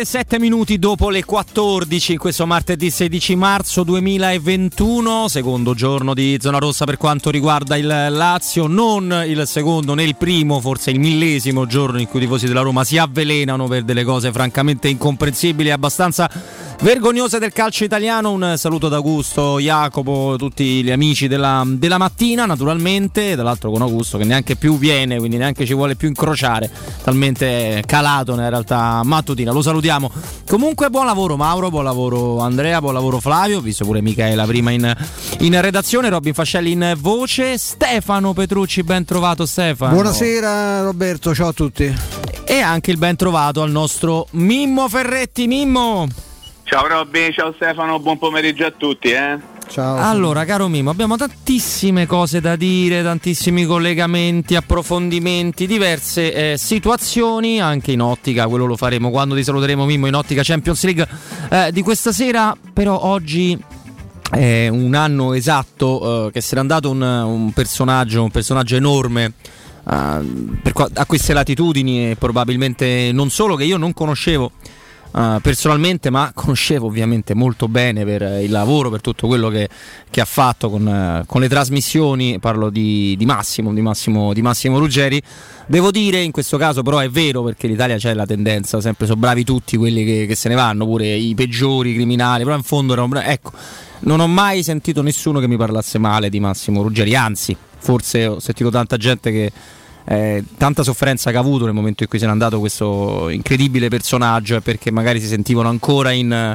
7 dopo le 14 in questo martedì 16 marzo 2021, secondo giorno di zona rossa per quanto riguarda il Lazio, non il secondo né il primo, forse il millesimo giorno in cui i tifosi della Roma si avvelenano per delle cose francamente incomprensibili e abbastanza vergognose del calcio italiano. Un saluto da Augusto, Jacopo, tutti gli amici della mattina naturalmente, tra l'altro con Augusto che neanche più viene, quindi neanche ci vuole più incrociare, talmente calato nella realtà mattutina. Lo salutiamo. Comunque buon lavoro Mauro, buon lavoro Andrea, buon lavoro Flavio, visto pure Michaela prima in redazione, Robin Fascelli in voce, Stefano Petrucci, ben trovato Stefano. Buonasera Roberto, ciao a tutti. E anche il ben trovato al nostro Mimmo Ferretti. Mimmo. Ciao Robby, ciao Stefano, buon pomeriggio a tutti. Ciao. Allora, caro Mimmo, abbiamo tantissime cose da dire, tantissimi collegamenti, approfondimenti, diverse situazioni, anche in ottica, quello lo faremo quando ti saluteremo Mimmo, in ottica Champions League di questa sera. Però oggi è un anno esatto che se n'è andato un personaggio enorme a queste latitudini, e probabilmente non solo, che io non conoscevo personalmente, ma conoscevo ovviamente molto bene per il lavoro, per tutto quello che ha fatto con le trasmissioni. Parlo di Massimo Ruggeri. Devo dire, in questo caso però è vero, perché in Italia c'è la tendenza, sempre sono bravi tutti quelli che se ne vanno, pure i peggiori criminali, però in fondo erano bravi. Ecco, non ho mai sentito nessuno che mi parlasse male di Massimo Ruggeri, anzi forse ho sentito tanta gente che tanta sofferenza che ha avuto nel momento in cui se n'è andato questo incredibile personaggio, perché magari si sentivano ancora in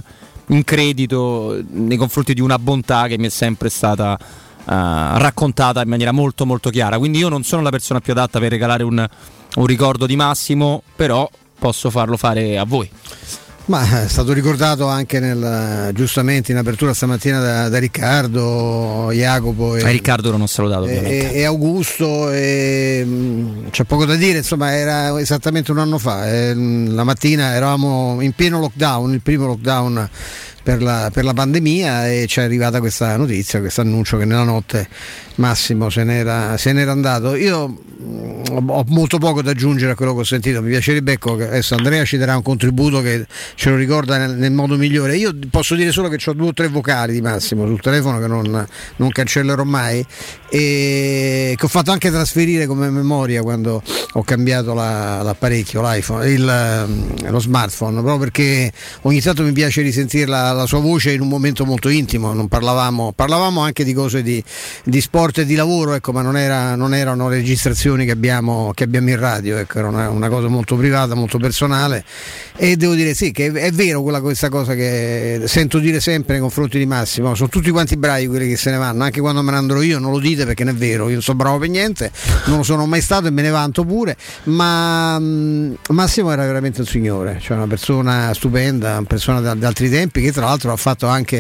credito nei confronti di una bontà che mi è sempre stata raccontata in maniera molto molto chiara. Quindi io non sono la persona più adatta per regalare un ricordo di Massimo, però posso farlo fare a voi. Ma è stato ricordato anche giustamente in apertura stamattina da Riccardo, Jacopo e Riccardo non ho salutato ovviamente, e Augusto, c'è poco da dire, insomma era esattamente un anno fa, la mattina eravamo in pieno lockdown, il primo lockdown per la pandemia, e ci è arrivata questa notizia, questo annuncio che nella notte Massimo se n'era andato. Io ho molto poco da aggiungere a quello che ho sentito, mi piacerebbe, ecco, che adesso Andrea ci darà un contributo che ce lo ricorda nel modo migliore. Io posso dire solo che ho 2 o 3 vocali di Massimo sul telefono che non cancellerò mai, e che ho fatto anche trasferire come memoria quando ho cambiato l'apparecchio, l'iPhone, lo smartphone, proprio perché ogni tanto mi piace risentire la sua voce in un momento molto intimo. Non parlavamo anche di cose di sport e di lavoro, ecco, ma non erano registrazioni che abbiamo in radio, ecco, era una cosa molto privata, molto personale. E devo dire sì, che è vero questa cosa che sento dire sempre nei confronti di Massimo: sono tutti quanti bravi quelli che se ne vanno, anche quando me ne andrò io. Non lo dite perché non è vero, io non sono bravo per niente, non lo sono mai stato e me ne vanto pure, ma Massimo era veramente un signore, cioè una persona stupenda, una persona da altri tempi, che tra l'altro ha fatto anche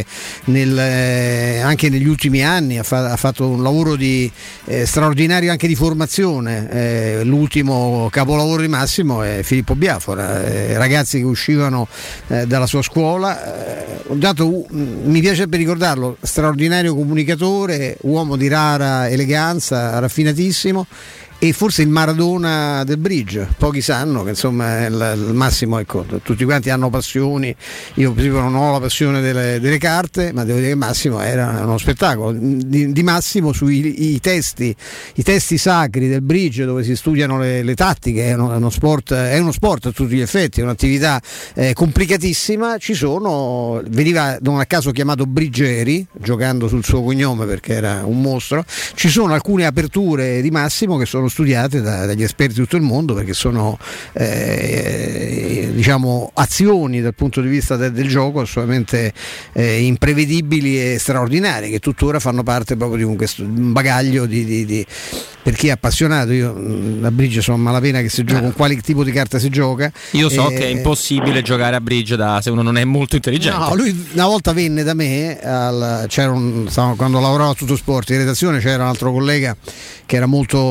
negli ultimi anni, ha fatto un lavoro straordinario anche di formazione. L'ultimo capolavoro di Massimo è Filippo Biafora, ragazzi che uscivano dalla sua scuola. Mi piacerebbe ricordarlo, straordinario comunicatore, uomo di rara eleganza, raffinatissimo, e forse il Maradona del bridge. Pochi sanno che insomma il Massimo, ecco, tutti quanti hanno passioni, io per esempio non ho la passione delle carte, ma devo dire che Massimo era uno spettacolo. Di Massimo sui testi sacri del bridge, dove si studiano le tattiche, è uno sport a tutti gli effetti, è un'attività complicatissima. Veniva non a caso chiamato Brigeri, giocando sul suo cognome perché era un mostro. Ci sono alcune aperture di Massimo che sono studiate dagli esperti di tutto il mondo, perché sono diciamo azioni dal punto di vista del gioco assolutamente imprevedibili e straordinarie, che tuttora fanno parte proprio di un bagaglio per chi è appassionato. Io a bridge sono malapena che si gioca, con quale tipo di carta si gioca. Io so che è impossibile giocare a bridge se uno non è molto intelligente. No, lui una volta venne da me, quando lavoravo a Tutto Sport in redazione, c'era un altro collega che era molto, molto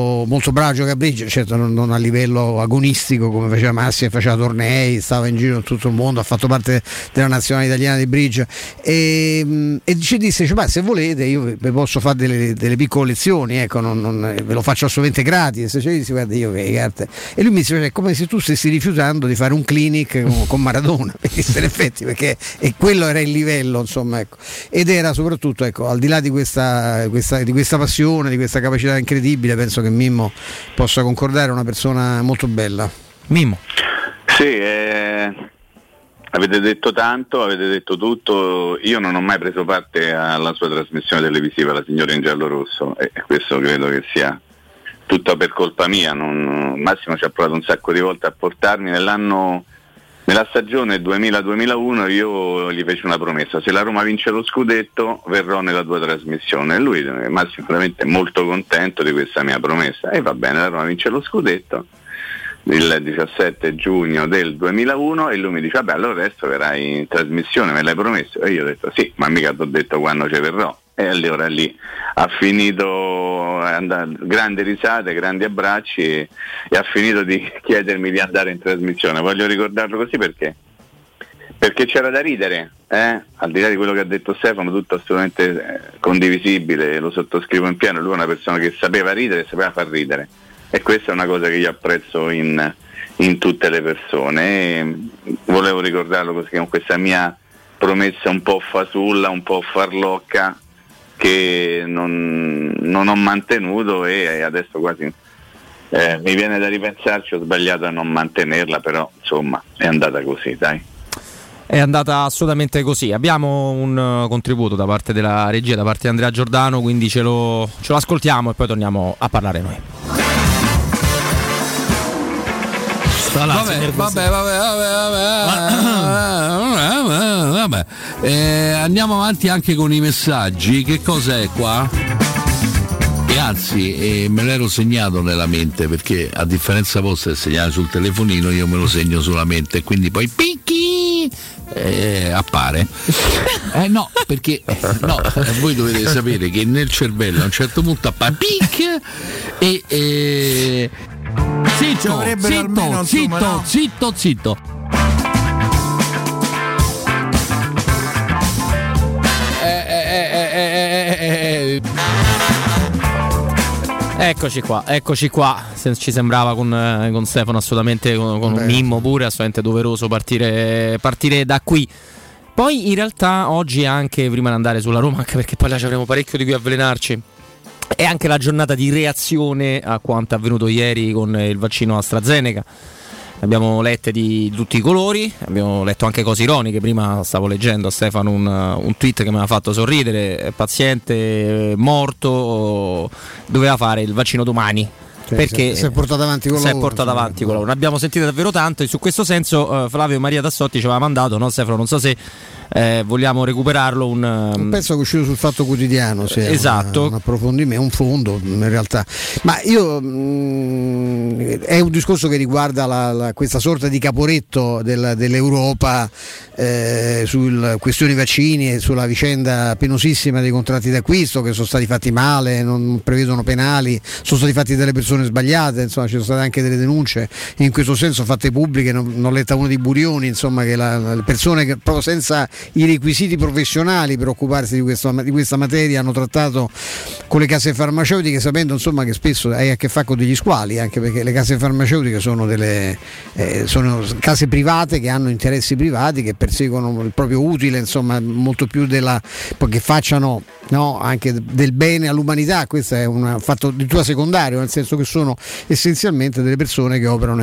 molto bravo a giocare a bridge, certo non a livello agonistico come faceva Massimo, faceva tornei, stava in giro in tutto il mondo, ha fatto parte della nazionale italiana di bridge e ci disse, ma se volete io vi posso fare delle piccole lezioni, ecco, ve lo faccio assolutamente gratis. Cioè, dice, guarda, io che carte. E lui mi dice, è come se tu stessi rifiutando di fare un clinic con Maradona, in effetti, perché e quello era il livello, insomma, ecco. Ed era soprattutto, ecco, al di là di questa passione, di questa capacità incredibile, penso che Mimmo possa concordare, una persona molto bella. Mimmo. Sì, avete detto tanto, avete detto tutto. Io non ho mai preso parte alla sua trasmissione televisiva, La signora in giallo rosso, e questo credo che sia tutto per colpa mia. Massimo ci ha provato un sacco di volte a portarmi. Nella stagione 2000-2001 io gli feci una promessa: se la Roma vince lo scudetto verrò nella tua trasmissione. E lui, Massimo, veramente molto contento di questa mia promessa. E va bene, la Roma vince lo scudetto il 17 giugno del 2001 e lui mi dice, vabbè, allora adesso verrai in trasmissione, me l'hai promesso? E io ho detto sì, ma mica ti ho detto quando ci verrò. E allora lì ha finito, grandi risate, grandi abbracci e ha finito di chiedermi di andare in trasmissione. Voglio ricordarlo così perché c'era da ridere, al di là di quello che ha detto Stefano, tutto assolutamente condivisibile, lo sottoscrivo in pieno. Lui è una persona che sapeva ridere e sapeva far ridere, e questa è una cosa che io apprezzo in tutte le persone. E volevo ricordarlo così, con questa mia promessa un po' fasulla, un po' farlocca, che non ho mantenuto, e adesso quasi mi viene da ripensarci, ho sbagliato a non mantenerla, però insomma è andata così, dai. È andata assolutamente così. Abbiamo un contributo da parte della regia, da parte di Andrea Giordano, quindi ce lo ascoltiamo e poi torniamo a parlare noi. Vabbè. Andiamo avanti anche con i messaggi. Che cosa è qua? E anzi, me l'ero segnato nella mente, perché a differenza vostra del segnare sul telefonino, io me lo segno sulla mente, quindi poi picchi appare. No, perché voi dovete sapere che nel cervello a un certo punto appare pic e zitto. Eccoci qua. Ci sembrava con Stefano assolutamente, con Mimmo pure, assolutamente doveroso partire da qui. Poi in realtà oggi è anche, prima di andare sulla Roma, anche perché poi là ci avremo parecchio di cui avvelenarci, è anche la giornata di reazione a quanto è avvenuto ieri con il vaccino AstraZeneca. Abbiamo lette di tutti i colori, abbiamo letto anche cose ironiche. Prima stavo leggendo a Stefano un tweet che mi ha fatto sorridere: paziente morto, doveva fare il vaccino domani. Perché si è portato avanti con lavoro. Ne abbiamo sentito davvero tanto, e su questo senso Flavio Maria Tassotti ci aveva mandato, no Stefano? Non so se vogliamo recuperarlo un pezzo che è uscito sul Fatto Quotidiano, sì, esatto, un approfondimento, un fondo in realtà, ma io è un discorso che riguarda questa sorta di caporetto dell'Europa sulle questioni vaccini e sulla vicenda penosissima dei contratti d'acquisto che sono stati fatti male, non prevedono penali, sono stati fatti dalle persone sbagliate, insomma ci sono state anche delle denunce in questo senso fatte pubbliche. Non ho letta uno di Burioni, insomma, che le persone che proprio senza i requisiti professionali per occuparsi di questa materia hanno trattato con le case farmaceutiche, sapendo insomma che spesso hai a che fare con degli squali, anche perché le case farmaceutiche sono sono case private che hanno interessi privati, che perseguono il proprio utile, insomma molto più che facciano, no, anche del bene all'umanità. Questo è un fatto di tua secondario, nel senso che sono essenzialmente delle persone che operano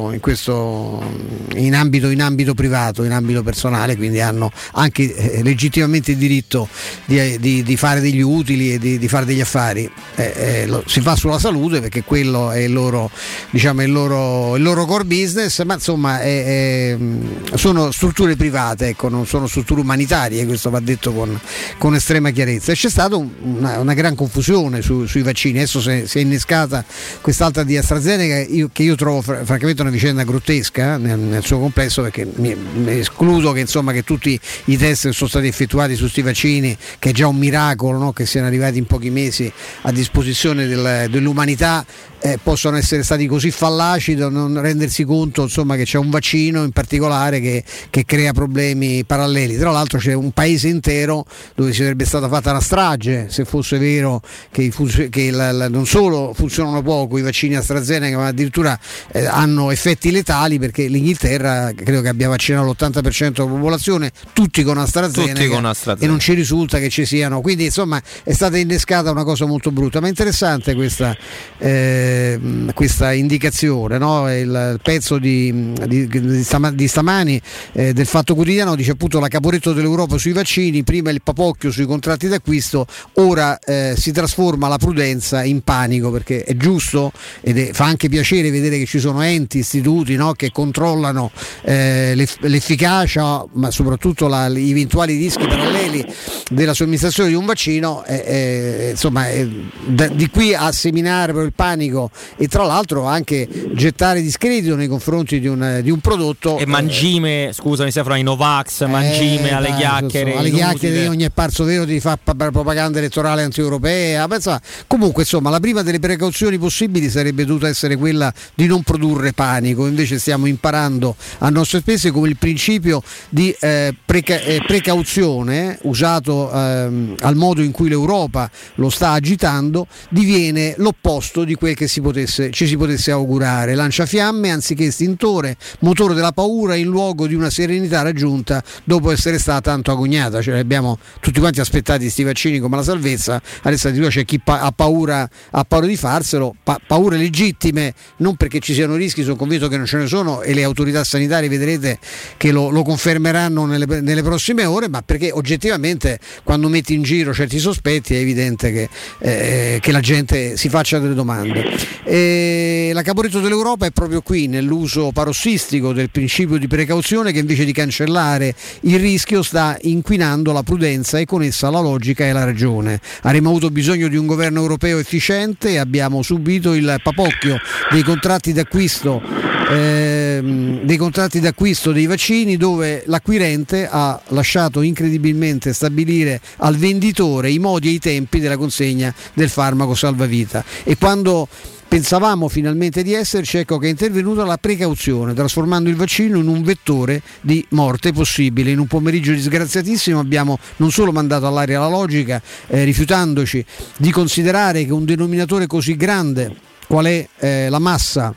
in ambito privato, in ambito personale, quindi hanno anche legittimamente il diritto di fare degli utili e di fare degli affari. Si fa sulla salute perché quello è il loro core business, ma insomma sono strutture private, ecco, non sono strutture umanitarie, questo va detto con estrema chiarezza. E c'è stata una gran confusione sui vaccini. Adesso si è innescata quest'altra di AstraZeneca, che io trovo francamente una vicenda grottesca nel suo complesso, perché mi escludo che tutti i test che sono stati effettuati su questi vaccini, che è già un miracolo, no? Che siano arrivati in pochi mesi a disposizione dell'umanità, possono essere stati così fallaci da non rendersi conto, insomma, che c'è un vaccino in particolare che crea problemi paralleli. Tra l'altro c'è un paese intero dove si sarebbe stata fatta una strage se fosse vero che non solo funzionano poco i vaccini AstraZeneca, ma addirittura hanno effetti letali, perché l'Inghilterra credo che abbia vaccinato l'80% della popolazione, tutti con AstraZeneca, e non ci risulta che ci siano, quindi insomma è stata innescata una cosa molto brutta. Ma è interessante questa indicazione, no? Il pezzo di stamani del Fatto Quotidiano dice appunto la Caporetto dell'Europa sui vaccini, prima il papocchio sui contratti d'acquisto, ora si trasforma la prudenza in panico, perché è giusto fa anche piacere vedere che ci sono enti, istituti, no? Che controllano l'efficacia, ma soprattutto gli eventuali rischi paralleli della somministrazione di un vaccino, insomma di qui a seminare per il panico e tra l'altro anche gettare discredito nei confronti di un prodotto. E mangime, scusami Stefano, i Novax, mangime alle chiacchiere. Alle chiacchiere ogni è parso vero di fare propaganda elettorale anti-europea. Comunque insomma la prima delle precauzioni possibili sarebbe dovuta essere quella di non produrre panico, invece stiamo imparando a nostre spese come il principio di precauzione usato al modo in cui l'Europa lo sta agitando diviene l'opposto di quel che ci si potesse augurare, lanciafiamme anziché estintore, motore della paura in luogo di una serenità raggiunta dopo essere stata tanto agognata. Cioè abbiamo tutti quanti aspettati sti vaccini come la salvezza, adesso addirittura c'è chi ha paura di farselo, paure legittime, non perché ci siano rischi, sono convinto che non ce ne sono e le autorità sanitarie vedrete che lo confermeranno nelle prossime ore, ma perché oggettivamente quando metti in giro certi sospetti è evidente che la gente si faccia delle domande. La Caporetto dell'Europa è proprio qui nell'uso parossistico del principio di precauzione, che invece di cancellare il rischio sta inquinando la prudenza e con essa la logica e la ragione. Avremmo avuto bisogno di un governo europeo efficiente e abbiamo subito il papocchio dei contratti d'acquisto dei vaccini, dove l'acquirente ha lasciato incredibilmente stabilire al venditore i modi e i tempi della consegna del farmaco salvavita, e quando pensavamo finalmente di esserci, ecco che è intervenuta la precauzione, trasformando il vaccino in un vettore di morte possibile. In un pomeriggio disgraziatissimo abbiamo non solo mandato all'aria la logica, rifiutandoci di considerare che un denominatore così grande qual è la massa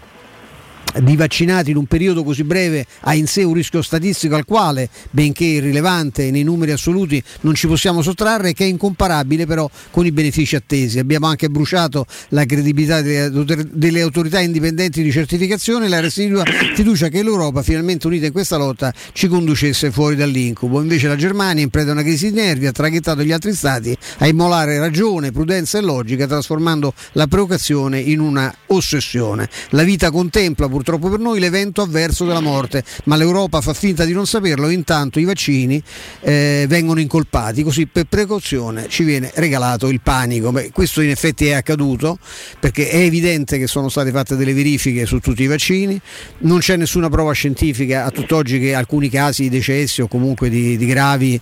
di vaccinati in un periodo così breve ha in sé un rischio statistico al quale, benché irrilevante nei numeri assoluti, non ci possiamo sottrarre, che è incomparabile però con i benefici attesi. Abbiamo anche bruciato la credibilità delle autorità indipendenti di certificazione e la residua fiducia che l'Europa, finalmente unita in questa lotta, ci conducesse fuori dall'incubo. Invece la Germania, in preda a una crisi di nervi, ha traghettato gli altri stati a immolare ragione, prudenza e logica, trasformando la provocazione in una ossessione. La vita contempla purtroppo per noi l'evento avverso della morte, ma l'Europa fa finta di non saperlo, intanto i vaccini vengono incolpati, così per precauzione ci viene regalato il panico. Questo in effetti è accaduto, perché è evidente che sono state fatte delle verifiche su tutti i vaccini, non c'è nessuna prova scientifica a tutt'oggi che alcuni casi di decessi o comunque di gravi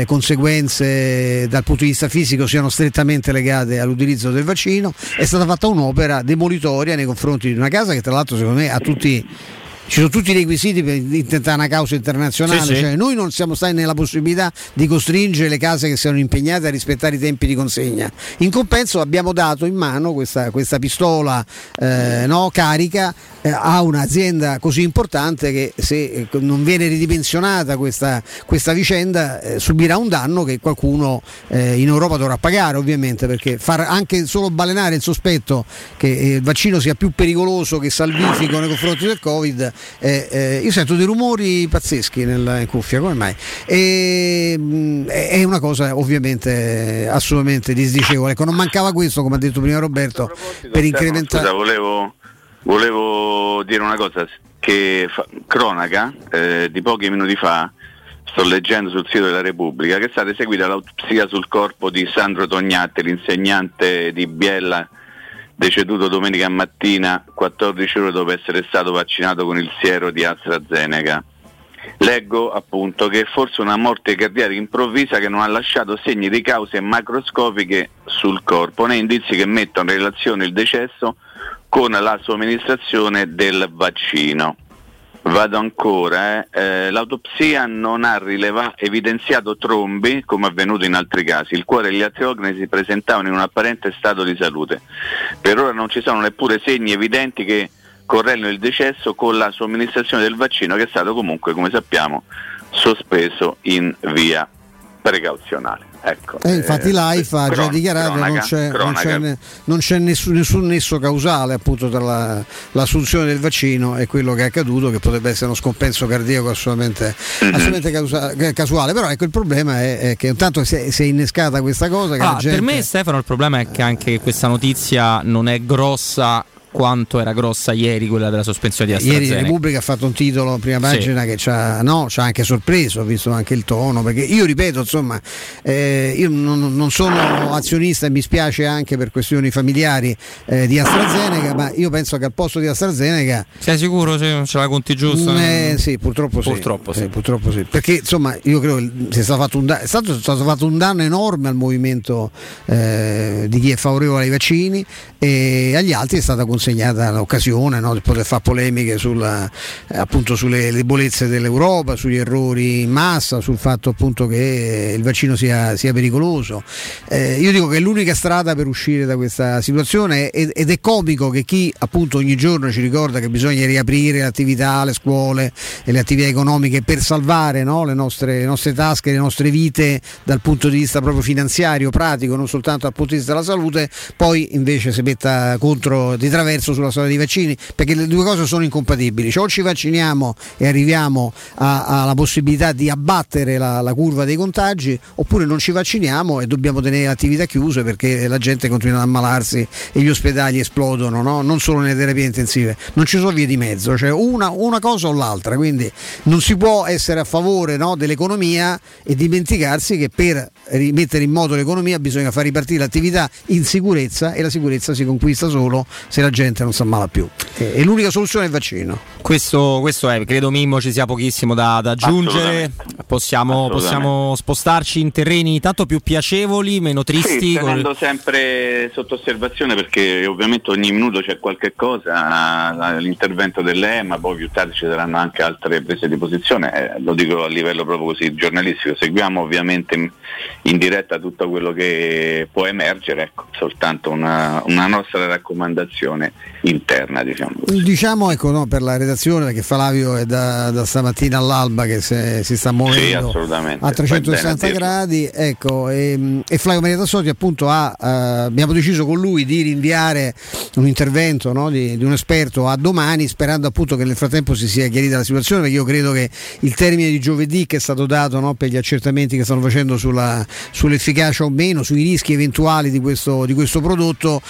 conseguenze dal punto di vista fisico siano strettamente legate all'utilizzo del vaccino. È stata fatta un'opera demolitoria nei confronti di una casa che tra l'altro secondo me ci sono tutti i requisiti per intentare una causa internazionale, sì. Cioè, noi non siamo stati nella possibilità di costringere le case che siano impegnate a rispettare i tempi di consegna. In compenso abbiamo dato in mano questa pistola carica a un'azienda così importante che, se non viene ridimensionata questa vicenda, subirà un danno che qualcuno in Europa dovrà pagare, ovviamente, perché far anche solo balenare il sospetto che il vaccino sia più pericoloso che salvifico nei confronti del Covid. Io sento dei rumori pazzeschi in cuffia, come mai? È una cosa ovviamente assolutamente disdicevole. Ecco, non mancava questo, come ha detto prima Roberto, per incrementare. Scusa, volevo dire una cosa che cronaca di pochi minuti fa. Sto leggendo sul sito della Repubblica che è stata eseguita l'autopsia sul corpo di Sandro Tognatti, l'insegnante di Biella, deceduto domenica mattina 14 ore dopo essere stato vaccinato con il siero di AstraZeneca. Leggo appunto che è forse una morte cardiaca improvvisa che non ha lasciato segni di cause macroscopiche sul corpo, né indizi che mettono in relazione il decesso con la somministrazione del vaccino. Vado ancora, l'autopsia non ha evidenziato trombi come avvenuto in altri casi, il cuore e gli altri organi si presentavano in un apparente stato di salute. Per ora non ci sono neppure segni evidenti che correlano il decesso con la somministrazione del vaccino, che è stato comunque, come sappiamo, sospeso in via precauzionale. Ecco, infatti l'AIFA ha già dichiarato che non c'è nessun nesso causale appunto tra l'assunzione del vaccino e quello che è accaduto, che potrebbe essere uno scompenso cardiaco assolutamente casuale. Però ecco, il problema è che intanto si è innescata questa cosa che la gente... Per me, Stefano, il problema è che anche questa notizia non è grossa quanto era grossa ieri quella della sospensione di AstraZeneca. Ieri Repubblica ha fatto un titolo prima pagina che ci ha anche sorpreso, visto anche il tono, perché io ripeto, insomma, io non sono azionista e mi spiace anche per questioni familiari di AstraZeneca, ma io penso che al posto di AstraZeneca... Sei sicuro se ce la conti giusto? Sì, purtroppo sì. Perché insomma io credo che è stato fatto un danno enorme al movimento di chi è favorevole ai vaccini, e agli altri è stata consegnata l'occasione, no, di poter fare polemiche appunto sulle debolezze dell'Europa, sugli errori in massa, sul fatto appunto che il vaccino sia pericoloso. Io dico che è l'unica strada per uscire da questa situazione, ed è comico che chi appunto ogni giorno ci ricorda che bisogna riaprire le attività, le scuole e le attività economiche per salvare, no, le nostre tasche, le nostre vite dal punto di vista proprio finanziario, pratico, non soltanto dal punto di vista della salute, poi invece si metta contro di traverso sulla storia dei vaccini, perché le due cose sono incompatibili. Cioè, o ci vacciniamo e arriviamo alla possibilità di abbattere la curva dei contagi, oppure non ci vacciniamo e dobbiamo tenere le attività chiuse perché la gente continua ad ammalarsi e gli ospedali esplodono, no? Non solo nelle terapie intensive, non ci sono vie di mezzo, cioè una cosa o l'altra. Quindi non si può essere a favore, no, dell'economia e dimenticarsi che per rimettere in moto l'economia bisogna far ripartire l'attività in sicurezza, e la sicurezza si conquista solo se la gente non si ammala più, e l'unica soluzione è il vaccino. Questo è, credo Mimmo ci sia pochissimo da aggiungere. Possiamo spostarci in terreni tanto più piacevoli, meno tristi, tenendo sempre sotto osservazione, perché ovviamente ogni minuto c'è qualche cosa, l'intervento dell'EMA, poi più tardi ci saranno anche altre prese di posizione, lo dico a livello proprio così giornalistico. Seguiamo ovviamente in diretta tutto quello che può emergere, ecco, soltanto una nostra raccomandazione interna, diciamo ecco, no, per la redazione, perché Flavio è da stamattina all'alba che si sta muovendo a 360 gradi, ecco, e Flavio Maria Tassotti appunto abbiamo deciso con lui di rinviare un intervento, no, di un esperto a domani, sperando appunto che nel frattempo si sia chiarita la situazione, perché io credo che il termine di giovedì che è stato dato, no, per gli accertamenti che stanno facendo sull'efficacia o meno, sui rischi eventuali di questo prodotto,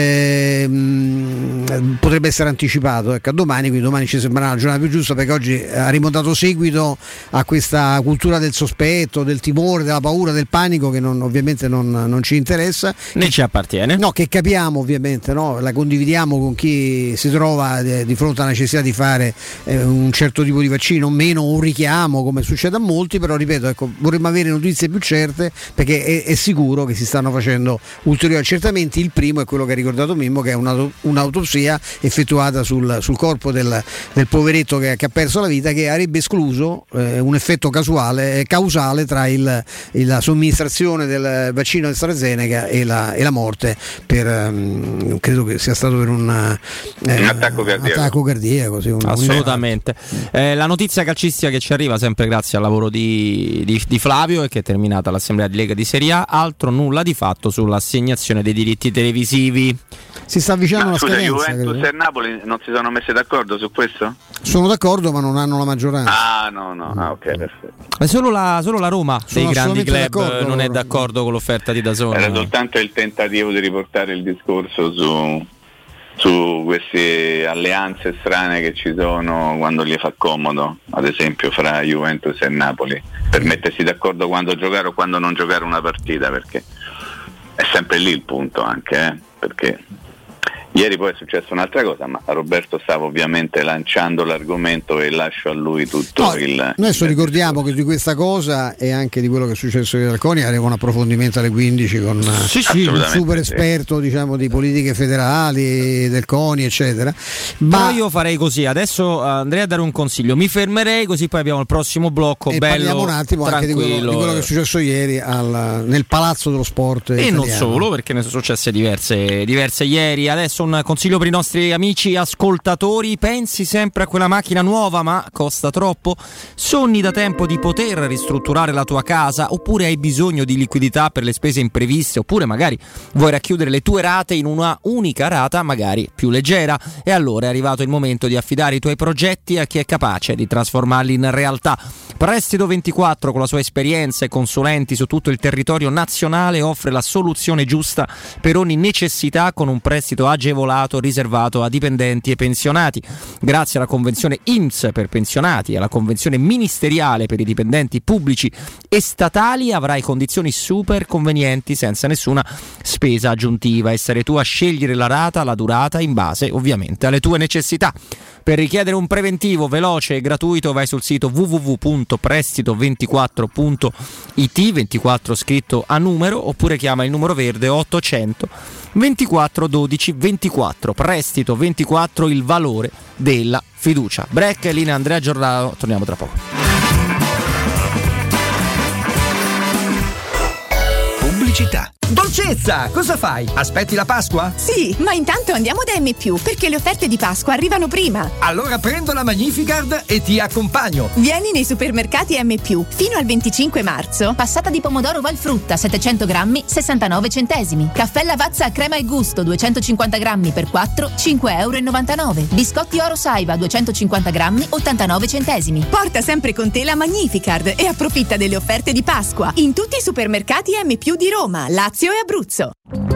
potrebbe essere anticipato, ecco, a domani, quindi domani ci sembrerà la giornata più giusta, perché oggi avremo dato seguito a questa cultura del sospetto, del timore, della paura, del panico, che ovviamente non ci interessa, né ci appartiene, no, che capiamo ovviamente, no, la condividiamo con chi si trova di fronte alla necessità di fare un certo tipo di vaccino o meno, un richiamo, come succede a molti. Però ripeto, ecco, vorremmo avere notizie più certe, perché è sicuro che si stanno facendo ulteriori accertamenti. Il primo è quello che ha ricordato Mimmo, che è un'autopsia effettuata sul corpo del poveretto che ha perso la vita, che avrebbe escluso un effetto causale tra la somministrazione del vaccino di AstraZeneca e la morte credo che sia stato per un attacco cardiaco, sì, assolutamente. La notizia calcistica che ci arriva sempre grazie al lavoro di Flavio è che è terminata l'assemblea di Lega di Serie A, altro nulla di fatto sull'assegnazione dei diritti televisivi. Si sta avvicinando la scadenza. Juventus e Napoli non si sono messi d'accordo su questo? Sono d'accordo, ma non hanno la maggioranza. Ok, perfetto. Ma solo la Roma dei grandi club non è d'accordo con l'offerta di DAZN. Era soltanto il tentativo di riportare il discorso su queste alleanze strane che ci sono quando gli fa comodo, ad esempio fra Juventus e Napoli, per mettersi d'accordo quando giocare o quando non giocare una partita, perché è sempre lì il punto anche, perché Ieri poi è successa un'altra cosa, ma Roberto stava ovviamente lanciando l'argomento e lascio a lui tutto il... Noi adesso ricordiamo che di questa cosa e anche di quello che è successo di Alconi arriva un approfondimento alle 15 con un super esperto diciamo di politiche federali, del CONI eccetera. Ma io farei così, adesso andrei a dare un consiglio, mi fermerei così poi abbiamo il prossimo blocco e bello, parliamo un attimo tranquillo. Anche di quello che è successo ieri nel Palazzo dello Sport e italiano. non solo, perché ne sono successe diverse ieri. Adesso un consiglio per i nostri amici ascoltatori: pensi sempre a quella macchina nuova ma costa troppo? Sogni da tempo di poter ristrutturare la tua casa, oppure hai bisogno di liquidità per le spese impreviste, oppure magari vuoi racchiudere le tue rate in una unica rata magari più leggera? E allora è arrivato il momento di affidare i tuoi progetti a chi è capace di trasformarli in realtà. Prestito 24, con la sua esperienza e consulenti su tutto il territorio nazionale, offre la soluzione giusta per ogni necessità, con un prestito agevolato riservato a dipendenti e pensionati. Grazie alla convenzione INPS per pensionati e alla convenzione ministeriale per i dipendenti pubblici e statali avrai condizioni super convenienti senza nessuna spesa aggiuntiva. Essere tu a scegliere la rata, la durata, in base ovviamente alle tue necessità. Per richiedere un preventivo veloce e gratuito vai sul sito www.prestito24.it, 24 scritto a numero, oppure chiama il numero verde 800 24 12 24. Prestito 24, il valore della fiducia. Break, linea Andrea Giordano, torniamo tra poco. Pubblicità. Dolcezza, cosa fai? Aspetti la Pasqua? Sì, ma intanto andiamo da M+, perché le offerte di Pasqua arrivano prima. Allora prendo la Magnificard e ti accompagno. Vieni nei supermercati M+, fino al 25 marzo. Passata di pomodoro Valfrutta, 700 grammi, 69 centesimi. Caffè Lavazza a crema e gusto, 250 grammi per 4, 5,99 €. Biscotti Oro Saiva, 250 grammi, 89 centesimi. Porta sempre con te la Magnificard e approfitta delle offerte di Pasqua in tutti i supermercati M+ di Roma, Lazio e Abruzzo.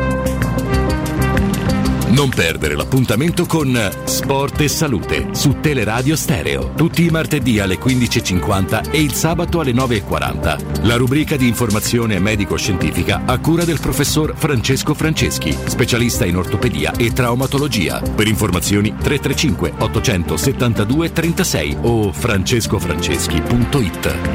Non perdere l'appuntamento con Sport e Salute su Teleradio Stereo, tutti i martedì alle 15:50 e il sabato alle 9:40. La rubrica di informazione medico-scientifica a cura del professor Francesco Franceschi, specialista in ortopedia e traumatologia. Per informazioni 335 872 36 o francescofranceschi.it.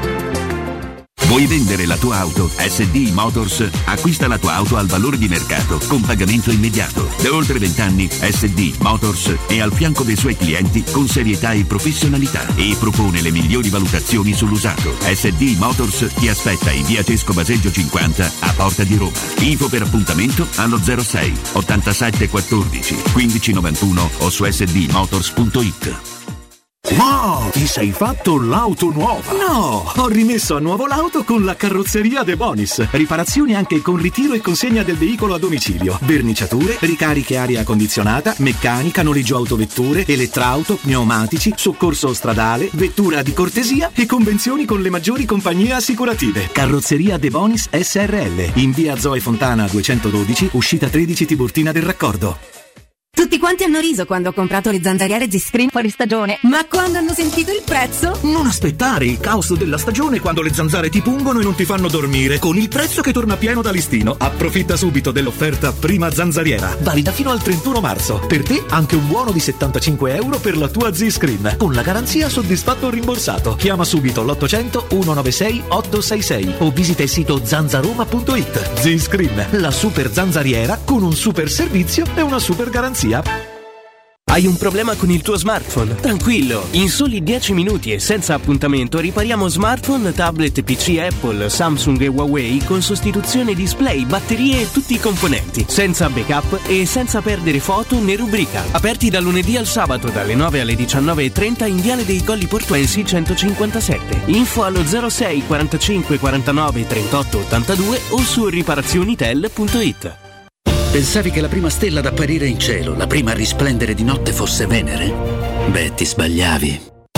Vuoi vendere la tua auto? SD Motors acquista la tua auto al valore di mercato con pagamento immediato. Da oltre 20 anni SD Motors è al fianco dei suoi clienti con serietà e professionalità e propone le migliori valutazioni sull'usato. SD Motors ti aspetta in via Cesco Baseggio 50 a Porta di Roma. Info per appuntamento allo 06 87 14 15 91 o su sdmotors.it. Wow, ti sei fatto l'auto nuova? No, ho rimesso a nuovo l'auto con la carrozzeria De Bonis. Riparazioni anche con ritiro e consegna del veicolo a domicilio, verniciature, ricariche aria condizionata, meccanica, noleggio autovetture, elettrauto, pneumatici, soccorso stradale, vettura di cortesia e convenzioni con le maggiori compagnie assicurative. Carrozzeria De Bonis SRL, in via Zoe Fontana 212, uscita 13 Tiburtina del Raccordo. Tutti quanti hanno riso quando ho comprato le zanzariere Z-Screen fuori stagione, ma quando hanno sentito il prezzo? Non aspettare il caos della stagione quando le zanzare ti pungono e non ti fanno dormire, con il prezzo che torna pieno da listino. Approfitta subito dell'offerta prima zanzariera, valida fino al 31 marzo. Per te anche un buono di 75 € per la tua Z-Screen, con la garanzia soddisfatto o rimborsato. Chiama subito l'800 196 866 o visita il sito zanzaroma.it. Z-Screen, la super zanzariera con un super servizio e una super garanzia. Hai un problema con il tuo smartphone? Tranquillo, in soli 10 minuti e senza appuntamento ripariamo smartphone, tablet, PC Apple, Samsung e Huawei con sostituzione display, batterie e tutti i componenti, senza backup e senza perdere foto né rubrica. Aperti dal lunedì al sabato dalle 9 alle 19:30 in Viale dei Colli Portuensi 157. Info allo 06 45 49 38 82 o su riparazionitel.it. Pensavi che la prima stella ad apparire in cielo, la prima a risplendere di notte fosse Venere? Beh, ti sbagliavi.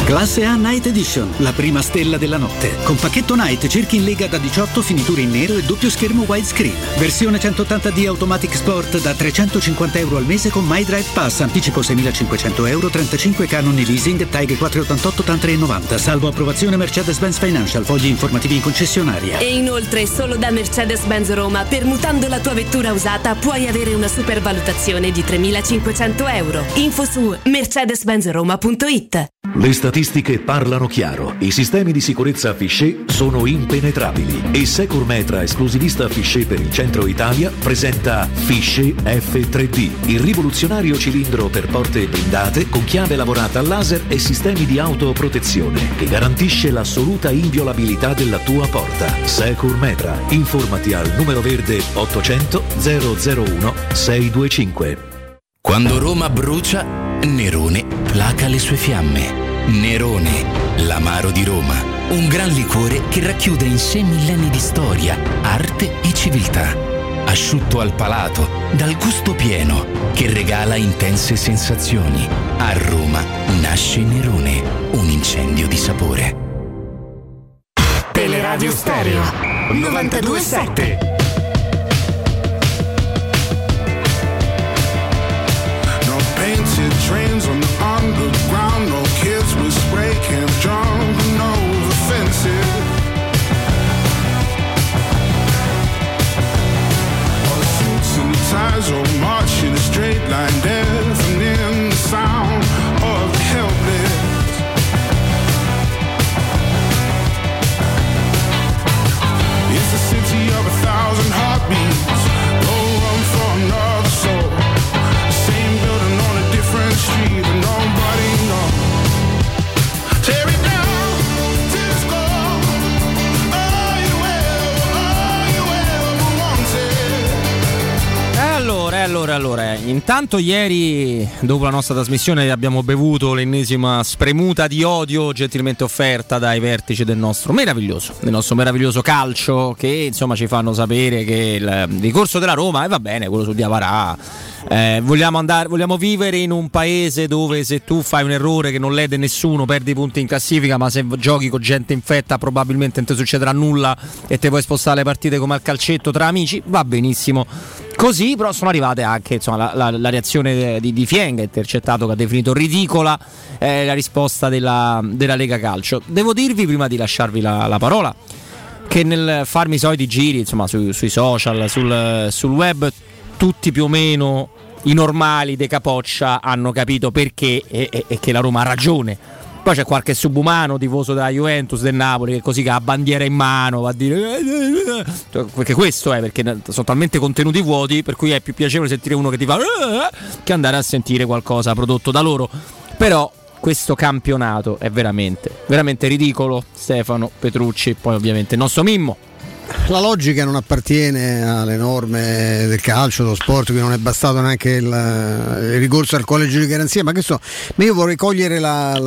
Classe A Night Edition, la prima stella della notte. Con pacchetto Night cerchi in lega da 18, finiture in nero e doppio schermo widescreen. Versione 180D Automatic Sport da €350 al mese con My Drive Pass, anticipo €6.500, 35 canoni leasing, TAG 488 TAN 390, salvo approvazione Mercedes-Benz Financial, fogli informativi in concessionaria. E inoltre solo da Mercedes-Benz Roma, permutando la tua vettura usata, puoi avere una supervalutazione di €3.500. Info su mercedes-benzroma.it. Le statistiche parlano chiaro. I sistemi di sicurezza Fichet sono impenetrabili e Securmetra, esclusivista Fichet per il centro Italia, presenta Fichet F3D, il rivoluzionario cilindro per porte blindate con chiave lavorata a laser e sistemi di autoprotezione che garantisce l'assoluta inviolabilità della tua porta. Securmetra. Informati al numero verde 800 001 625. Quando Roma brucia, Nerone placa le sue fiamme. Nerone, l'amaro di Roma, un gran liquore che racchiude in sé millenni di storia, arte e civiltà. Asciutto al palato, dal gusto pieno, che regala intense sensazioni. A Roma nasce Nerone, un incendio di sapore. Teleradio Stereo 92.7. Painted trains on the underground, no kids with spray cans jumping over fences. All the suits and the ties all march in a straight line, deafening the sound of the helpless. It's the city of 1,000 heartbeats, no room for another soul. Same building on a different street, but nobody knows. Tear it down to the score. All you ever wanted. Allora, intanto ieri dopo la nostra trasmissione abbiamo bevuto l'ennesima spremuta di odio gentilmente offerta dai vertici del nostro meraviglioso calcio, che insomma ci fanno sapere che il ricorso della Roma, e va bene, quello su Diavarà, vogliamo vivere in un paese dove se tu fai un errore che non lede nessuno perdi punti in classifica, ma se giochi con gente infetta probabilmente non ti succederà nulla e te puoi spostare le partite come al calcetto tra amici, va benissimo così. Però sono arrivate anche insomma la reazione di Fienga, intercettato, che ha definito ridicola la risposta della Lega Calcio. Devo dirvi, prima di lasciarvi la parola, che nel farmi i soliti giri insomma sui social, sul web, tutti più o meno i normali de Capoccia hanno capito perché e che la Roma ha ragione. Poi c'è qualche subumano tifoso della Juventus, del Napoli, che così che ha bandiera in mano va a dire perché questo è, perché sono talmente contenuti vuoti per cui è più piacevole sentire uno che ti fa che andare a sentire qualcosa prodotto da loro. Però questo campionato è veramente ridicolo. Stefano Petrucci, poi ovviamente il nostro Mimmo. La logica non appartiene alle norme del calcio, dello sport, qui non è bastato neanche il ricorso al collegio di garanzia, ma io vorrei cogliere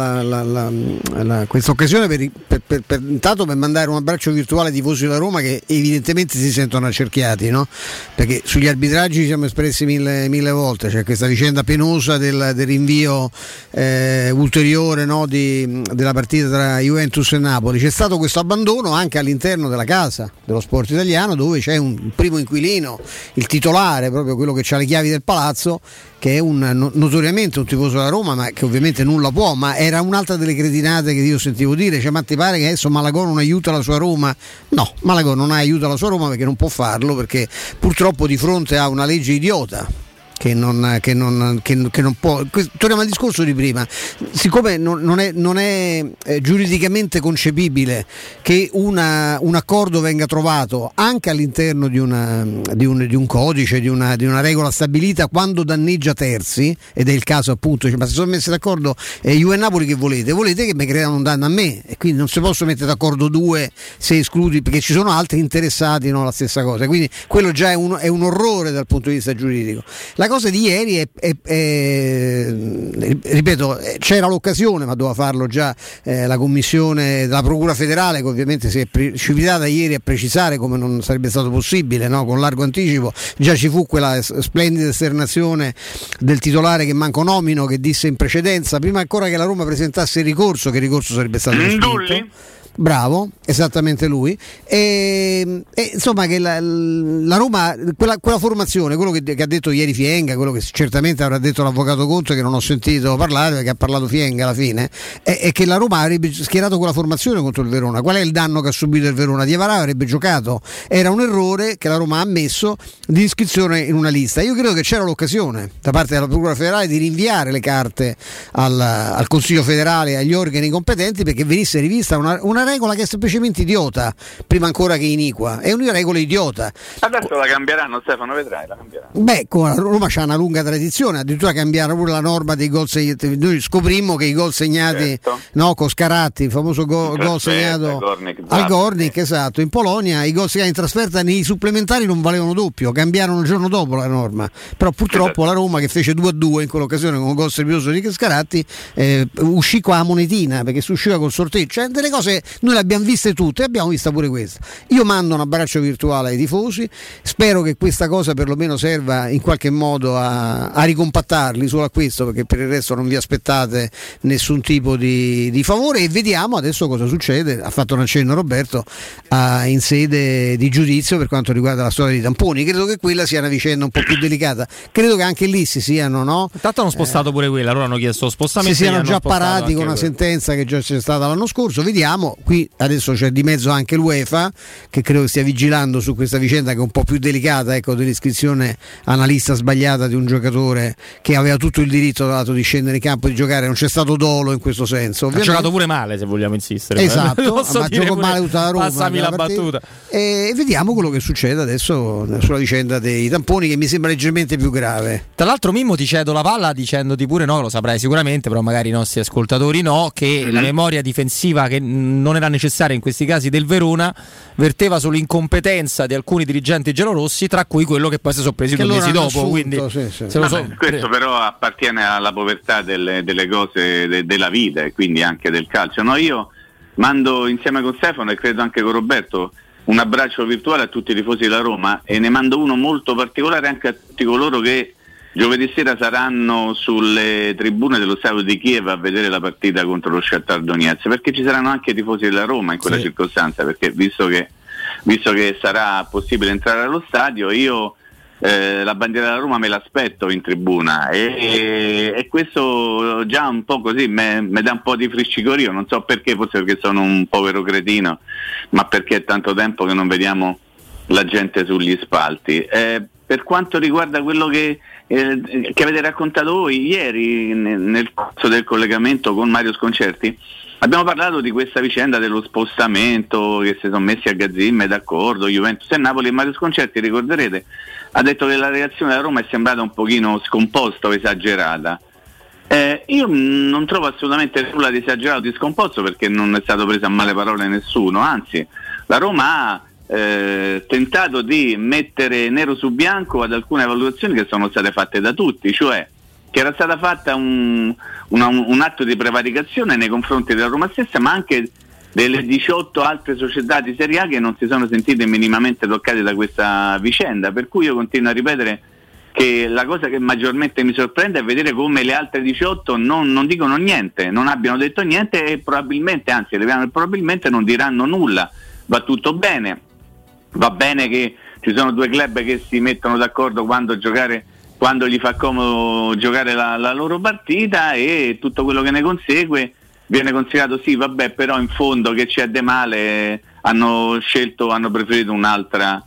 questa occasione per intanto per mandare un abbraccio virtuale ai tifosi della Roma, che evidentemente si sentono accerchiati, no? Perché sugli arbitraggi ci siamo espressi mille volte. C'è questa vicenda penosa del rinvio ulteriore, no, della partita tra Juventus e Napoli. C'è stato questo abbandono anche all'interno della casa dello sport italiano, dove c'è un primo inquilino, il titolare, proprio quello che ha le chiavi del palazzo, che è notoriamente un tifoso della Roma, ma che ovviamente nulla può. Ma era un'altra delle cretinate che io sentivo dire, cioè, ma ti pare che adesso Malagò non aiuta la sua Roma? No, Malagò non aiuta la sua Roma perché non può farlo, perché purtroppo di fronte a una legge idiota che non può. Torniamo al discorso di prima. Siccome non è giuridicamente concepibile che un accordo venga trovato anche all'interno di un codice, di una regola stabilita, quando danneggia terzi, ed è il caso appunto, ma se sono messi d'accordo Juve e Napoli, che volete che mi creano un danno a me, e quindi non si possono mettere d'accordo due se escludi, perché ci sono altri interessati, no, la stessa cosa. Quindi quello già è un orrore dal punto di vista giuridico. La cosa di ieri ripeto, c'era l'occasione, ma doveva farlo già la commissione della Procura Federale, che ovviamente si è precipitata ieri a precisare come non sarebbe stato possibile, no? Con largo anticipo. Già ci fu quella splendida esternazione del titolare che manco nomino, che disse in precedenza, prima ancora che la Roma presentasse il ricorso, che il ricorso sarebbe stato respinto. Bravo, esattamente lui. E insomma che la Roma, quella formazione, quello che ha detto ieri Fienga, quello che certamente avrà detto l'avvocato Conte, che non ho sentito parlare perché ha parlato Fienga alla fine, è che la Roma avrebbe schierato quella formazione contro il Verona. Qual è il danno che ha subito il Verona? Diavara avrebbe giocato, era un errore che la Roma ha ammesso di iscrizione in una lista. Io credo che c'era l'occasione da parte della Procura Federale di rinviare le carte al Consiglio Federale, agli organi competenti, perché venisse rivista una regola che è semplicemente idiota, prima ancora che iniqua, è una regola idiota. Adesso la cambieranno, Stefano, vedrai, la cambieranno. Beh, la Roma c'ha una lunga tradizione, addirittura cambiarono pure la norma dei gol segnati. Noi scoprimmo che i gol segnati, no, con Scaratti, il famoso gol segnato al Gornik, esatto, in Polonia, i gol segnati in trasferta nei supplementari non valevano doppio, cambiarono il giorno dopo la norma, però purtroppo la Roma, che fece 2-2 in quell'occasione con un gol strepitoso di Scaratti, uscì qua a monetina, perché si usciva col sorteggio. Cioè, delle cose noi le abbiamo viste tutte, abbiamo vista pure questa. Io mando un abbraccio virtuale ai tifosi, spero che questa cosa perlomeno serva in qualche modo a ricompattarli solo a questo, perché per il resto non vi aspettate nessun tipo di favore, e vediamo adesso cosa succede. Ha fatto un accenno Roberto in sede di giudizio per quanto riguarda la storia dei tamponi. Credo che quella sia una vicenda un po' più delicata, credo che anche lì si siano, no? Intanto hanno spostato pure quella, loro hanno chiesto lo spostamento, si siano già parati con una sentenza che già c'è stata l'anno scorso. Vediamo, qui adesso c'è di mezzo anche l'UEFA, che credo stia vigilando su questa vicenda, che è un po' più delicata, ecco, dell'iscrizione analista sbagliata di un giocatore che aveva tutto il diritto dato di scendere in campo, di giocare. Non c'è stato dolo in questo senso, ovviamente. Ha giocato pure male, se vogliamo insistere, esatto, ma giocò male tutta la Roma. Passami la battuta. E vediamo quello che succede adesso sulla vicenda dei tamponi, che mi sembra leggermente più grave. Tra l'altro, Mimmo, ti cedo la palla dicendoti pure, no, lo saprai sicuramente, però magari i nostri ascoltatori no, che la memoria difensiva, che non era necessaria in questi casi del Verona, verteva sull'incompetenza di alcuni dirigenti giallorossi, tra cui quello che poi si sono presi 2 mesi dopo. Assunto, quindi questo però appartiene alla povertà delle cose della vita, e quindi anche del calcio. No, io mando insieme con Stefano, e credo anche con Roberto, un abbraccio virtuale a tutti i tifosi della Roma, e ne mando uno molto particolare anche a tutti coloro che giovedì sera saranno sulle tribune dello stadio di Kiev a vedere la partita contro lo Shakhtar Donetsk, perché ci saranno anche i tifosi della Roma in quella circostanza, perché visto che sarà possibile entrare allo stadio, io la bandiera della Roma me l'aspetto in tribuna, e questo già un po' così mi dà un po' di friccicorio, non so perché, forse perché sono un povero cretino, ma perché è tanto tempo che non vediamo la gente sugli spalti. Per quanto riguarda quello che avete raccontato voi ieri nel corso del collegamento con Mario Sconcerti, abbiamo parlato di questa vicenda dello spostamento, che si sono messi a Gazzim, d'accordo, Juventus e Napoli, e Mario Sconcerti, ricorderete, ha detto che la reazione della Roma è sembrata un pochino scomposta o esagerata. Io non trovo assolutamente nulla di esagerato, di scomposto, perché non è stato preso a male parole nessuno, anzi la Roma ha tentato di mettere nero su bianco ad alcune valutazioni che sono state fatte da tutti, cioè che era stata fatta un atto di prevaricazione nei confronti della Roma stessa, ma anche delle 18 altre società di Serie A che non si sono sentite minimamente toccate da questa vicenda, per cui io continuo a ripetere che la cosa che maggiormente mi sorprende è vedere come le altre 18 non dicono niente, non abbiano detto niente, e probabilmente, anzi probabilmente non diranno nulla. Va tutto bene, va bene che ci sono due club che si mettono d'accordo quando gli fa comodo giocare la loro partita, e tutto quello che ne consegue viene considerato sì, vabbè, però in fondo che c'è di male, hanno preferito un'altra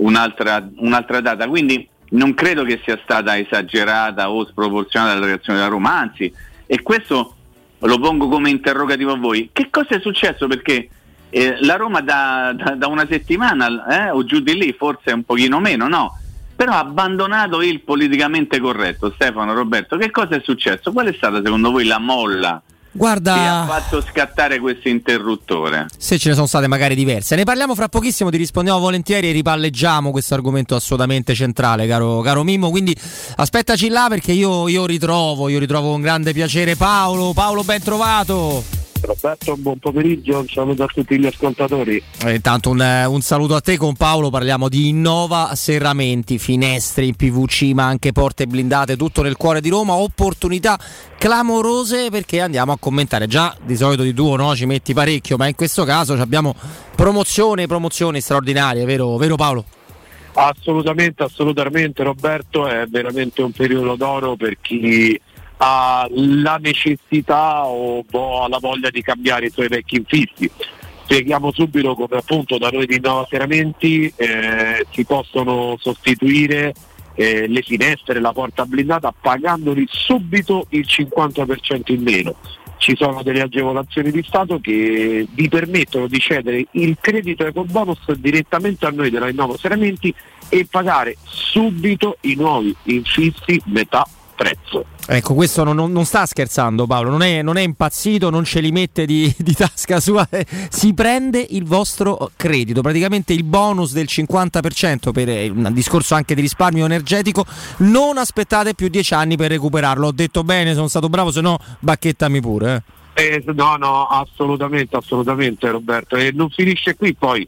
data, quindi non credo che sia stata esagerata o sproporzionata la reazione della Roma, anzi, e questo lo pongo come interrogativo a voi: che cosa è successo? Perché la Roma da una settimana o giù di lì, forse un pochino meno, no? Però ha abbandonato il politicamente corretto. Stefano, Roberto, che cosa è successo? Qual è stata secondo voi la molla Guarda, che ha fatto scattare questo interruttore? Se ce ne sono state magari diverse, ne parliamo fra pochissimo, ti rispondiamo volentieri e ripalleggiamo questo argomento assolutamente centrale, caro Mimmo, quindi aspettaci là perché io ritrovo con grande piacere Paolo, ben trovato. Roberto, buon pomeriggio, un saluto a tutti gli ascoltatori. Intanto un saluto a te. Con Paolo parliamo di Innova Serramenti, finestre in PVC ma anche porte blindate, tutto nel cuore di Roma, opportunità clamorose perché andiamo a commentare. Già di solito di tuo no, ci metti parecchio, ma in questo caso abbiamo promozioni straordinarie, vero Paolo? Assolutamente Roberto, è veramente un periodo d'oro per chi ha la necessità o ha la voglia di cambiare i suoi vecchi infissi. Spieghiamo subito come appunto da noi di Innova Serramenti si possono sostituire le finestre, la porta blindata pagandoli subito il 50% in meno. Ci sono delle agevolazioni di Stato che vi permettono di cedere il credito ecobonus direttamente a noi della Innova Serramenti e pagare subito i nuovi infissi metà prezzo. Ecco, questo non sta scherzando Paolo, non è impazzito, non ce li mette di tasca sua, si prende il vostro credito, praticamente il bonus del 50% per un discorso anche di risparmio energetico. Non aspettate più 10 anni per recuperarlo. Ho detto bene, sono stato bravo, se no bacchettami pure. No, assolutamente Roberto, e non finisce qui. Poi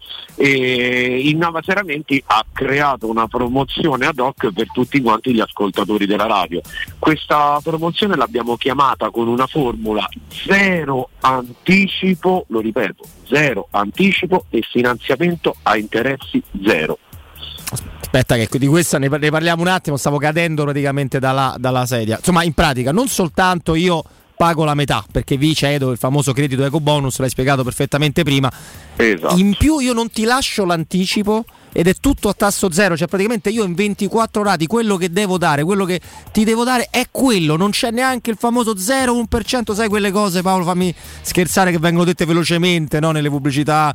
Innova Serramenti ha creato una promozione ad hoc per tutti quanti gli ascoltatori della radio. Questa promozione l'abbiamo chiamata con una formula: zero anticipo, lo ripeto, zero anticipo e finanziamento a interessi zero. Aspetta che di questa ne parliamo un attimo, stavo cadendo praticamente dalla sedia. Insomma, in pratica non soltanto io pago la metà perché vi cedo il famoso credito ecobonus, l'hai spiegato perfettamente prima. Esatto. In più io non ti lascio l'anticipo ed è tutto a tasso zero, cioè praticamente io in 24 rate quello che devo dare, quello che ti devo dare è quello, non c'è neanche il famoso 0-1%, sai quelle cose Paolo, fammi scherzare, che vengono dette velocemente, no, nelle pubblicità,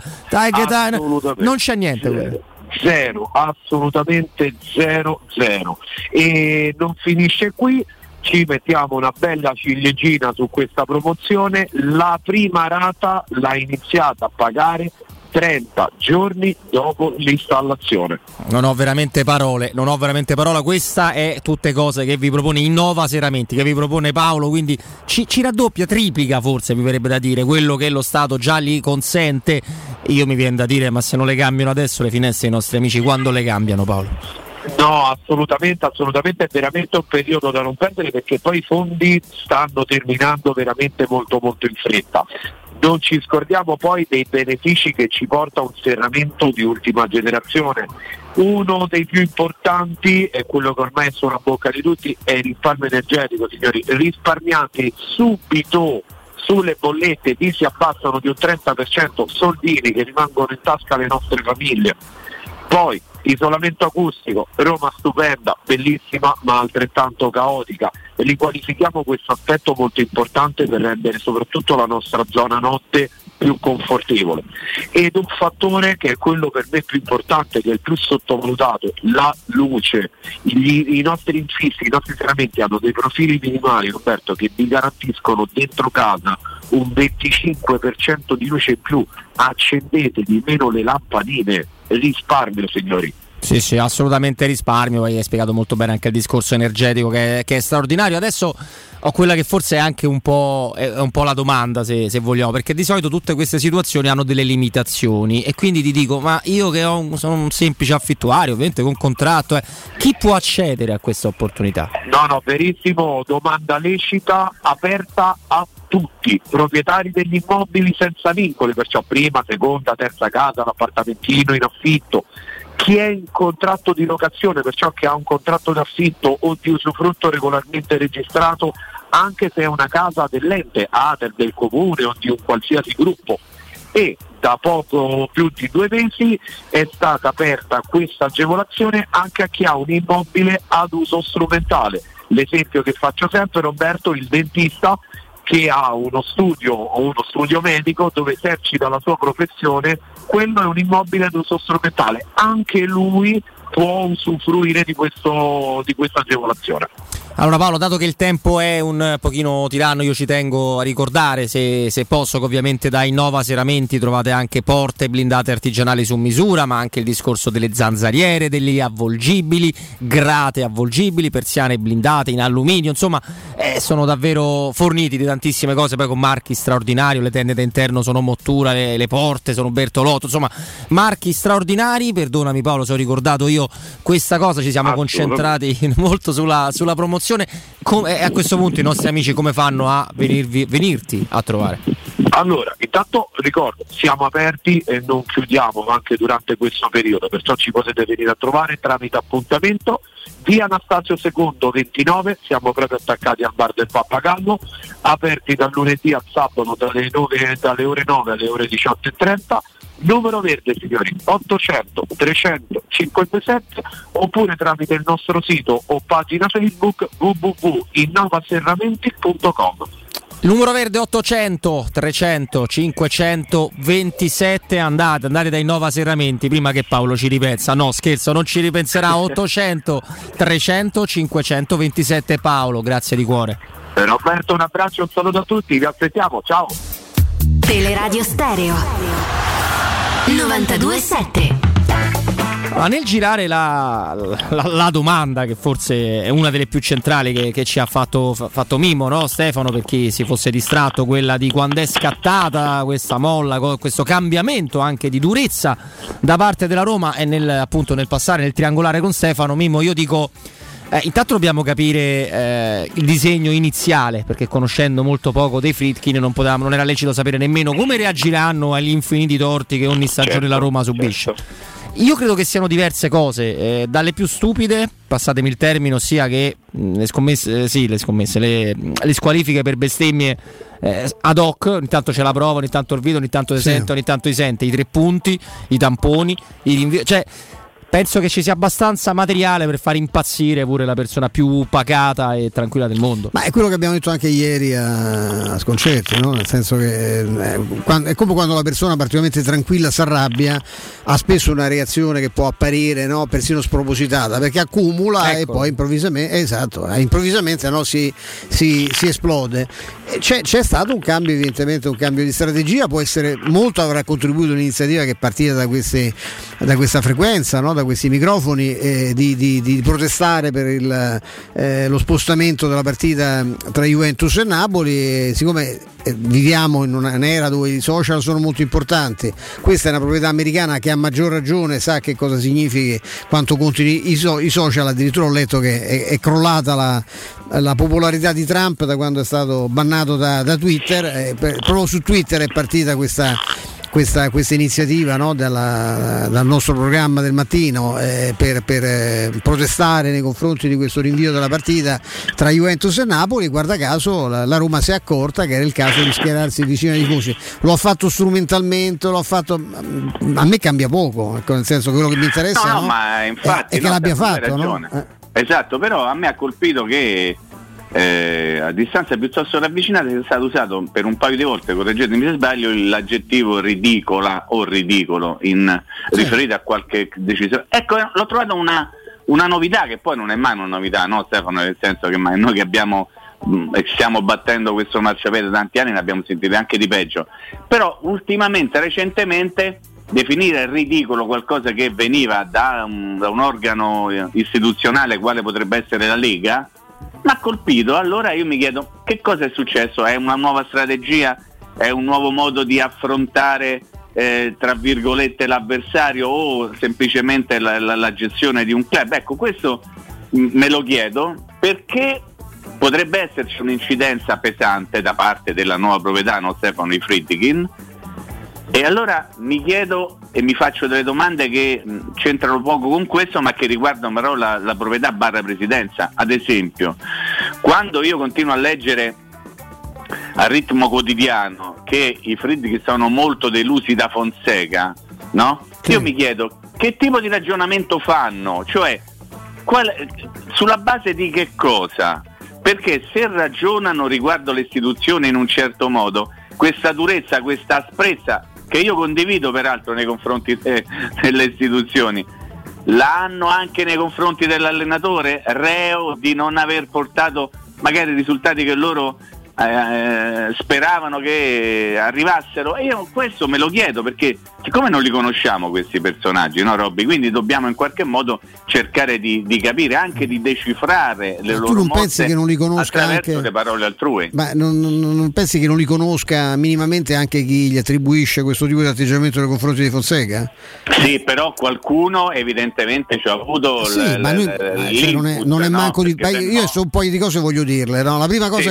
non c'è niente. Zero, assolutamente zero. E non finisce qui. Ci mettiamo una bella ciliegina su questa promozione. La prima rata l'ha iniziata a pagare 30 giorni dopo l'installazione. Non ho veramente parole. Questa è tutte cose che vi propone Innova Serramenti, che vi propone Paolo, quindi ci raddoppia, triplica forse, mi verrebbe da dire, quello che lo Stato già gli consente. Io mi viene da dire, ma se non le cambiano adesso le finestre ai nostri amici, quando le cambiano, Paolo? No, assolutamente, è veramente un periodo da non perdere, perché poi i fondi stanno terminando veramente molto in fretta. Non ci scordiamo poi dei benefici che ci porta un serramento di ultima generazione. Uno dei più importanti è quello che ormai è sulla bocca di tutti, è il risparmio energetico, signori. Risparmiate subito sulle bollette, vi si abbassano di un 30%, soldini che rimangono in tasca alle nostre famiglie. Poi isolamento acustico, Roma stupenda, bellissima ma altrettanto caotica, e riqualifichiamo questo aspetto molto importante per rendere soprattutto la nostra zona notte più confortevole. Ed un fattore che è quello per me più importante, che è il più sottovalutato, la luce. I nostri infissi, i nostri serramenti hanno dei profili minimali, Roberto, che vi garantiscono dentro casa un 25% di luce in più. Accendete di meno le lampadine, risparmio, signori. Sì, assolutamente risparmio. Poi hai spiegato molto bene anche il discorso energetico che è straordinario. Adesso ho quella che forse è anche un po' la domanda, se vogliamo, perché di solito tutte queste situazioni hanno delle limitazioni, e quindi ti dico, ma io che sono un semplice affittuario, ovviamente con contratto, chi può accedere a questa opportunità? No, verissimo, domanda lecita, aperta a tutti, proprietari degli immobili senza vincoli, perciò prima, seconda, terza casa, l'appartamentino in affitto. Chi è in contratto di locazione, perciò che ha un contratto d'affitto o di usufrutto regolarmente registrato, anche se è una casa dell'ente, ATER, del comune o di un qualsiasi gruppo. E da poco più di 2 mesi è stata aperta questa agevolazione anche a chi ha un immobile ad uso strumentale. L'esempio che faccio sempre, Roberto, il dentista che ha uno studio o uno studio medico dove esercita la sua professione, quello è un immobile ad uso strumentale, anche lui può usufruire di questa agevolazione. Allora Paolo, dato che il tempo è un pochino tiranno, io ci tengo a ricordare, se posso, che ovviamente da Innova Serramenti trovate anche porte blindate artigianali su misura, ma anche il discorso delle zanzariere, degli avvolgibili, grate avvolgibili, persiane blindate in alluminio, insomma sono davvero forniti di tantissime cose, poi con marchi straordinari, le tende d'interno sono Mottura, le porte sono Bertolotto, insomma marchi straordinari. Perdonami Paolo se ho ricordato io questa cosa, ci siamo concentrati molto sulla promozione. A questo punto i nostri amici come fanno a venirti a trovare? Allora, intanto ricordo, siamo aperti e non chiudiamo anche durante questo periodo, perciò ci potete venire a trovare tramite appuntamento. Via Anastasio II 29, siamo proprio attaccati al bar del Pappagallo, aperti dal lunedì al sabato dalle ore 9 alle ore 18:30. Numero verde signori, 800 300 527, oppure tramite il nostro sito o pagina Facebook www.innovaserramenti.com. Numero verde 800 300 527, andate da Innova Serramenti prima che Paolo ci ripensa. No, scherzo, non ci ripenserà. 800 300 527. Paolo, grazie di cuore. Roberto, un abbraccio, un saluto a tutti, vi aspettiamo, ciao. Teleradio Stereo 92.7. Nel girare la domanda, che forse è una delle più centrali che ci ha fatto Mimmo, no Stefano, per chi si fosse distratto, quella di quando è scattata questa molla, questo cambiamento anche di durezza da parte della Roma, e nel passare nel triangolare con Stefano, Mimmo, io dico intanto dobbiamo capire il disegno iniziale, perché conoscendo molto poco dei Friedkin non era lecito sapere nemmeno come reagiranno agli infiniti torti che ogni stagione la Roma subisce. Io credo che siano diverse cose, dalle più stupide, passatemi il termine, ossia che le squalifiche per bestemmie ad hoc, ogni tanto c'è la prova, ogni tanto il video, ogni tanto sente, ogni tanto sente, i 3 punti, i tamponi, i rinvii, cioè penso che ci sia abbastanza materiale per far impazzire pure la persona più pacata e tranquilla del mondo. Ma è quello che abbiamo detto anche ieri a Sconcerti, no? Nel senso che è come quando la persona particolarmente tranquilla si arrabbia, ha spesso una reazione che può apparire, no, persino spropositata, perché accumula, ecco. E poi improvvisamente no, si esplode. C'è stato un cambio, evidentemente un cambio di strategia, molto avrà contribuito un'iniziativa che è partita da questa frequenza, no? Da questi microfoni, di protestare per lo spostamento della partita tra Juventus e Napoli, e siccome viviamo in un'era dove i social sono molto importanti, questa è una proprietà americana che a maggior ragione sa che cosa significhi, quanto continui i social. Addirittura ho letto che è crollata la popolarità di Trump da quando è stato bannato da Twitter, proprio su Twitter è partita questa iniziativa, no, dal nostro programma del mattino, per protestare nei confronti di questo rinvio della partita tra Juventus e Napoli. Guarda caso la Roma si è accorta che era il caso di schierarsi vicino ai tifosi. Lo ha fatto strumentalmente, a me cambia poco, nel senso che quello che mi interessa ma infatti, è che l'abbia fatto, no? Esatto, però a me ha colpito che a distanze piuttosto ravvicinate è stato usato per un paio di volte, correggetemi se sbaglio, l'aggettivo ridicola o ridicolo riferito a qualche decisione. Ecco, l'ho trovato una novità, che poi non è mai una novità, no Stefano, nel senso che noi che abbiamo stiamo battendo questo marciapiede da tanti anni, ne abbiamo sentite anche di peggio, però recentemente definire ridicolo qualcosa che veniva da un organo istituzionale quale potrebbe essere la Lega mi ha colpito. Allora io mi chiedo che cosa è successo, è una nuova strategia, è un nuovo modo di affrontare tra virgolette l'avversario, o semplicemente la gestione di un club? Ecco, questo me lo chiedo, perché potrebbe esserci un'incidenza pesante da parte della nuova proprietà, no Stefano, i Friedkin. E allora mi chiedo e mi faccio delle domande che c'entrano poco con questo, ma che riguardano però la proprietà / presidenza. Ad esempio, quando io continuo a leggere a Ritmo Quotidiano che i Friedkin sono molto delusi da Fonseca, no? Io mi chiedo che tipo di ragionamento fanno, cioè sulla base di che cosa? Perché se ragionano riguardo le istituzioni in un certo modo, questa durezza, questa asprezza, che io condivido peraltro nei confronti delle istituzioni, l'hanno anche nei confronti dell'allenatore, reo di non aver portato magari risultati che loro speravano che arrivassero, e io questo me lo chiedo, perché siccome non li conosciamo questi personaggi, no Robby, quindi dobbiamo in qualche modo cercare di capire, anche di decifrare le loro tu non mosse pensi che non li conosca attraverso anche le parole altrui? Ma non pensi che non li conosca minimamente anche chi gli attribuisce questo tipo di atteggiamento nei confronti di Fonseca? Sì, però qualcuno evidentemente ci ha avuto non è manco di io so un po' di cose voglio dirle, no? La prima cosa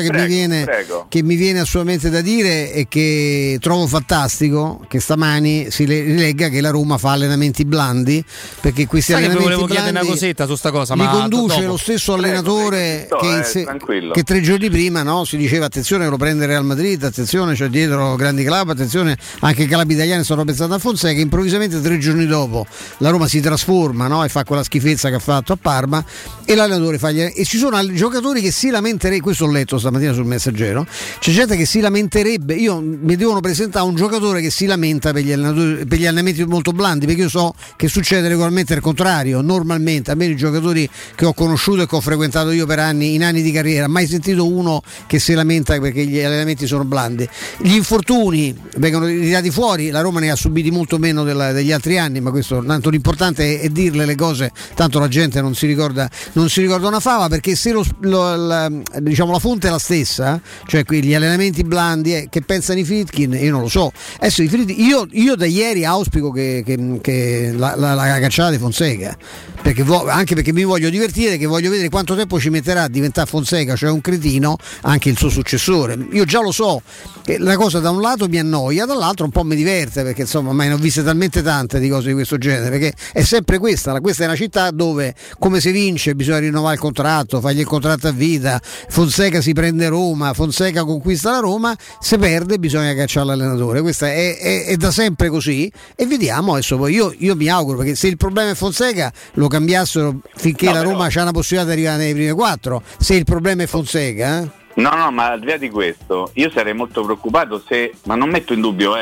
che mi viene assolutamente da dire è che trovo fantastico che stamani si rilegga che la Roma fa allenamenti blandi, perché questi allenamenti volevo blandi chiedere una cosetta su sta cosa, li ma conduce dopo. lo stesso allenatore che 3 giorni prima, no, si diceva attenzione lo prende Real Madrid, attenzione c'è dietro grandi club, attenzione anche i club italiani stanno pensando a Fonseca. Improvvisamente 3 giorni dopo la Roma si trasforma, no, e fa quella schifezza che ha fatto a Parma, e l'allenatore e ci sono giocatori che si lamenterebbero, questo ho letto stamattina sul Messaggero, c'è gente che si lamenterebbe, mi devono presentare un giocatore che si lamenta per gli allenamenti molto blandi, perché io so che succede regolarmente il contrario. Normalmente a me i giocatori che ho conosciuto e che ho frequentato io per anni, in anni di carriera, mai sentito uno che si lamenta perché gli allenamenti sono blandi. Gli infortuni vengono tirati fuori, la Roma ne ha subiti molto meno degli altri anni, ma questo tanto l'importante è dirle le cose, tanto la gente non si ricorda una fava, perché se diciamo la fonte è la stessa, cioè gli allenamenti blandi che pensano i Friedkin, io non lo so. Adesso io da ieri auspico che la cacciata di Fonseca, perché anche perché mi voglio divertire, che voglio vedere quanto tempo ci metterà a diventare Fonseca, cioè un cretino, anche il suo successore. Io già lo so che la cosa da un lato mi annoia, dall'altro un po' mi diverte, perché insomma mai ne ho viste talmente tante di cose di questo genere, perché è sempre questa è una città dove come si vince bisogna rinnovare il contratto, fargli il contratto a vita, Fonseca si prende Roma, Fonseca conquista la Roma, se perde bisogna cacciare l'allenatore. Questa è da sempre così, e vediamo adesso. Poi io mi auguro, perché se il problema è Fonseca lo cambiassero finché la Roma c'ha una possibilità di arrivare nei primi 4, se il problema è Fonseca No, ma al di là di questo io sarei molto preoccupato ma non metto in dubbio,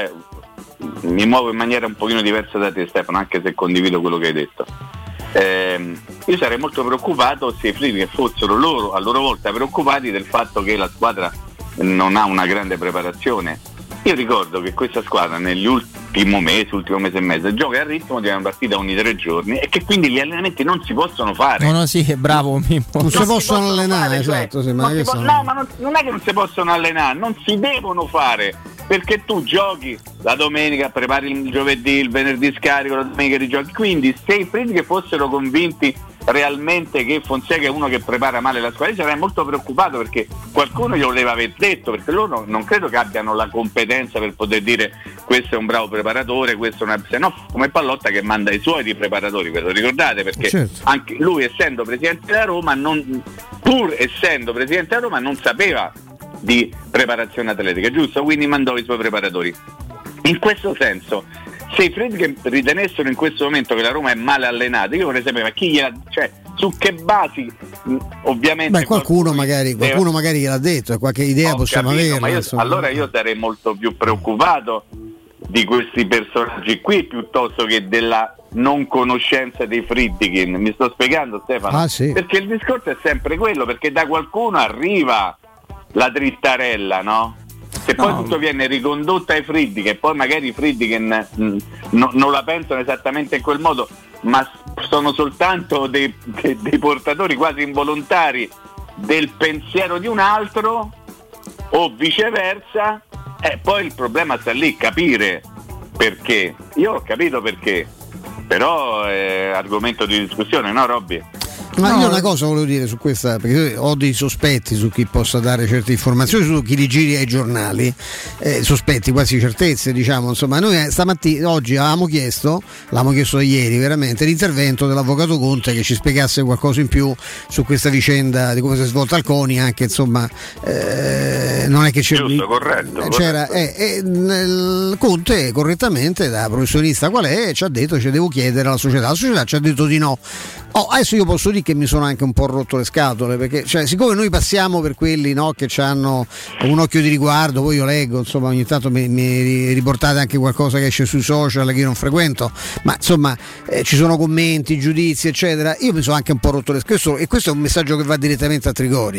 mi muovo in maniera un pochino diversa da te Stefano, anche se condivido quello che hai detto. Io sarei molto preoccupato se i Friedkin fossero loro a loro volta preoccupati del fatto che la squadra non ha una grande preparazione. Io ricordo che questa squadra negli ultimo mese e mezzo gioca al ritmo di una partita ogni 3 giorni, e che quindi gli allenamenti non si possono fare. No, sì, bravo Mimmo. Non si possono allenare, fare, esatto, cioè, ma non è che non si possono allenare, non si devono fare, perché tu giochi la domenica, prepari il giovedì, il venerdì scarico, la domenica rigiochi. Quindi se i Friedkin fossero convinti realmente che Fonseca è uno che prepara male la squadra, io sarei molto preoccupato, perché qualcuno glielo deve aver detto, perché loro non credo che abbiano la competenza per poter dire questo è un bravo preparatore, questo è se no, come Pallotta che manda i suoi di preparatori, ve lo ricordate? Perché certo, anche lui essendo presidente della Roma non sapeva di preparazione atletica, giusto? Quindi mandò i suoi preparatori. In questo senso, se i Friedkin ritenessero in questo momento che la Roma è male allenata, io vorrei sapere su che basi, ovviamente. Qualcuno magari gliel'ha detto, e qualche idea possiamo avere. Allora io sarei molto più preoccupato di questi personaggi qui piuttosto che della non conoscenza dei Friedkin. Mi sto spiegando, Stefano? Sì. Perché il discorso è sempre quello, perché da qualcuno arriva la drittarella, no? Se poi tutto viene ricondotto ai Friedkin, e poi magari i Friedkin non la pensano esattamente in quel modo, ma sono soltanto dei portatori quasi involontari del pensiero di un altro, o viceversa, poi il problema sta lì, capire perché. Io ho capito perché, però è argomento di discussione, no Robby? Ma io una cosa volevo dire su questa, perché ho dei sospetti su chi possa dare certe informazioni, su chi li giri ai giornali, sospetti, quasi certezze, diciamo. Insomma, noi oggi l'abbiamo chiesto da ieri veramente, l'intervento dell'avvocato Conte, che ci spiegasse qualcosa in più su questa vicenda di come si è svolta al CONI, anche insomma non è che c'è giusto, corretto. Conte correttamente, da professionista qual è, ci ha detto devo chiedere alla società ci ha detto di no. Adesso io posso dire che mi sono anche un po' rotto le scatole, perché cioè, siccome noi passiamo per quelli, no, che hanno un occhio di riguardo, poi io leggo, insomma, ogni tanto mi riportate anche qualcosa che esce sui social che io non frequento, ma insomma ci sono commenti, giudizi eccetera, io mi sono anche un po' rotto le scatole, e questo è un messaggio che va direttamente a Trigori.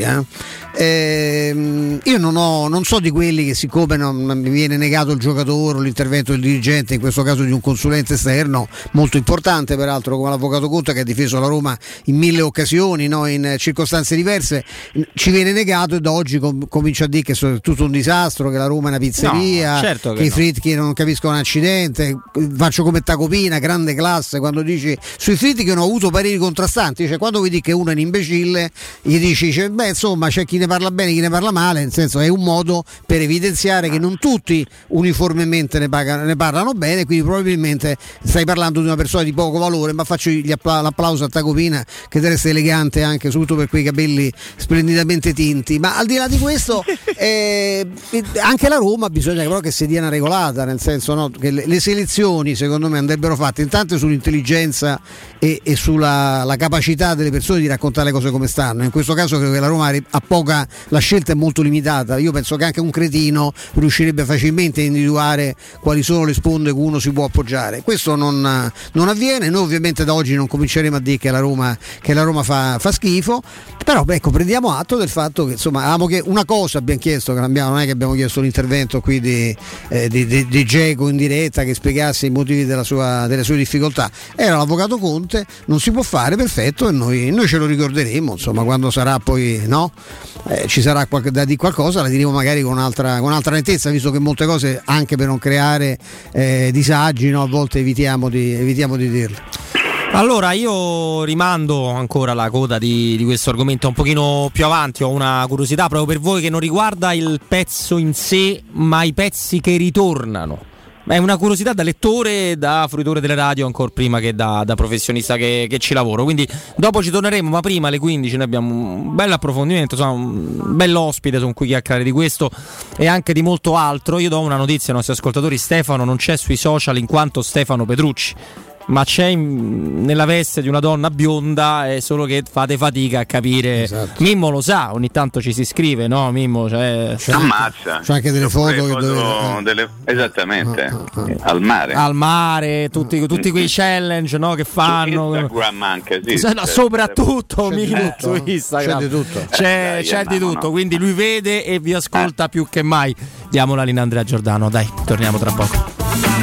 Io non so di quelli che, siccome mi viene negato il giocatore o l'intervento del dirigente, in questo caso di un consulente esterno molto importante peraltro come l'avvocato Conte, che ha difeso la Roma in 1000 occasioni, no, in circostanze diverse, ci viene negato, e da oggi comincia a dire che è tutto un disastro, che la Roma è una pizzeria, no, certo che i Friedkin non capiscono un accidente. Faccio come Tacopina, grande classe, quando dici sui Friedkin ho avuto pareri contrastanti, cioè quando vedi che uno è un imbecille gli dici beh, insomma, c'è chi ne parla bene, chi ne parla male, nel senso è un modo per evidenziare che non tutti uniformemente ne parlano bene, quindi probabilmente stai parlando di una persona di poco valore, ma faccio l'applauso a Tacopina, che deve essere elegante anche, soprattutto per quei capelli splendidamente tinti. Ma al di là di questo anche la Roma bisogna però che si dia una regolata, nel senso, no, che le selezioni secondo me andrebbero fatte intanto sull'intelligenza e sulla la capacità delle persone di raccontare le cose come stanno. In questo caso credo che la Roma ha poca, la scelta è molto limitata. Io penso che anche un cretino riuscirebbe facilmente a individuare quali sono le sponde cui uno si può appoggiare. Questo non avviene. Noi ovviamente da oggi non cominceremo a dire che la Roma fa schifo, però ecco, prendiamo atto del fatto che insomma che una cosa abbiamo chiesto, che non è che abbiamo chiesto l'intervento qui di Dzeko in diretta che spiegasse i motivi delle sue difficoltà, era l'avvocato Conte, non si può fare, perfetto, e noi ce lo ricorderemo, insomma, quando sarà poi, no, ci sarà da dire qualcosa, la diremo magari con un'altra nettezza, visto che molte cose, anche per non creare disagi, no, a volte evitiamo di dirle. Allora io rimando ancora la coda di questo argomento un pochino più avanti. Ho una curiosità proprio per voi che non riguarda il pezzo in sé, ma i pezzi che ritornano. È una curiosità da lettore, da fruitore delle radio, ancora prima che da professionista che ci lavoro. Quindi dopo ci torneremo, ma prima alle 15 noi abbiamo un bel approfondimento, insomma, un bell'ospite con cui chiacchierare di questo e anche di molto altro. Io do una notizia ai nostri ascoltatori: Stefano non c'è sui social in quanto Stefano Petrucci, ma c'è nella veste di una donna bionda, è solo che fate fatica a capire. Esatto. Mimmo lo sa, ogni tanto ci si scrive, no Mimmo? Ammazza. C'è anche delle foto esattamente al mare. Tutti quei challenge, no, che fanno. Su Instagram anche, sì. No, soprattutto Mimmo su Instagram. C'è di tutto. C'è di tutto, no. Quindi lui vede e vi ascolta più che mai. Diamo la linea a Andrea Giordano, dai, torniamo tra poco.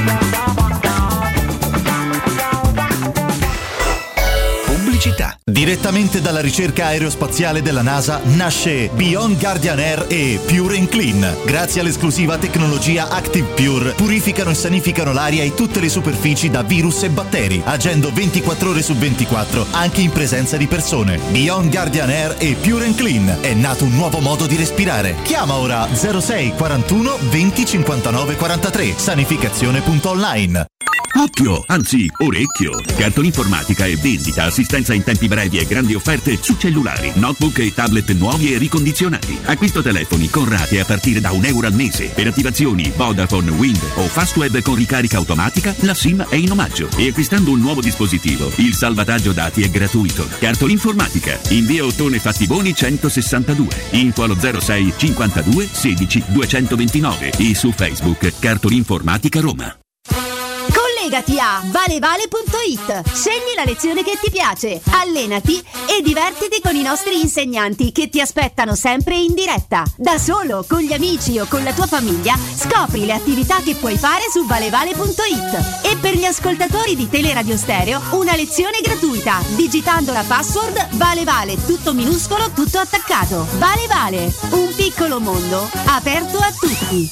Direttamente dalla ricerca aerospaziale della NASA nasce Beyond Guardian Air e Pure and Clean. Grazie all'esclusiva tecnologia Active Pure purificano e sanificano l'aria e tutte le superfici da virus e batteri, agendo 24 ore su 24 anche in presenza di persone. Beyond Guardian Air e Pure and Clean, è nato un nuovo modo di respirare. Chiama ora 06 41 20 59 43 sanificazione.online. Occhio, anzi orecchio. Cartolinformatica e vendita, assistenza in tempi brevi e grandi offerte su cellulari, notebook e tablet nuovi e ricondizionati. Acquisto telefoni con rate a partire da €1 al mese. Per attivazioni Vodafone, Wind o Fastweb con ricarica automatica, la SIM è in omaggio. E acquistando un nuovo dispositivo, il salvataggio dati è gratuito. Cartolinformatica, in via Ottone Fattiboni 162. Info allo 06 52 16 229 e su Facebook Cartolinformatica Roma. Collegati a valevale.it, scegli la lezione che ti piace, allenati e divertiti con i nostri insegnanti che ti aspettano sempre in diretta. Da solo, con gli amici o con la tua famiglia, scopri le attività che puoi fare su valevale.it. E per gli ascoltatori di Teleradio Stereo, una lezione gratuita, digitando la password Valevale, tutto minuscolo, tutto attaccato. Valevale, un piccolo mondo aperto a tutti.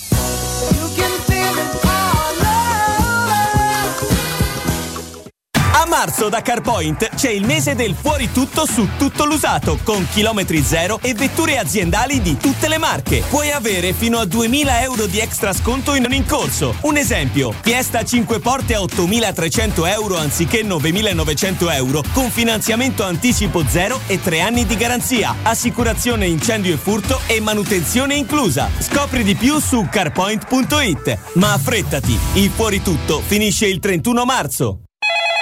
A marzo da CarPoint c'è il mese del fuori tutto su tutto l'usato, con chilometri zero e vetture aziendali di tutte le marche. Puoi avere fino a €2.000 di extra sconto in corso. Un esempio: Fiesta 5 porte a €8.300 anziché €9.900, con finanziamento anticipo zero e 3 anni di garanzia, assicurazione incendio e furto e manutenzione inclusa. Scopri di più su carpoint.it. Ma affrettati, il fuori tutto finisce il 31 marzo.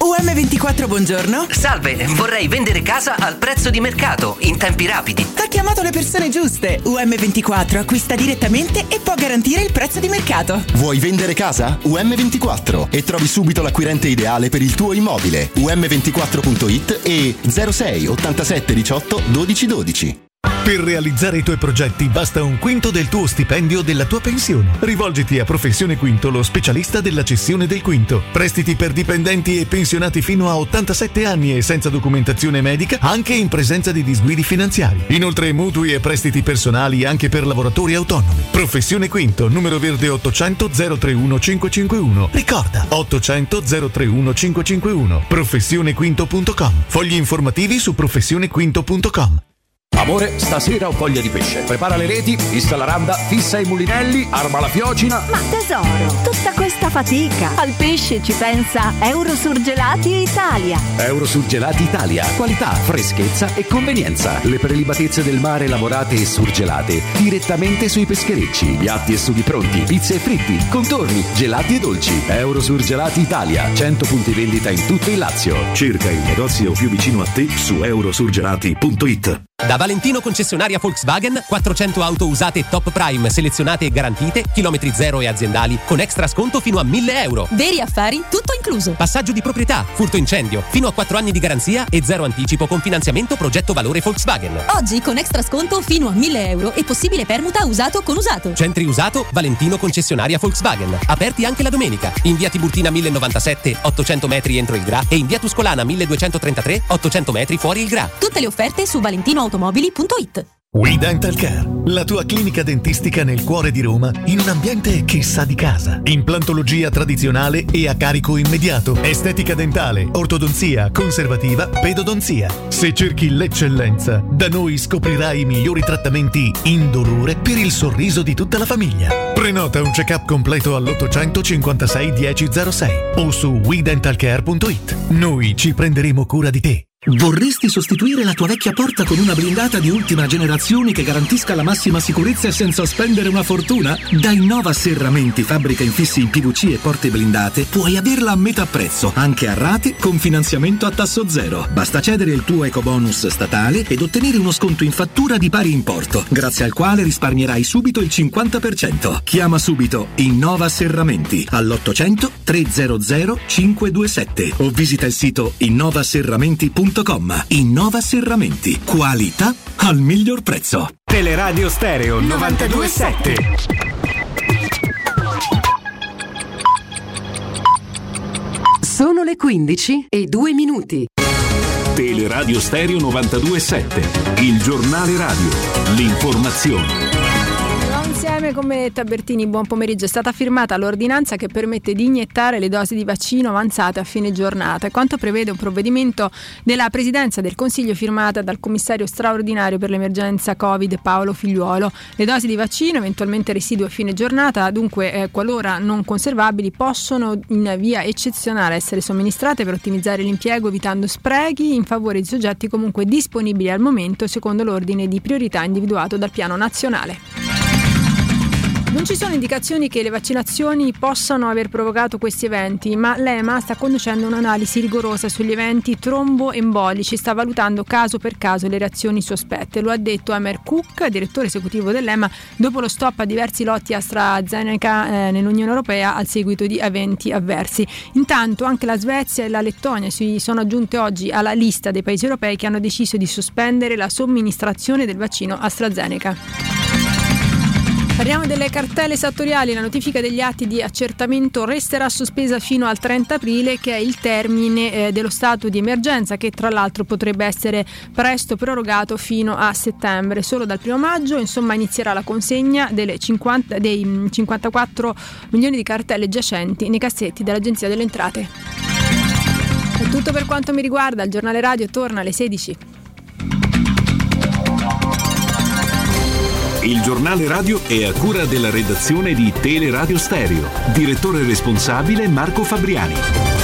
UM24, buongiorno. Salve, vorrei vendere casa al prezzo di mercato, in tempi rapidi. Ha chiamato le persone giuste. UM24 acquista direttamente e può garantire il prezzo di mercato. Vuoi vendere casa? UM24 e trovi subito l'acquirente ideale per il tuo immobile. UM24.it e 06 87 18 12 12. Per realizzare i tuoi progetti basta un quinto del tuo stipendio o della tua pensione. Rivolgiti a Professione Quinto, lo specialista della cessione del quinto. Prestiti per dipendenti e pensionati fino a 87 anni e senza documentazione medica, anche in presenza di disguidi finanziari. Inoltre mutui e prestiti personali anche per lavoratori autonomi. Professione Quinto, numero verde 800 031 551. Ricorda, 800 031 551. Professionequinto.com. Fogli informativi su professionequinto.com. Amore, stasera ho voglia di pesce. Prepara le reti, fissa la randa, fissa i mulinelli, arma la fiocina. Ma tesoro, tutta questa fatica. Al pesce ci pensa Eurosurgelati Italia. Eurosurgelati Italia. Qualità, freschezza e convenienza. Le prelibatezze del mare lavorate e surgelate direttamente sui pescherecci. Piatti e sughi pronti, pizze e fritti, contorni, gelati e dolci. Eurosurgelati Italia. 100 punti vendita in tutto il Lazio. Cerca il negozio più vicino a te su eurosurgelati.it. Da Valentino concessionaria Volkswagen, 400 auto usate top prime, selezionate e garantite, chilometri zero e aziendali, con extra sconto fino a 1.000 euro. Veri affari, tutto incluso. Passaggio di proprietà, furto incendio, fino a 4 anni di garanzia e zero anticipo con finanziamento progetto valore Volkswagen. Oggi con extra sconto fino a 1.000 euro e possibile permuta usato con usato. Centri usato, Valentino concessionaria Volkswagen. Aperti anche la domenica. In via Tiburtina 1097, 800 metri entro il Gra, e in via Tuscolana 1233, 800 metri fuori il Gra. Tutte le offerte su valentinoautomobili.it. We Dental Care, la tua clinica dentistica nel cuore di Roma in un ambiente che sa di casa. Implantologia tradizionale e a carico immediato. Estetica dentale, ortodonzia, conservativa, pedodonzia. Se cerchi l'eccellenza, da noi scoprirai i migliori trattamenti indolore per il sorriso di tutta la famiglia. Prenota un check-up completo all'856 1006 o su WeDentalCare.it. Noi ci prenderemo cura di te. Vorresti sostituire la tua vecchia porta con una blindata di ultima generazione che garantisca la massima sicurezza e senza spendere una fortuna? Da Innova Serramenti, fabbrica infissi in PVC e porte blindate, puoi averla a metà prezzo, anche a rate con finanziamento a tasso zero. Basta cedere il tuo ecobonus statale ed ottenere uno sconto in fattura di pari importo, grazie al quale risparmierai subito il 50%. Chiama subito Innova Serramenti all'800 300 527 o visita il sito innovaserramenti.com. Innova Serramenti, qualità al miglior prezzo. Teleradio Stereo 92.7. Sono le 15:02. Teleradio Stereo 92.7, il giornale radio, l'informazione. Insieme con me Tabertini, buon pomeriggio. È stata firmata l'ordinanza che permette di iniettare le dosi di vaccino avanzate a fine giornata, quanto prevede un provvedimento della Presidenza del Consiglio firmata dal commissario straordinario per l'emergenza Covid Paolo Figliuolo. Le dosi di vaccino, eventualmente residue a fine giornata, dunque qualora non conservabili, possono in via eccezionale essere somministrate per ottimizzare l'impiego evitando sprechi in favore di soggetti comunque disponibili al momento secondo l'ordine di priorità individuato dal piano nazionale. Non ci sono indicazioni che le vaccinazioni possano aver provocato questi eventi, ma l'EMA sta conducendo un'analisi rigorosa sugli eventi tromboembolici, sta valutando caso per caso le reazioni sospette. Lo ha detto Amer Cook, direttore esecutivo dell'EMA, dopo lo stop a diversi lotti AstraZeneca nell'Unione Europea al seguito di eventi avversi. Intanto anche la Svezia e la Lettonia si sono aggiunte oggi alla lista dei paesi europei che hanno deciso di sospendere la somministrazione del vaccino AstraZeneca. Parliamo delle cartelle esattoriali. La notifica degli atti di accertamento resterà sospesa fino al 30 aprile, che è il termine dello stato di emergenza, che tra l'altro potrebbe essere presto prorogato fino a settembre. Solo dal 1 maggio, insomma, inizierà la consegna dei 54 milioni di cartelle giacenti nei cassetti dell'Agenzia delle Entrate. È tutto per quanto mi riguarda. Il giornale radio torna alle 16. Il giornale radio è a cura della redazione di Teleradio Stereo. Direttore responsabile Marco Fabriani.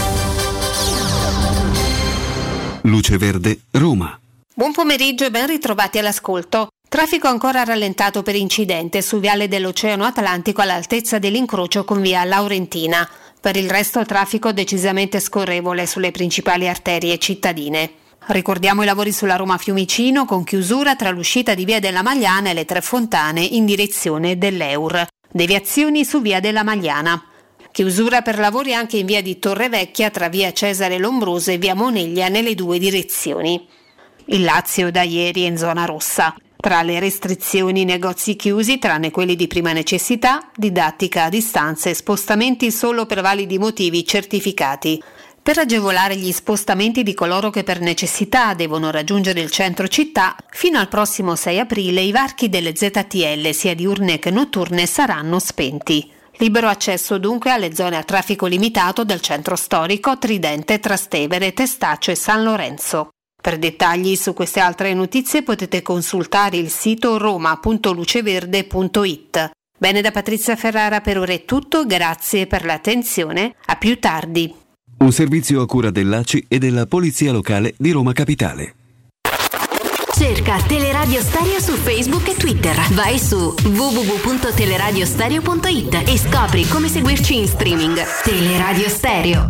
Luce Verde, Roma. Buon pomeriggio e ben ritrovati all'ascolto. Traffico ancora rallentato per incidente sul viale dell'Oceano Atlantico all'altezza dell'incrocio con via Laurentina. Per il resto il traffico decisamente scorrevole sulle principali arterie cittadine. Ricordiamo i lavori sulla Roma Fiumicino con chiusura tra l'uscita di Via della Magliana e le Tre Fontane in direzione dell'Eur. Deviazioni su Via della Magliana. Chiusura per lavori anche in Via di Torrevecchia tra Via Cesare Lombroso e Via Moneglia nelle due direzioni. Il Lazio da ieri è in zona rossa. Tra le restrizioni, negozi chiusi, tranne quelli di prima necessità, didattica a distanza e spostamenti solo per validi motivi certificati. Per agevolare gli spostamenti di coloro che per necessità devono raggiungere il centro città, fino al prossimo 6 aprile i varchi delle ZTL, sia diurne che notturne, saranno spenti. Libero accesso dunque alle zone a traffico limitato del centro storico, Tridente, Trastevere, Testaccio e San Lorenzo. Per dettagli su queste altre notizie potete consultare il sito roma.luceverde.it. Bene, da Patrizia Ferrara per ora è tutto, grazie per l'attenzione, a più tardi. Un servizio a cura dell'ACI e della Polizia Locale di Roma Capitale. Cerca Teleradio Stereo su Facebook e Twitter. Vai su www.teleradiostereo.it e scopri come seguirci in streaming. Teleradio Stereo.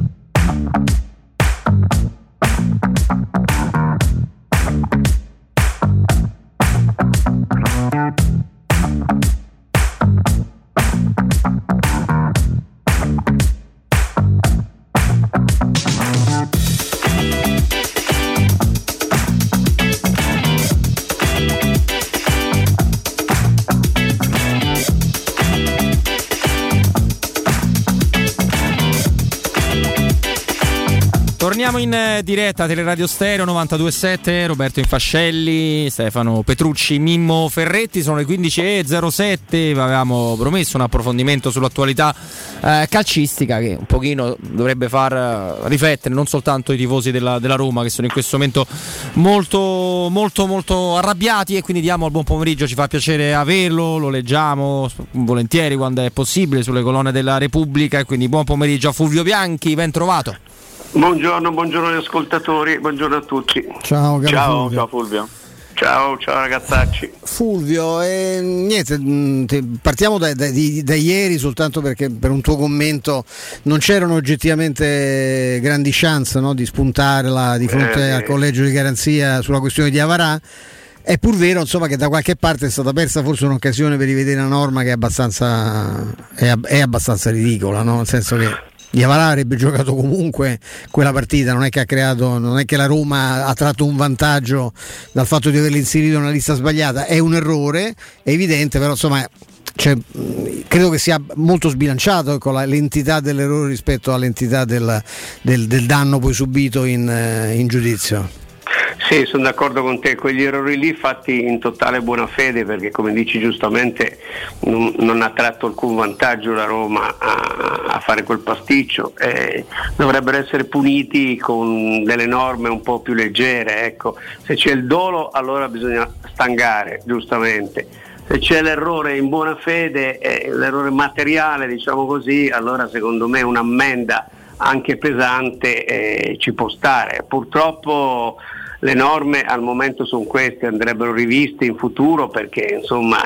Torniamo in diretta a Teleradio Stereo 92.7, Roberto Infascelli, Stefano Petrucci, Mimmo Ferretti, sono le 15.07, avevamo promesso un approfondimento sull'attualità calcistica che un pochino dovrebbe far riflettere non soltanto i tifosi della Roma, che sono in questo momento molto arrabbiati, e quindi diamo il buon pomeriggio, ci fa piacere averlo, lo leggiamo volentieri quando è possibile sulle colonne della Repubblica, e quindi buon pomeriggio a Fulvio Bianchi, ben trovato. Buongiorno agli ascoltatori, buongiorno a tutti. Ciao Fulvio. Ciao ragazzacci. Fulvio, niente, partiamo da ieri, soltanto perché per un tuo commento non c'erano oggettivamente grandi chance, no, di spuntarla di fronte al collegio di garanzia sulla questione di Avarà. È pur vero, insomma, che da qualche parte è stata persa forse un'occasione per rivedere una norma che è abbastanza ridicola, no? Nel senso che Diavarà avrebbe giocato comunque quella partita, non è che la Roma ha tratto un vantaggio dal fatto di averlo inserito nella lista sbagliata, è un errore, è evidente, però insomma credo che sia molto sbilanciato l'entità dell'errore rispetto all'entità del danno poi subito in giudizio. Sì, sono d'accordo con te, quegli errori lì fatti in totale buona fede, perché come dici giustamente non ha tratto alcun vantaggio la Roma a fare quel pasticcio, dovrebbero essere puniti con delle norme un po' più leggere, ecco. Se c'è il dolo allora bisogna stangare, giustamente. Se c'è l'errore in buona fede, l'errore materiale, diciamo così, allora secondo me un'ammenda anche pesante ci può stare. Purtroppo le norme al momento sono queste, andrebbero riviste in futuro, perché insomma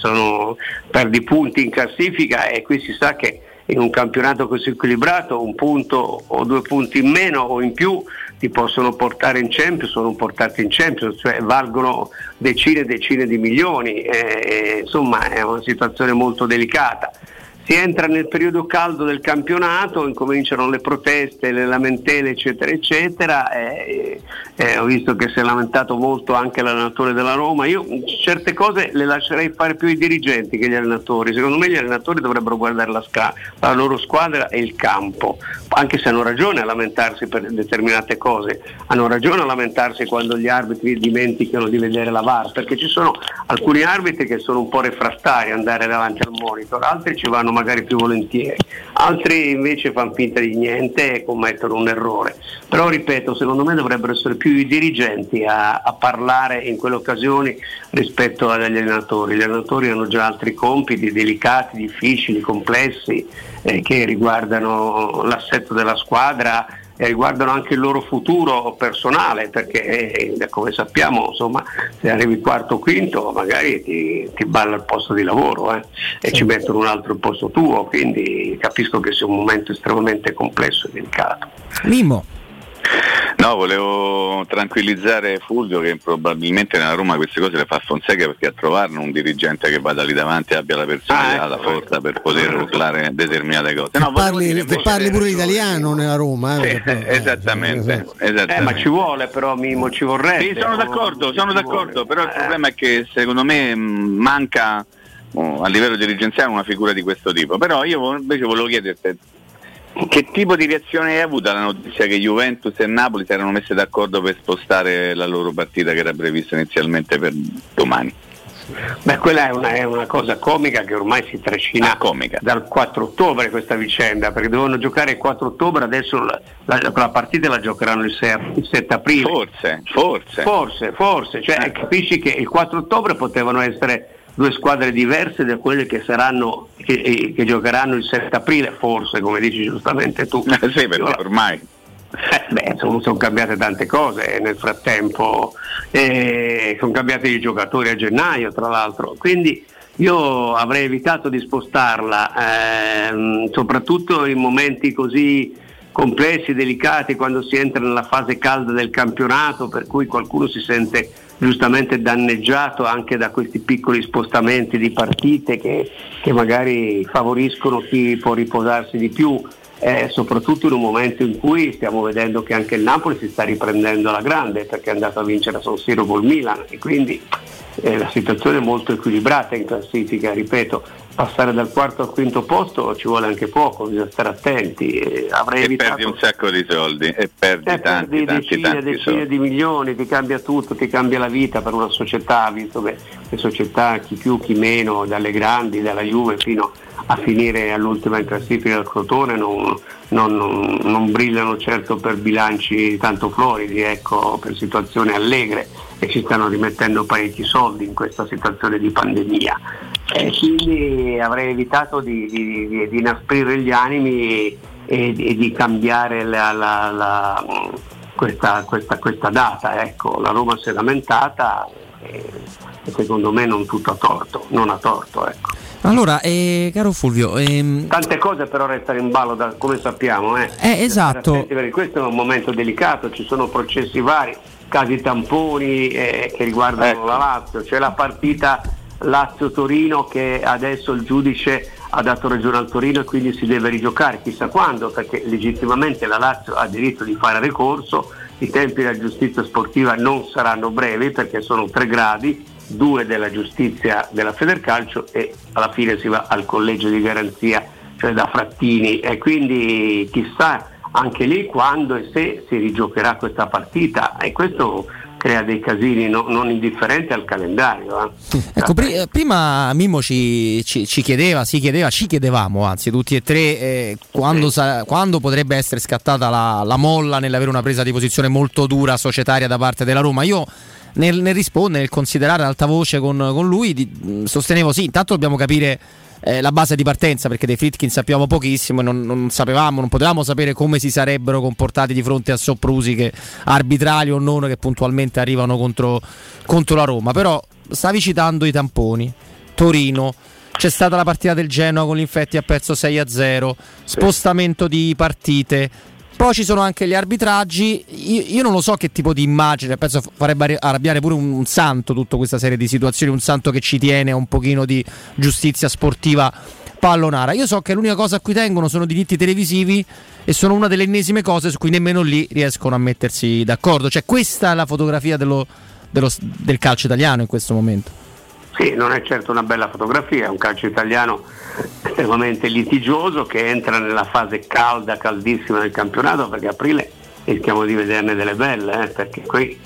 perdi punti in classifica, e qui si sa che in un campionato così equilibrato un punto o 2 punti in meno o in più ti possono portare in Champions o non portarti in Champions, cioè valgono decine e decine di milioni, insomma è una situazione molto delicata. Si entra nel periodo caldo del campionato, incominciano le proteste, le lamentele, eccetera eccetera, ho visto che si è lamentato molto anche l'allenatore della Roma. Io certe cose le lascerei fare più i dirigenti che gli allenatori. Secondo me gli allenatori dovrebbero guardare la loro squadra e il campo, anche se hanno ragione a lamentarsi per determinate cose, hanno ragione a lamentarsi quando gli arbitri dimenticano di vedere la VAR, perché ci sono alcuni arbitri che sono un po' refrattari ad andare davanti al monitor, altri ci vanno magari più volentieri, altri invece fanno finta di niente e commettono un errore. Però ripeto, secondo me dovrebbero essere più i dirigenti a parlare in quelle occasioni rispetto agli allenatori. Gli allenatori hanno già altri compiti delicati, difficili, complessi, che riguardano l'assetto della squadra, riguardano anche il loro futuro personale, perché come sappiamo, insomma, se arrivi quarto o quinto magari ti balla il posto di lavoro e ci mettono un altro posto tuo, quindi capisco che sia un momento estremamente complesso e delicato. Mimmo. No, volevo tranquillizzare Fulvio che probabilmente nella Roma queste cose le fa Fonseca, perché a trovarne un dirigente che vada lì davanti e abbia la personalità, la forza per poter urlare determinate cose. No, parli pure l'italiano nella Roma. Sì, esattamente. Ma ci vuole però, Mimmo, ci vorrebbe. Sì, sono d'accordo, però il problema è che secondo me manca a livello dirigenziale una figura di questo tipo. Però io invece volevo chiederti che tipo di reazione hai avuto alla notizia che Juventus e Napoli si erano messe d'accordo per spostare la loro partita che era prevista inizialmente per domani? Beh, quella è una cosa comica che ormai si trascina dal 4 ottobre questa vicenda, perché dovevano giocare il 4 ottobre, adesso la partita la giocheranno il 7 aprile. Forse, cioè capisci che il 4 ottobre potevano essere due squadre diverse da quelle che saranno che giocheranno il 7 aprile, forse, come dici giustamente tu. Sì, perché ormai sono cambiate tante cose nel frattempo, sono cambiati i giocatori a gennaio, tra l'altro, quindi io avrei evitato di spostarla, soprattutto in momenti così complessi, delicati, quando si entra nella fase calda del campionato, per cui qualcuno si sente giustamente danneggiato anche da questi piccoli spostamenti di partite che magari favoriscono chi può riposarsi di più, soprattutto in un momento in cui stiamo vedendo che anche il Napoli si sta riprendendo alla grande, perché è andato a vincere a San Siro col Milan, e quindi la situazione è molto equilibrata in classifica, ripeto. Passare dal quarto al quinto posto ci vuole anche poco, bisogna stare attenti. Perdi un sacco di soldi e perdi tanti decine di milioni, ti cambia tutto, ti cambia la vita per una società, visto che le società, chi più chi meno, dalle grandi, dalla Juve fino a finire all'ultima in classifica del Crotone, non brillano certo per bilanci tanto floridi, ecco, per situazioni allegre, e ci stanno rimettendo parecchi soldi in questa situazione di pandemia. Quindi avrei evitato di inasprire gli animi e di cambiare questa data. Ecco, la Roma si è lamentata e secondo me non tutto a torto, ecco. Allora, caro Fulvio, tante cose però restano in ballo, come sappiamo. Esatto. Perché questo è un momento delicato, ci sono processi vari, casi tamponi che riguardano la Lazio, c'è la partita Lazio-Torino che adesso il giudice ha dato ragione al Torino e quindi si deve rigiocare, chissà quando, perché legittimamente la Lazio ha diritto di fare ricorso, i tempi della giustizia sportiva non saranno brevi perché sono 3 gradi, 2 della giustizia della Federcalcio e alla fine si va al collegio di garanzia, cioè da Frattini, e quindi chissà anche lì quando e se si rigiocherà questa partita, e questo crea dei casini non indifferenti al calendario. Ecco, prima Mimmo ci chiedevamo, anzi tutti e tre, quando potrebbe essere scattata la molla nell'avere una presa di posizione molto dura societaria da parte della Roma. Io nel rispondere, nel considerare ad alta voce con lui, sostenevo sì, intanto dobbiamo capire la base di partenza, perché dei Friedkin sappiamo pochissimo e non potevamo sapere come si sarebbero comportati di fronte a soprusi arbitrali o non che puntualmente arrivano contro la Roma. Però stavi citando i tamponi, Torino, c'è stata la partita del Genoa con gli infetti, ha perso 6-0, spostamento di partite, poi ci sono anche gli arbitraggi. Io non lo so che tipo di immagine, penso farebbe arrabbiare pure un santo tutta questa serie di situazioni, un santo che ci tiene a un pochino di giustizia sportiva pallonara. Io so che l'unica cosa a cui tengono sono diritti televisivi e sono una delle ennesime cose su cui nemmeno lì riescono a mettersi d'accordo. Cioè questa è la fotografia del calcio italiano in questo momento. Sì, non è certo una bella fotografia, è un calcio italiano estremamente litigioso che entra nella fase caldissima del campionato, perché a aprile rischiamo di vederne delle belle, perché qui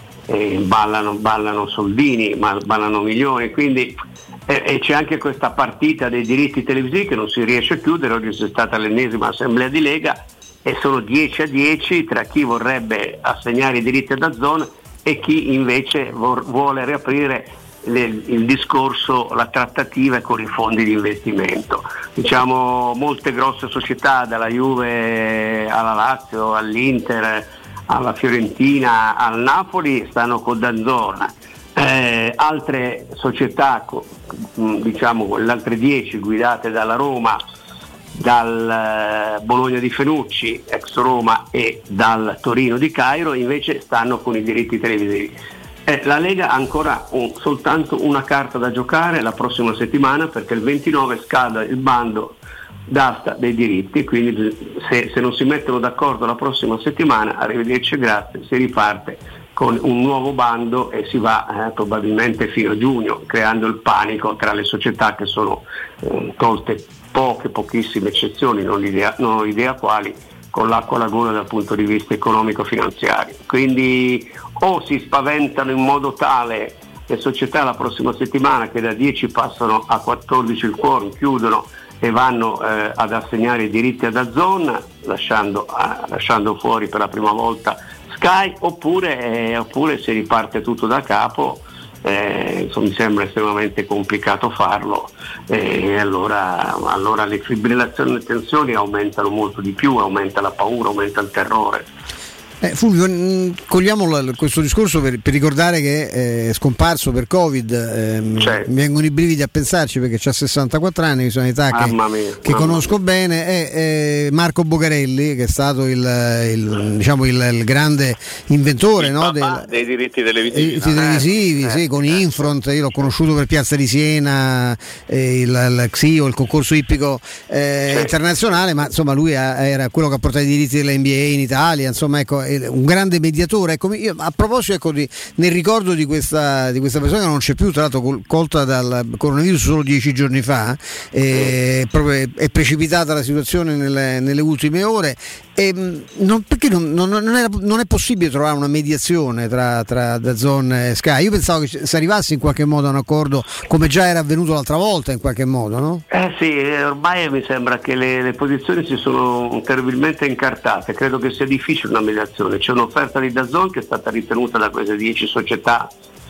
ballano soldini, ballano milioni, quindi e c'è anche questa partita dei diritti televisivi che non si riesce a chiudere. Oggi c'è stata l'ennesima assemblea di Lega e sono 10-10 tra chi vorrebbe assegnare i diritti a DAZN e chi invece vuole riaprire il discorso, la trattativa è con i fondi di investimento. Diciamo, molte grosse società, dalla Juve alla Lazio, all'Inter, alla Fiorentina, al Napoli, stanno con DAZN. Altre società, diciamo le altre 10 guidate dalla Roma, dal Bologna di Fenucci, ex Roma, e dal Torino di Cairo, invece stanno con i diritti televisivi. La Lega ha ancora soltanto una carta da giocare la prossima settimana, perché il 29 scade il bando d'asta dei diritti, quindi se non si mettono d'accordo la prossima settimana, arrivederci e grazie, si riparte con un nuovo bando e si va probabilmente fino a giugno, creando il panico tra le società che sono tolte pochissime eccezioni, non ho idea quali, con l'acqua alla gola dal punto di vista economico-finanziario. Quindi o si spaventano in modo tale le società la prossima settimana che da 10 passano a 14 il quorum, chiudono e vanno ad assegnare i diritti ad DAZN, lasciando fuori per la prima volta Sky, oppure si riparte tutto da capo. Mi sembra estremamente complicato farlo, e allora le fibrillazioni e le tensioni aumentano molto di più, aumenta la paura, aumenta il terrore. Fulvio, cogliamo questo discorso per ricordare che è scomparso per Covid, mi vengono i brividi a pensarci perché c'ha 64 anni, sono un'età che conosco bene, è Marco Bocarelli, che è stato il grande inventore, no, dei diritti televisivi, sì, con Infront. Io l'ho conosciuto per Piazza di Siena, il XIO, il concorso ippico internazionale, ma insomma lui era quello che ha portato i diritti dell'NBA in Italia, insomma, ecco, un grande mediatore. Ecco, io, a proposito, nel ricordo di questa persona che non c'è più, tra l'altro colta dal coronavirus solo 10 giorni fa, proprio è precipitata la situazione nelle ultime ore, perché non è possibile trovare una mediazione tra DAZN e Sky? Io pensavo che si arrivasse in qualche modo a un accordo, come già era avvenuto l'altra volta, in qualche modo, no? Sì, ormai mi sembra che le posizioni si sono terribilmente incartate. Credo che sia difficile una mediazione. C'è un'offerta di DAZN che è stata ritenuta da queste 10 società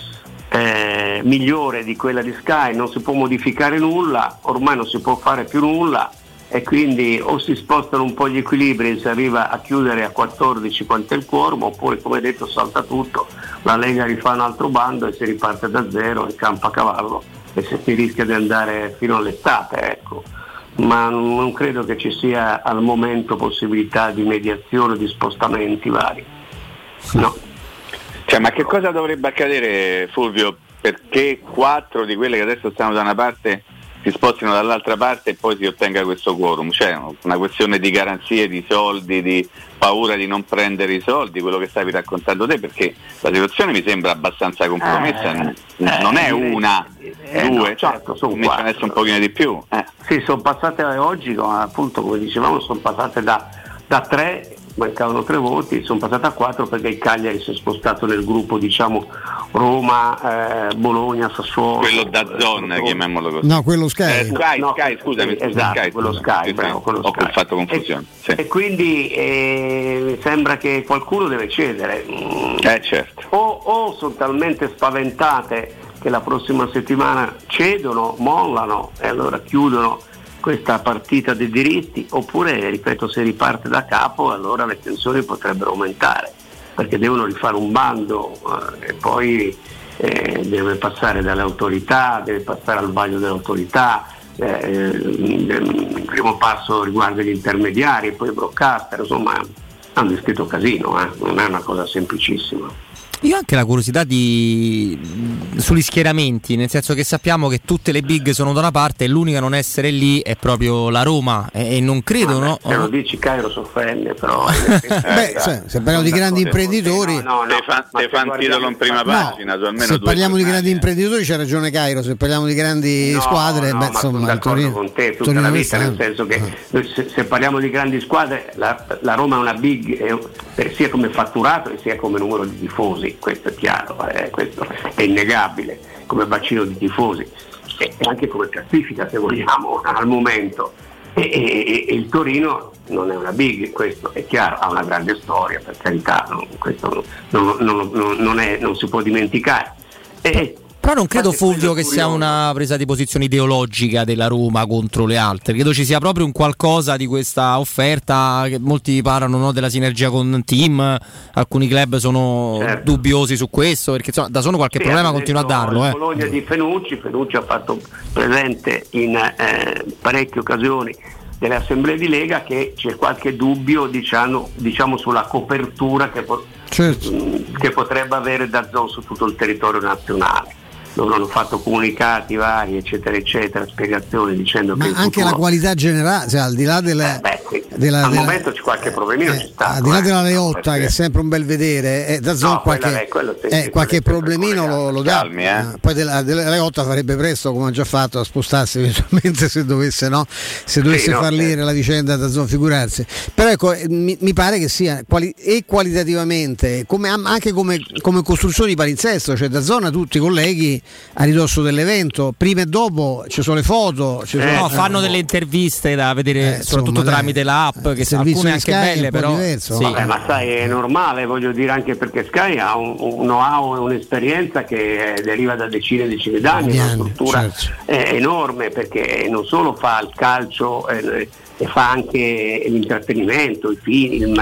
migliore di quella di Sky, non si può modificare nulla, ormai non si può fare più nulla, e quindi o si spostano un po' gli equilibri e si arriva a chiudere a 14 quanto è il quorum, oppure, come detto, salta tutto, la Lega rifà un altro bando e si riparte da zero e campa a cavallo, e si rischia di andare fino all'estate, ecco. Ma non credo che ci sia al momento possibilità di mediazione, di spostamenti vari. No. Ma che cosa dovrebbe accadere, Fulvio, perché 4 di quelle che adesso stanno da una parte si spostino dall'altra parte e poi si ottenga questo quorum? C'è una questione di garanzie, di soldi, di paura di non prendere i soldi, quello che stavi raccontando te, perché la situazione mi sembra abbastanza compromessa, non è una, due, no, certo, cominciano ad essere un pochino di più. Sì, sono passate oggi, appunto, come dicevamo, sono passate da 3, mancavano 3 voti, sono passate a 4 perché il Cagliari si è spostato nel gruppo, diciamo, Roma, Bologna, Sassuolo. Quello DAZN, chiamiamolo così. No, quello Sky. Sky, scusami. Esatto, Sky, quello Sky. Ho fatto confusione. E quindi mi sembra che qualcuno deve cedere. Certo. O sono talmente spaventate che la prossima settimana cedono, mollano e allora chiudono questa partita dei diritti, oppure, ripeto, se riparte da capo, allora le tensioni potrebbero aumentare, perché devono rifare un bando e poi deve passare dalle autorità, deve passare al vaglio delle autorità, il primo passo riguarda gli intermediari, poi i broadcaster, insomma è un discreto casino, non è una cosa semplicissima. Io ho anche la curiosità sugli schieramenti, nel senso che sappiamo che tutte le big sono da una parte e l'unica a non essere lì è proprio la Roma, e non credo, no? Se lo dici, Cairo soffende, però se parliamo di grandi imprenditori, te fa un titolo in prima pagina, se parliamo di grandi imprenditori c'ha ragione Cairo, se parliamo di grandi squadre, insomma, sono d'accordo con te tutta la vita, nel senso che se parliamo di grandi squadre, la Roma è una big sia come fatturato e sia come numero di tifosi. Questo è chiaro, questo è innegabile, come bacino di tifosi e anche come classifica, se vogliamo, al momento. E il Torino non è una big, questo è chiaro, ha una grande storia, per carità, questo non si può dimenticare. E Però non credo, Fulvio, che sia una presa di posizione ideologica della Roma contro le altre. Credo ci sia proprio un qualcosa di questa offerta, che molti parlano, no, della sinergia con Team. Alcuni club sono dubbiosi su questo, perché insomma, da solo qualche problema continua a darlo. Bologna di Fenucci ha fatto presente in parecchie occasioni delle assemblee di Lega che c'è qualche dubbio, diciamo sulla copertura che potrebbe avere DAZN su tutto il territorio nazionale. Loro hanno fatto comunicati vari, eccetera eccetera, spiegazioni dicendo ma che anche la qualità generale, cioè, al di là al momento c'è qualche problemino, ci sta, al di là della Leotta, che è sempre un bel vedere, DAZN qualche problemino lo dà. Calmi, poi della Leotta farebbe presto, come ha già fatto, a spostarsi eventualmente se dovesse far lire la vicenda DAZN, figurarsi. Però ecco, mi pare che sia qualitativamente anche come costruzione di palinsesto, cioè DAZN tutti i colleghi a ridosso dell'evento, prima e dopo ci sono le foto, fanno delle interviste da vedere, soprattutto tramite l'app, che sono alcune anche belle, però diverso, vabbè, ma sai, è normale, voglio dire, anche perché Sky ha un know-how e un'esperienza che deriva da decine e decine d'anni, una struttura enorme, perché non solo fa il calcio, e fa anche l'intrattenimento, i film,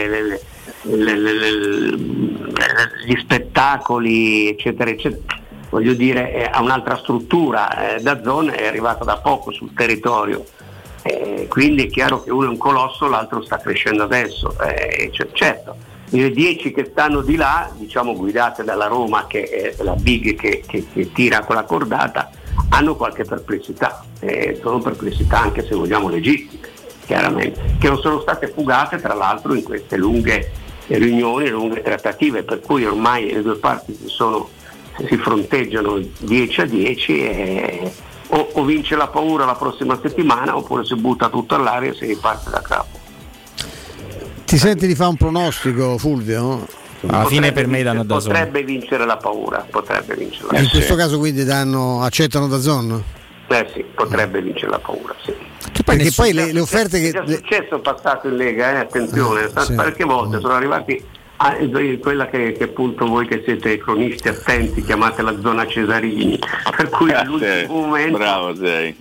gli spettacoli, eccetera eccetera. Voglio dire, ha un'altra struttura, DAZN è arrivata da poco sul territorio, quindi è chiaro che uno è un colosso, l'altro sta crescendo adesso, certo, le 10 che stanno di là, diciamo guidate dalla Roma, che è la big che tira con la cordata, hanno qualche perplessità, sono perplessità anche, se vogliamo, legittime, chiaramente, che non sono state fugate tra l'altro in queste lunghe riunioni, lunghe trattative, per cui ormai le due parti si fronteggiano 10-10 o vince la paura la prossima settimana, oppure si butta tutto all'aria e si riparte da capo. Ti senti di fare un pronostico, Fulvio? Alla fine per me danno DAZN. Potrebbe vincere la paura, in questo caso quindi accettano DAZN? Sì, potrebbe vincere la paura, sì. Perché poi le offerte che è successo passato in Lega, attenzione, parecchie volte sono arrivati quella che appunto voi che siete cronisti attenti chiamate la zona Cesarini, per cui all'ultimo momento bravo sei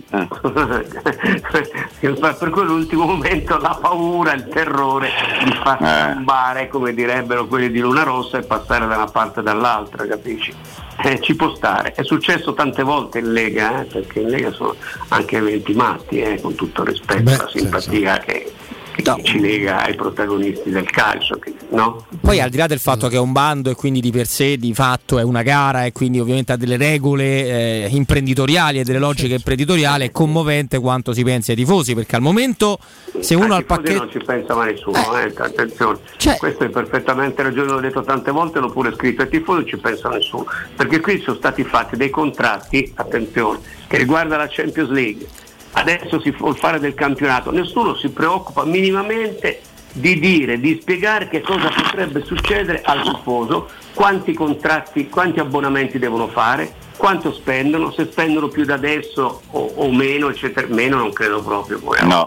per cui all'ultimo momento la paura, il terrore di far sambare, come direbbero quelli di Luna Rossa, e passare da una parte e dall'altra, capisci? Ci può stare, è successo tante volte in Lega, perché in Lega sono anche eventi matti, con tutto il rispetto e la simpatia che ci lega ai protagonisti del calcio, no? Poi al di là del fatto che è un bando e quindi di per sé di fatto è una gara e quindi ovviamente ha delle regole imprenditoriali e delle logiche imprenditoriali, è commovente quanto si pensi ai tifosi, perché al momento se uno al pacchetto non ci pensa mai nessuno, attenzione, questo è perfettamente ragione, l'ho detto tante volte, l'ho pure scritto, ai tifosi non ci pensa nessuno, perché qui sono stati fatti dei contratti, attenzione, che riguarda la Champions League. Adesso si vuol fare del campionato, nessuno si preoccupa minimamente di spiegare che cosa potrebbe succedere al tifoso, quanti contratti, quanti abbonamenti devono fare, quanto spendono, se spendono più da adesso o meno, eccetera. Meno non credo proprio,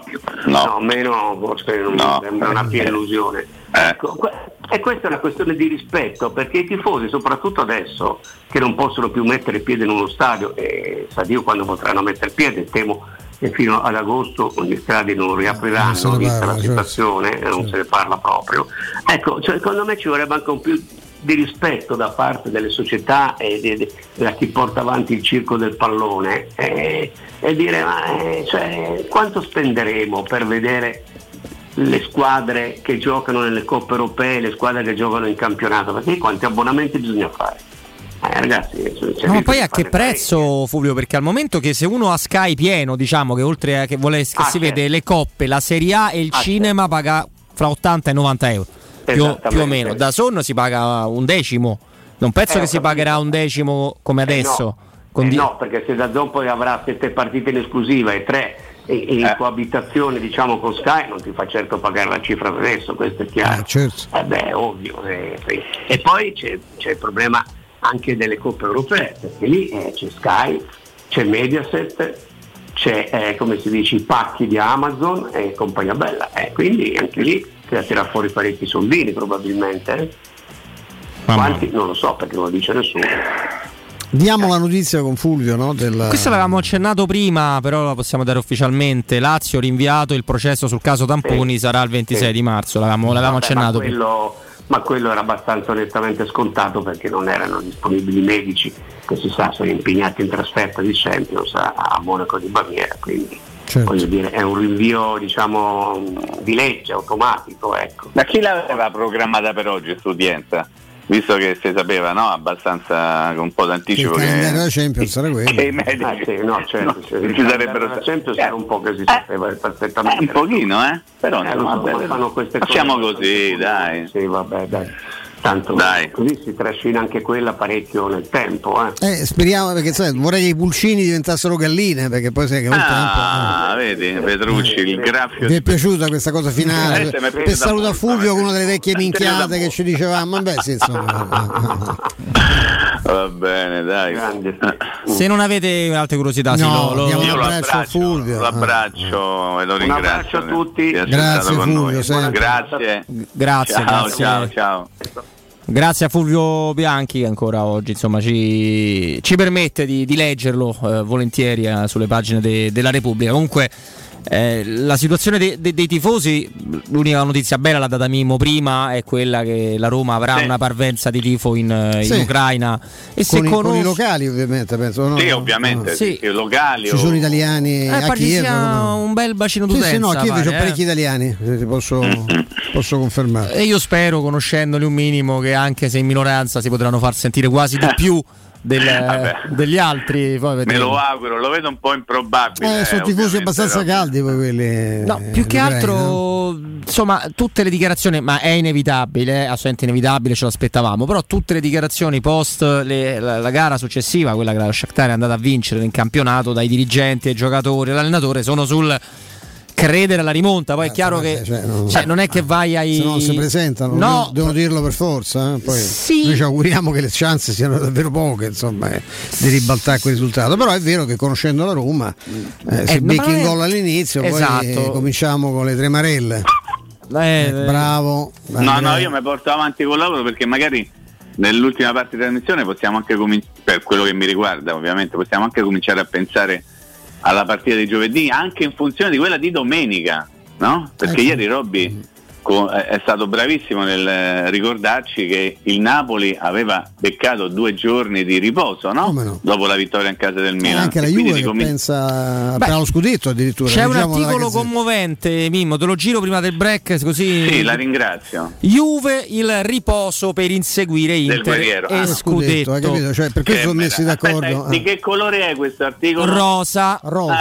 meno forse non sembra una piena illusione. Ecco, e questa è una questione di rispetto, perché i tifosi, soprattutto adeso che non possono più mettere piede in uno stadio, e sa Dio quando potranno mettere piede, temo che fino ad agosto gli stadi non riapriranno, vista la situazione, non se ne parla proprio. Ecco, secondo me ci vorrebbe anche un più di rispetto da parte delle società e da chi porta avanti il circo del pallone, e dire quanto spenderemo per vedere le squadre che giocano nelle coppe europee, le squadre che giocano in campionato, perché quanti abbonamenti bisogna fare? Ragazzi, ma poi a che prezzo, Fulvio? Perché al momento che se uno ha Sky pieno, diciamo che oltre a che vuole che si vede le coppe, la Serie A e il cinema paga fra 80 e 90 euro più o meno. Da DAZN si paga un decimo, non penso che si pagherà un decimo come adesso. No, perché se DAZN poi avrà 7 partite in esclusiva e 3 in coabitazione, diciamo, con Sky, non ti fa certo pagare la cifra per adesso, questo è chiaro. Certo. Ovvio. E poi c'è il problema anche delle coppe europee, perché lì c'è Sky, c'è Mediaset, c'è come si dice i pacchi di Amazon e compagnia bella, quindi anche lì si tira fuori parecchi soldini probabilmente. Quanti? Non lo so, perché non lo dice nessuno. Diamo la notizia con Fulvio, no? Questo l'avevamo accennato prima, però la possiamo dare ufficialmente. Lazio rinviato, il processo sul caso tamponi sarà il 26 di marzo, l'avevamo accennato. Ma quello era abbastanza onestamente scontato, perché non erano disponibili medici, che si sa sono impegnati in trasferta di Champions a Monaco di Baviera, quindi voglio dire è un rinvio, diciamo, di legge automatico, ecco. Ma chi l'aveva programmata per oggi questa udienza? Visto che si sapeva, no, abbastanza con un po' d'anticipo che la Champions era quello. Che i medici ci sarebbero la Champions era un po' che si sapeva perfettamente. Un pochino, però fanno queste facciamo cose, così, dai. Sì, vabbè, dai. Tanto così si trascina anche quella parecchio nel tempo. Speriamo, perché vorrei che i pulcini diventassero galline, perché poi sai che un tempo. Vedi, Petrucci, il graffio. Mi è piaciuta questa cosa finale? Per salutare Fulvio con una delle vecchie minchiate che ci dicevamo. Vabbè, sì, insomma. Va bene, dai. Se non avete altre curiosità, io lo abbraccio a Fulvio. Lo abbraccio e lo ringrazio. Un abbraccio a tutti. Grazie Fulvio. Grazie. Ciao. Grazie a Fulvio Bianchi, che ancora oggi insomma ci permette di leggerlo volentieri sulle pagine della Repubblica. Comunque la situazione dei tifosi, l'unica notizia bella l'ha data Mimmo prima, è quella che la Roma avrà una parvenza di tifo in Ucraina e con i locali, ovviamente, penso, no? Sì, ovviamente, sì. Locali ci sono italiani a Kiev, un bel bacino d'utenza. Sì, no, a Kiev c'ho parecchi italiani, ti posso confermare. E io spero, conoscendoli un minimo, che anche se in minoranza si potranno far sentire quasi di più degli altri. Poi me lo auguro, lo vedo un po' improbabile. Sono tifosi abbastanza caldi poi quelli. No, più che altro, insomma, tutte le dichiarazioni, ma è inevitabile, assolutamente inevitabile, ce l'aspettavamo, però tutte le dichiarazioni post la gara successiva, quella che la Shakhtar è andata a vincere nel campionato, dai dirigenti ai giocatori all'allenatore, sono sul credere alla rimonta. Poi è chiaro che non è che vai ai. Se non si presentano, devono dirlo per forza. Poi noi ci auguriamo che le chance siano davvero poche, insomma, di ribaltare quel risultato. Però è vero che conoscendo la Roma, se becchi in gol all'inizio, poi cominciamo con le tremarelle. Bravo. No, io mi porto avanti col lavoro, perché magari nell'ultima parte di trasmissione possiamo anche per quello che mi riguarda, ovviamente, possiamo anche cominciare a pensare alla partita di giovedì, anche in funzione di quella di domenica, no? Perché ieri Robby è stato bravissimo nel ricordarci che il Napoli aveva beccato 2 giorni di riposo, no? Dopo la vittoria in casa del Milan. Anche la Juve che pensa per lo scudetto addirittura. C'è un articolo commovente, Mimmo, te lo giro prima del break, così. Sì, la ringrazio. Juve, il riposo per inseguire Inter e scudetto. Hai capito? Cioè, per questo sono messi d'accordo. Aspetta, di che colore è questo articolo? Rosa.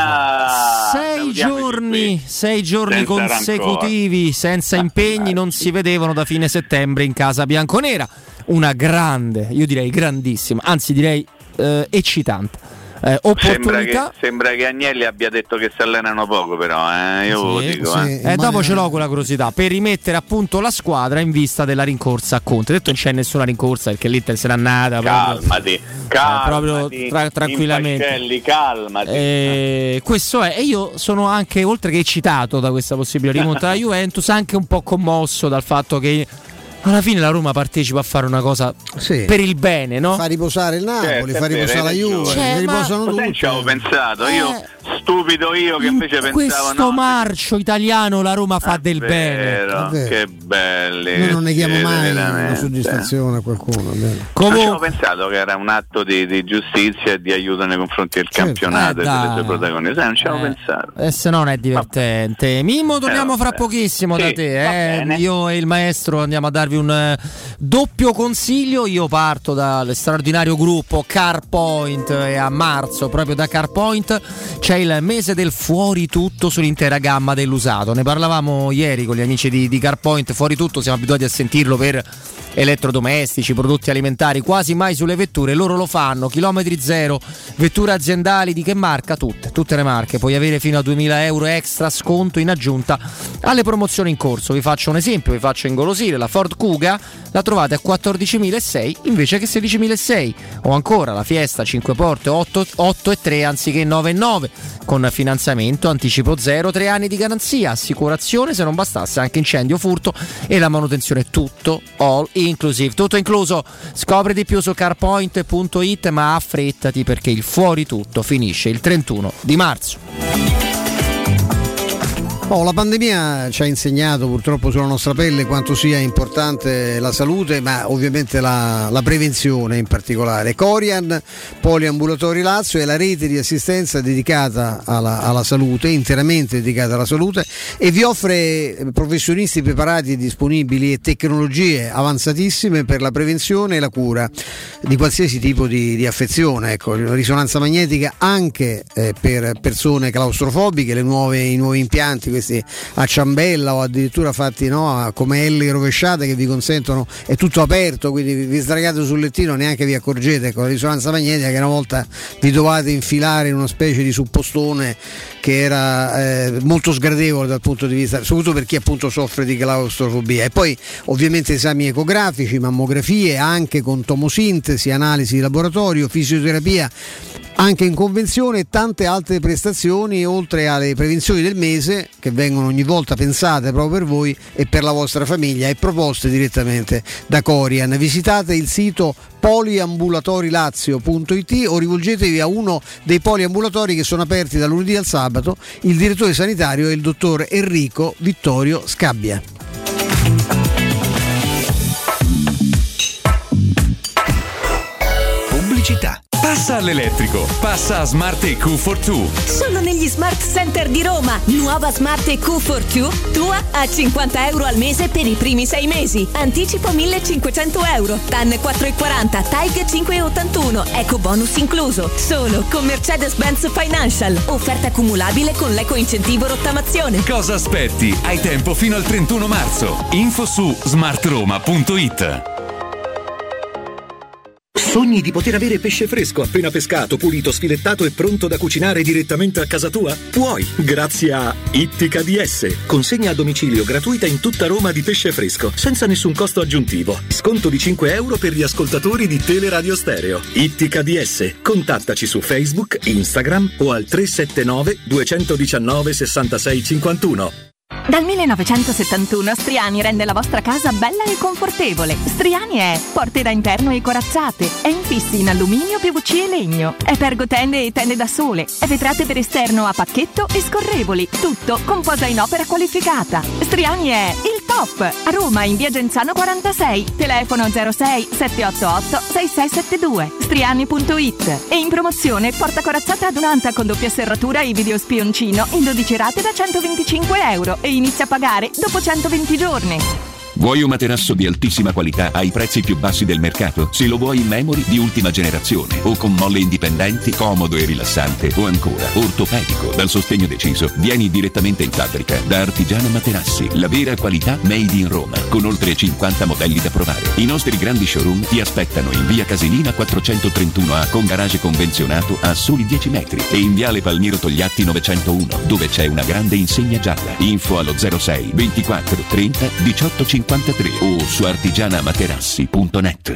6 giorni consecutivi senza impegni non si vedevano da fine settembre in casa bianconera. Una grande, io direi grandissima, anzi direi eccitante opportunità. Sembra che Agnelli abbia detto che si allenano poco, però io lo dico. Dopo ce l'ho quella curiosità per rimettere appunto la squadra in vista della rincorsa a Conte. Detto, non c'è nessuna rincorsa perché l'Inter se n'è andata. Calmati. Proprio tranquillamente. Calmati. Questo è, e io sono anche, oltre che eccitato da questa possibile rimonta alla Juventus, anche un po' commosso dal fatto che alla fine la Roma partecipa a fare una cosa per il bene, no? Fa riposare il Napoli, fa riposare la Juve, riposano tutti. Ci avevo pensato, stupido io che invece pensavo questo marcio italiano la Roma fa del bene. Che belli. Noi non neghiamo mai una soddisfazione a qualcuno. Non avevo pensato che era un atto di giustizia e di aiuto nei confronti del campionato e delle sue protagoniste. Non ci avevo pensato. E se no non è divertente. Mimmo, torniamo fra pochissimo da te. Io e il maestro andiamo a darvi un doppio consiglio. Io parto dal straordinario gruppo CarPoint e a marzo, proprio da CarPoint, c'è il mese del fuori tutto sull'intera gamma dell'usato. Ne parlavamo ieri con gli amici di CarPoint. Fuori tutto siamo abituati a sentirlo per elettrodomestici, prodotti alimentari, quasi mai sulle vetture. Loro lo fanno, chilometri zero, vetture aziendali di che marca? Tutte le marche. Puoi avere fino a 2.000 euro extra sconto in aggiunta alle promozioni in corso. Vi faccio un esempio, vi faccio ingolosire: la Ford Kuga la trovate a 14.600 invece che 16.600, o ancora la Fiesta 5 porte 8,3 anziché 9,9. con finanziamento, anticipo zero, 3 anni di garanzia, assicurazione, se non bastasse anche incendio, furto e la manutenzione, tutto all inclusive, tutto incluso. Scopri di più su carpoint.it, ma affrettati perché il fuori tutto finisce il 31 di marzo. La pandemia ci ha insegnato purtroppo sulla nostra pelle quanto sia importante la salute, ma ovviamente la prevenzione in particolare. Corian Poliambulatori Lazio è la rete di assistenza dedicata alla salute, interamente dedicata alla salute, e vi offre professionisti preparati e disponibili e tecnologie avanzatissime per la prevenzione e la cura di qualsiasi tipo di affezione. Risonanza magnetica anche per persone claustrofobiche, i nuovi impianti, questi a ciambella o addirittura fatti come L rovesciate, che vi consentono, è tutto aperto, quindi vi sdraiate sul lettino, neanche vi accorgete. Con la risonanza magnetica, che una volta vi dovate infilare in una specie di suppostone che era molto sgradevole dal punto di vista, soprattutto per chi appunto soffre di claustrofobia. E poi ovviamente esami ecografici, mammografie anche con tomosintesi, analisi di laboratorio, fisioterapia anche in convenzione e tante altre prestazioni, oltre alle prevenzioni del mese che vengono ogni volta pensate proprio per voi e per la vostra famiglia e proposte direttamente da Corian. Visitate il sito poliambulatorilazio.it o rivolgetevi a uno dei poliambulatori che sono aperti da lunedì al sabato. Il direttore sanitario è il dottor Enrico Vittorio Scabbia. Pubblicità. Passa all'elettrico, passa a Smart EQ For2. Sono negli Smart Center di Roma. Nuova Smart EQ For2, tua a €50 al mese per i primi 6 mesi. Anticipo €1.500. TAN 4,40, TAIG 5,81, eco bonus incluso. Solo con Mercedes-Benz Financial. Offerta accumulabile con l'eco incentivo rottamazione. Cosa aspetti? Hai tempo fino al 31 marzo. Info su smartroma.it. Sogni di poter avere pesce fresco appena pescato, pulito, sfilettato e pronto da cucinare direttamente a casa tua? Puoi, grazie a Ittica DS. Consegna a domicilio gratuita in tutta Roma di pesce fresco, senza nessun costo aggiuntivo. Sconto di €5 per gli ascoltatori di Teleradio Stereo. Ittica DS. Contattaci su Facebook, Instagram o al 379 219 66 51. Dal 1971 Striani rende la vostra casa bella e confortevole. Striani è porte da interno e corazzate, è infissi in alluminio, PVC e legno, è pergotende e tende da sole, è vetrate per esterno a pacchetto e scorrevoli, tutto con posa in opera qualificata. Striani è il top! A Roma in via Genzano 46, telefono 06 788 6672, striani.it. E in promozione porta corazzata adunata con doppia serratura e video spioncino in 12 rate da €125 e inizia a pagare dopo 120 giorni. Vuoi un materasso di altissima qualità ai prezzi più bassi del mercato? Se lo vuoi in memory di ultima generazione o con molle indipendenti, comodo e rilassante, o ancora ortopedico dal sostegno deciso, vieni direttamente in fabbrica da Artigiana Materassi, la vera qualità made in Roma, con oltre 50 modelli da provare. I nostri grandi showroom ti aspettano in via Casilina 431A con garage convenzionato a soli 10 metri e in viale Palmiro Togliatti 901, dove c'è una grande insegna gialla. Info allo 06 24 30 18 53 o su artigianamaterassi.net.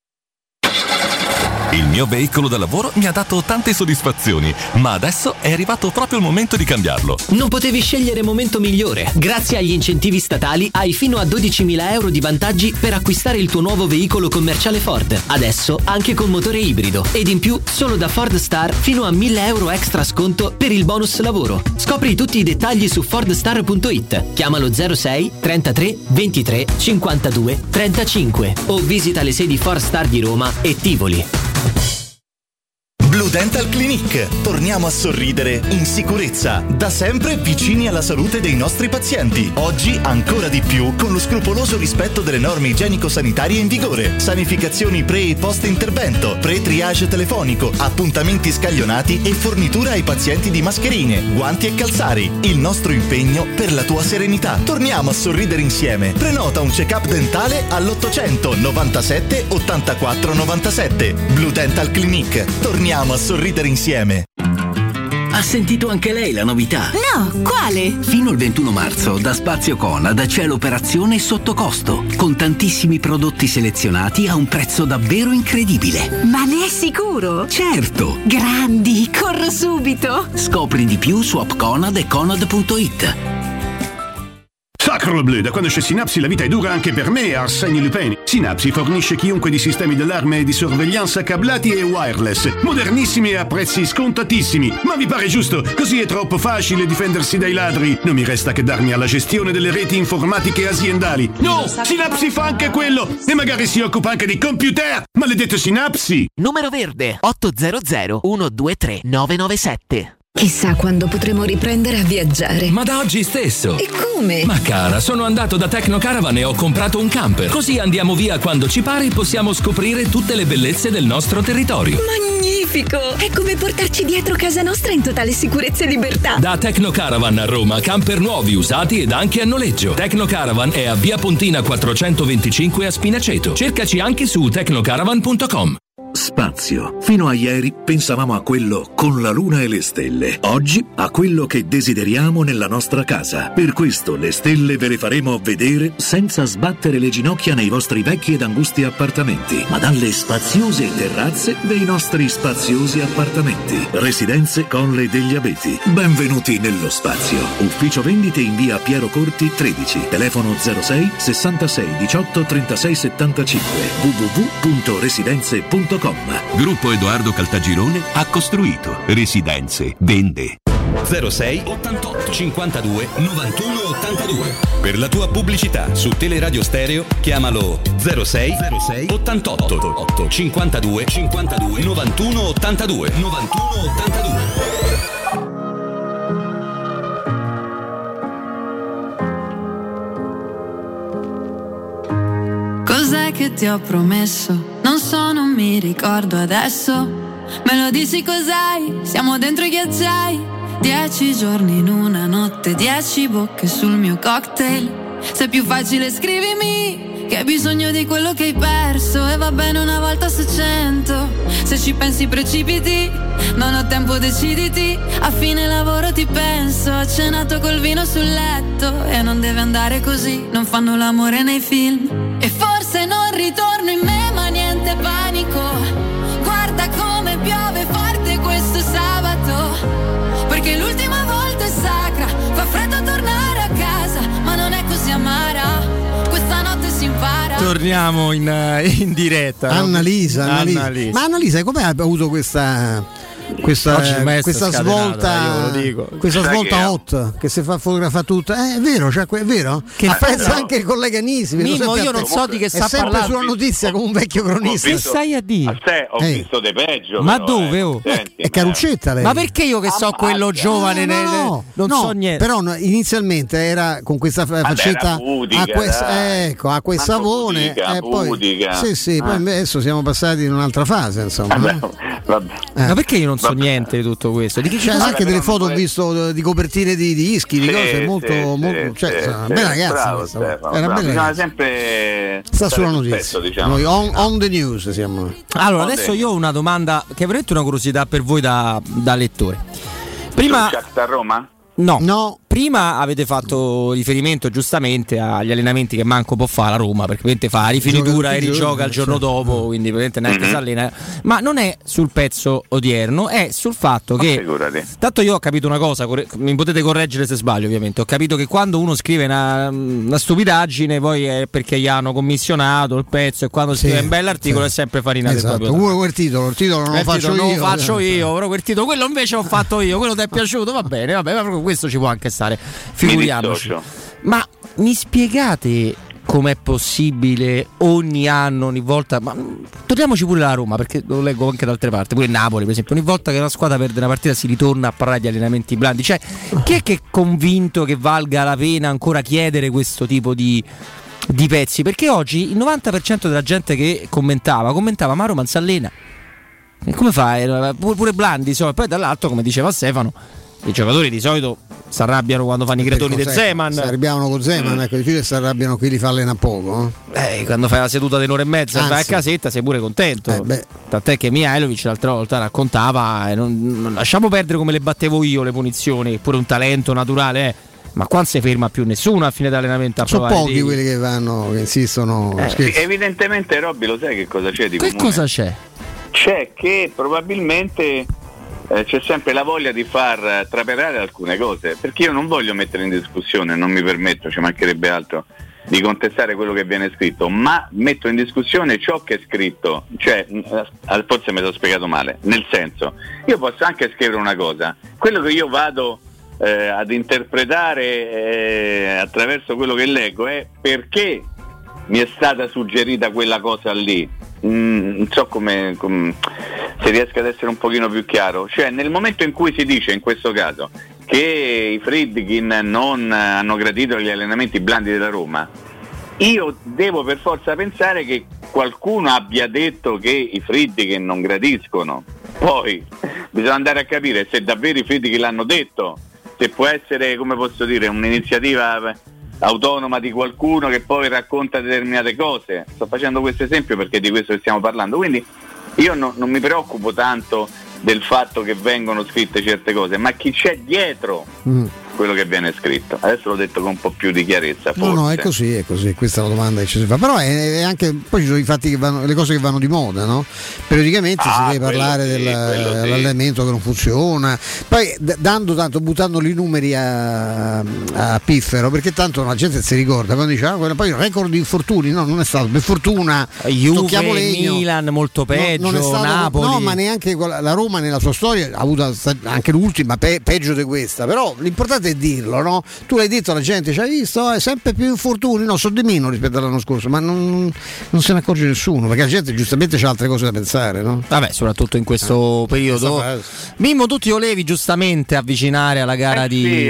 Il mio veicolo da lavoro mi ha dato tante soddisfazioni, ma adesso è arrivato proprio il momento di cambiarlo. Non potevi scegliere momento migliore. Grazie agli incentivi statali hai fino a €12.000 di vantaggi per acquistare il tuo nuovo veicolo commerciale Ford. Adesso anche con motore ibrido. Ed in più, solo da Ford Star, fino a €1.000 extra sconto per il bonus lavoro. Scopri tutti i dettagli su fordstar.it. Chiamalo 06 33 23 52 35 o visita le sedi Ford Star di Roma e Tivoli. Blue Dental Clinic. Torniamo a sorridere in sicurezza, da sempre vicini alla salute dei nostri pazienti. Oggi ancora di più con lo scrupoloso rispetto delle norme igienico-sanitarie in vigore. Sanificazioni pre e post intervento, pre-triage telefonico, appuntamenti scaglionati e fornitura ai pazienti di mascherine, guanti e calzari. Il nostro impegno per la tua serenità. Torniamo a sorridere insieme. Prenota un check-up dentale all'800 97 84 97. Blue Dental Clinic. Torniamo a sorridere insieme. A sentito anche lei la novità? No, quale? Fino al 21 marzo da Spazio Conad c'è l'operazione sotto costo, con tantissimi prodotti selezionati a un prezzo davvero incredibile. Ma ne è sicuro? Certo! Grandi, corro subito! Scopri di più su appconad e conad.it. Sacre bleu, da quando c'è Synapsi la vita è dura anche per me, Arsène Lupin. Synapsi fornisce chiunque di sistemi d'allarme e di sorveglianza cablati e wireless, modernissimi e a prezzi scontatissimi. Ma vi pare giusto? Così è troppo facile difendersi dai ladri. Non mi resta che darmi alla gestione delle reti informatiche aziendali. No, Synapsi fa anche quello e magari si occupa anche di computer. Maledetto Synapsi! Numero verde 800 123 997. Chissà quando potremo riprendere a viaggiare. Ma da oggi stesso. E come? Ma cara, sono andato da Tecnocaravan e ho comprato un camper. Così andiamo via quando ci pare e possiamo scoprire tutte le bellezze del nostro territorio. Magnifico! È come portarci dietro casa nostra in totale sicurezza e libertà. Da Tecnocaravan a Roma, camper nuovi, usati ed anche a noleggio. Tecnocaravan è a Via Pontina 425 a Spinaceto. Cercaci anche su tecnocaravan.com. Spazio. Fino a ieri pensavamo a quello con la luna e le stelle. Oggi a quello che desideriamo nella nostra casa. Per questo le stelle ve le faremo vedere senza sbattere le ginocchia nei vostri vecchi ed angusti appartamenti, ma dalle spaziose terrazze dei nostri spaziosi appartamenti. Residenze Colle degli Abeti. Benvenuti nello spazio. Ufficio vendite in via Piero Corti 13. Telefono 06 66 18 36 75. www.residenze.com. Gruppo Edoardo Caltagirone ha costruito. Residenze vende. 06 88 52 91 82. Per la tua pubblicità su Teleradio Stereo chiamalo 06 88 52 91 82. Cos'è che ti ho promesso? Non so, non mi ricordo adesso. Me lo dici cos'hai? Siamo dentro i ghiacciai. 10 giorni in una notte, 10 bocche sul mio cocktail. Se è più facile scrivimi che hai bisogno di quello che hai perso. E va bene una volta su 100. Se ci pensi precipiti, non ho tempo, deciditi. A fine lavoro ti penso, ho cenato col vino sul letto. E non deve andare così, non fanno l'amore nei film. E forse non ritorno in me, ma niente panico. Guarda come piove forte questo sabato, perché l'ultima volta è sacra. Fa freddo tornare a casa, ma non è così amara. Questa notte si impara. Torniamo in diretta. Annalisa. Ma Annalisa, come hai avuto questa svolta, questa svolta hot che si fa fotografare tutta? È vero, cioè, è vero? Che pensa anche il collega Nisi. Mimmo, io non so di che sta parlando. È sempre sulla notizia come un vecchio cronista. Che stai a dire? Ho visto de peggio. Ma però, dove? È Caruccetta lei. Ma perché io che so quello giovane non so niente. Però inizialmente era con questa faccetta a quel savone poi adesso siamo passati in un'altra fase, insomma. Ma perché io non so niente di tutto questo? Di chi anche delle foto ho visto di copertine di dischi, di cose molto una bella ragazza. Era bella. Bisogna sempre sta sulla notizia, diciamo. Noi on the news siamo. Allora, adesso io ho una domanda che è veramente una curiosità per voi da lettore. Prima a Roma? No. Prima avete fatto riferimento giustamente agli allenamenti che manco può fare a Roma, perché ovviamente fa la rifinitura e rigioca il giorno dopo, quindi praticamente neanche si allena. Ma non è sul pezzo odierno, è sul fatto che tanto io ho capito una cosa, mi potete correggere se sbaglio ovviamente, ho capito che quando uno scrive una stupidaggine poi è perché gli hanno commissionato il pezzo, e quando scrive un bell'articolo è sempre farina del proprio sacco. Quel titolo non lo faccio io, però quel titolo, quello invece l'ho fatto io, quello ti è piaciuto, va bene, ma proprio questo ci può anche stare. Figuriamoci. Ma mi spiegate com'è possibile ogni anno, ogni volta, ma torniamoci pure alla Roma, perché lo leggo anche da altre parti, pure il Napoli per esempio, ogni volta che una squadra perde una partita si ritorna a parlare di allenamenti blandi, cioè chi è che è convinto che valga la pena ancora chiedere questo tipo di pezzi? Perché oggi il 90% della gente che commentava ma Roma non si allena, e come fa? Pure blandi, insomma. Poi dall'altro, come diceva Stefano, i giocatori di solito si arrabbiano quando fanno i gratoni del Zeman. Si arrabbiano con Zeman, ecco, difficile si arrabbiano qui li fa allenare poco. Quando fai la seduta di un'ora e mezza e vai a casetta sei pure contento. Tant'è che Mihajlovic l'altra volta raccontava, non lasciamo perdere come le battevo io le punizioni, pure un talento naturale, ma qua non si ferma più nessuno a fine d'allenamento a sono provare. Pochi quelli che vanno, che insistono. Evidentemente Robby, lo sai che cosa c'è di comune? Che cosa c'è? C'è che probabilmente c'è sempre la voglia di far traperare alcune cose, perché io non voglio mettere in discussione, non mi permetto, ci mancherebbe altro, di contestare quello che viene scritto, ma metto in discussione ciò che è scritto, cioè forse mi sono spiegato male, nel senso, io posso anche scrivere una cosa, quello che io vado ad interpretare attraverso quello che leggo è perché mi è stata suggerita quella cosa lì. Non so come se riesco ad essere un pochino più chiaro, cioè nel momento in cui si dice in questo caso che i Friedkin non hanno gradito gli allenamenti blandi della Roma, io devo per forza pensare che qualcuno abbia detto che i Friedkin non gradiscono, poi bisogna andare a capire se davvero i Friedkin l'hanno detto, se può essere, come posso dire, un'iniziativa autonoma di qualcuno che poi racconta determinate cose. Sto facendo questo esempio perché di questo stiamo parlando, quindi io non mi preoccupo tanto del fatto che vengono scritte certe cose, ma chi c'è dietro quello che viene scritto. Adesso l'ho detto con un po' più di chiarezza, forse. No, è così, questa è la domanda che ci si fa. Però è anche, poi ci sono i fatti che vanno, le cose che vanno di moda, no? Periodicamente si deve parlare dell'allenamento che non funziona, poi buttando i numeri a piffero, perché tanto la gente si ricorda quando dice poi il record di infortuni, no, non è stato, per fortuna Juve, Milan molto peggio, non è stato, Napoli. No, ma neanche la Roma nella sua storia ha avuto anche l'ultima peggio di questa, però l'importante è dirlo, no? Tu l'hai detto alla gente, ci hai visto, sempre più infortuni, no, sono di meno rispetto all'anno scorso, ma non se ne accorge nessuno, perché la gente giustamente c'ha altre cose da pensare, no? Vabbè, soprattutto in questo periodo. Mimmo, tu ti volevi giustamente avvicinare alla gara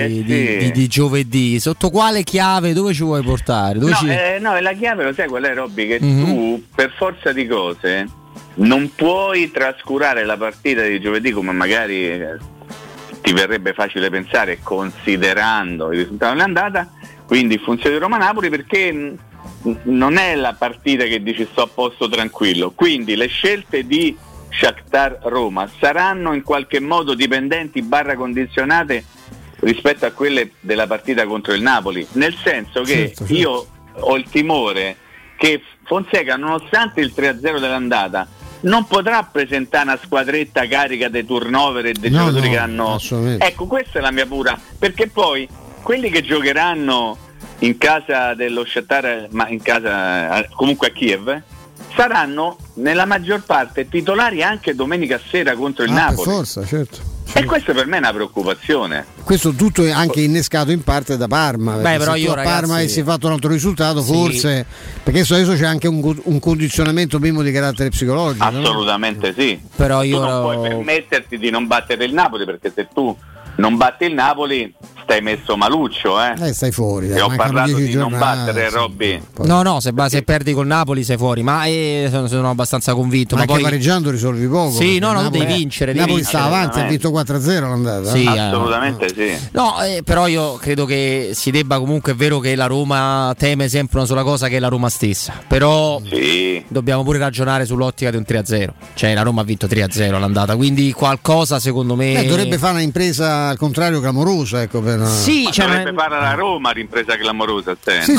di giovedì, sotto quale chiave, dove ci vuoi portare? No, la chiave lo sai qual è, Robby? Che tu per forza di cose non puoi trascurare la partita di giovedì come magari ti verrebbe facile pensare considerando il risultato dell'andata, quindi in funzione di Roma-Napoli, perché non è la partita che dici sto a posto tranquillo, quindi le scelte di Shakhtar Roma saranno in qualche modo dipendenti / condizionate rispetto a quelle della partita contro il Napoli, nel senso che certo. Io ho il timore che Fonseca, nonostante il 3-0 dell'andata, non potrà presentare una squadretta carica dei turnover e dei giocatori che hanno. Ecco, questa è la mia pura, perché poi quelli che giocheranno in casa dello Shakhtar, ma in casa comunque a Kiev, saranno nella maggior parte titolari anche domenica sera contro il Napoli. Per forza, certo. E questa per me è una preoccupazione. Questo tutto è anche innescato in parte da Parma. Però io, a Parma si è fatto un altro risultato, forse, perché adesso c'è anche un condizionamento primo di carattere psicologico. Assolutamente no? Sì. Però io tu non puoi permetterti di non battere il Napoli, perché se tu non batti il Napoli stai messo maluccio, stai fuori. E ho parlato di non battere Robby. No, se perdi col Napoli sei fuori, ma sono abbastanza convinto. Ma anche poi pareggiando risolvi poco. Sì, no, devi vincere. Napoli sta avanti, ha vinto 4-0 l'andata. Sì, assolutamente sì. No, però io credo che si debba, comunque, è vero che la Roma teme sempre una sola cosa, che è la Roma stessa. Però dobbiamo pure ragionare sull'ottica di un 3-0. Cioè la Roma ha vinto 3-0 l'andata, quindi qualcosa secondo me dovrebbe fare una impresa al contrario clamorosa, ecco, per... dovrebbe fare la Roma l'impresa clamorosa,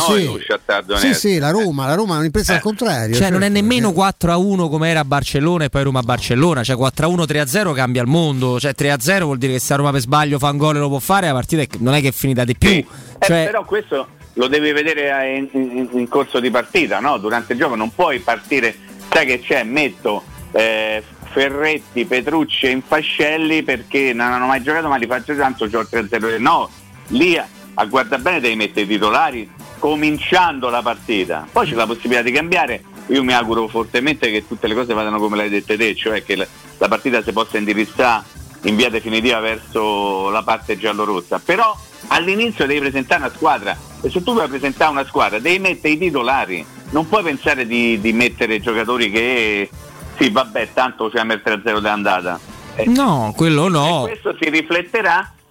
la Roma è un'impresa al contrario, cioè non è nemmeno 4-1 come era a Barcellona e poi Roma-Barcellona, cioè 4-1 3-0 cambia il mondo, cioè 3-0 vuol dire che se a Roma per sbaglio fa un gol e lo può fare, la partita non è che è finita di più, però questo lo devi vedere in corso di partita, no? Durante il gioco non puoi partire, sai che c'è, Ferretti, Petrucci e Infascelli perché non hanno mai giocato, ma li faccio tanto, c'ho il 3-0. No, lì a guarda bene devi mettere i titolari cominciando la partita, poi c'è la possibilità di cambiare. Io mi auguro fortemente che tutte le cose vadano come l'hai dette te, cioè che la partita si possa indirizzare in via definitiva verso la parte giallorossa, però all'inizio devi presentare una squadra, e se tu vuoi presentare una squadra devi mettere i titolari, non puoi pensare di mettere giocatori che sì, vabbè, tanto c'è il 3-0 dell'andata. No, quello no. E questo si rifletterà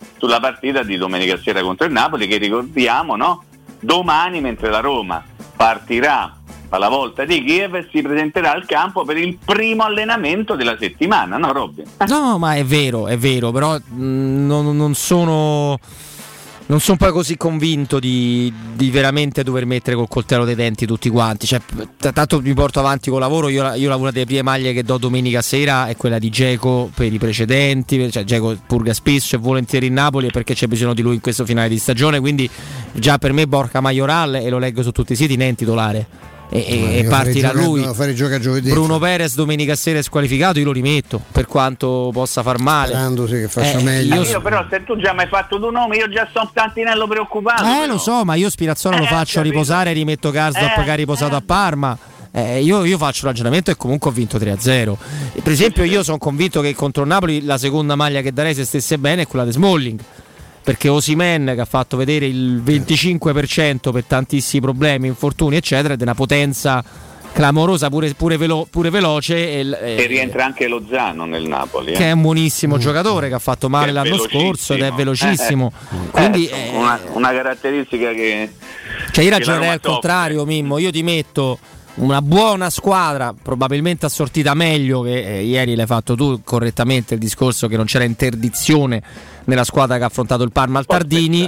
sulla partita di domenica sera contro il Napoli, che ricordiamo, no? Domani, mentre la Roma partirà alla volta di Kiev, si presenterà al campo per il primo allenamento della settimana, no Robby? No, ma è vero, però non sono poi così convinto di veramente dover mettere col coltello dei denti tutti quanti. Cioè, tanto mi porto avanti col lavoro. Io una delle prime maglie che do domenica sera è quella di Dzeko per i precedenti. Cioè, Dzeko purga spesso e volentieri in Napoli, perché c'è bisogno di lui in questo finale di stagione. Quindi già per me Borja Majoral, e lo leggo su tutti i siti, ne è titolare. E partirà lui. Bruno Perez domenica sera è squalificato, io lo rimetto, per quanto possa far male, sperando che faccia meglio. Io però, se tu già mi hai fatto due nomi, io già sono tantinello preoccupato. Lo so, ma io Spinazzola lo faccio riposare, rimetto Karsdorp che ha riposato a Parma. Io faccio un ragionamento e comunque ho vinto 3-0. Per esempio, io sono convinto che contro il Napoli la seconda maglia che darei, se stesse bene, è quella di Smalling, perché Osimhen, che ha fatto vedere il 25% per tantissimi problemi, infortuni eccetera, è di una potenza clamorosa, pure veloce, e rientra anche Lozano nel Napoli, che è un buonissimo giocatore, che ha fatto male l'anno scorso ed è velocissimo. Quindi una caratteristica che, cioè, io ragionerei al contrario, Mimmo. Io ti metto una buona squadra, probabilmente assortita meglio, che ieri l'hai fatto tu correttamente il discorso che non c'era interdizione nella squadra che ha affrontato il Parma al Tardini.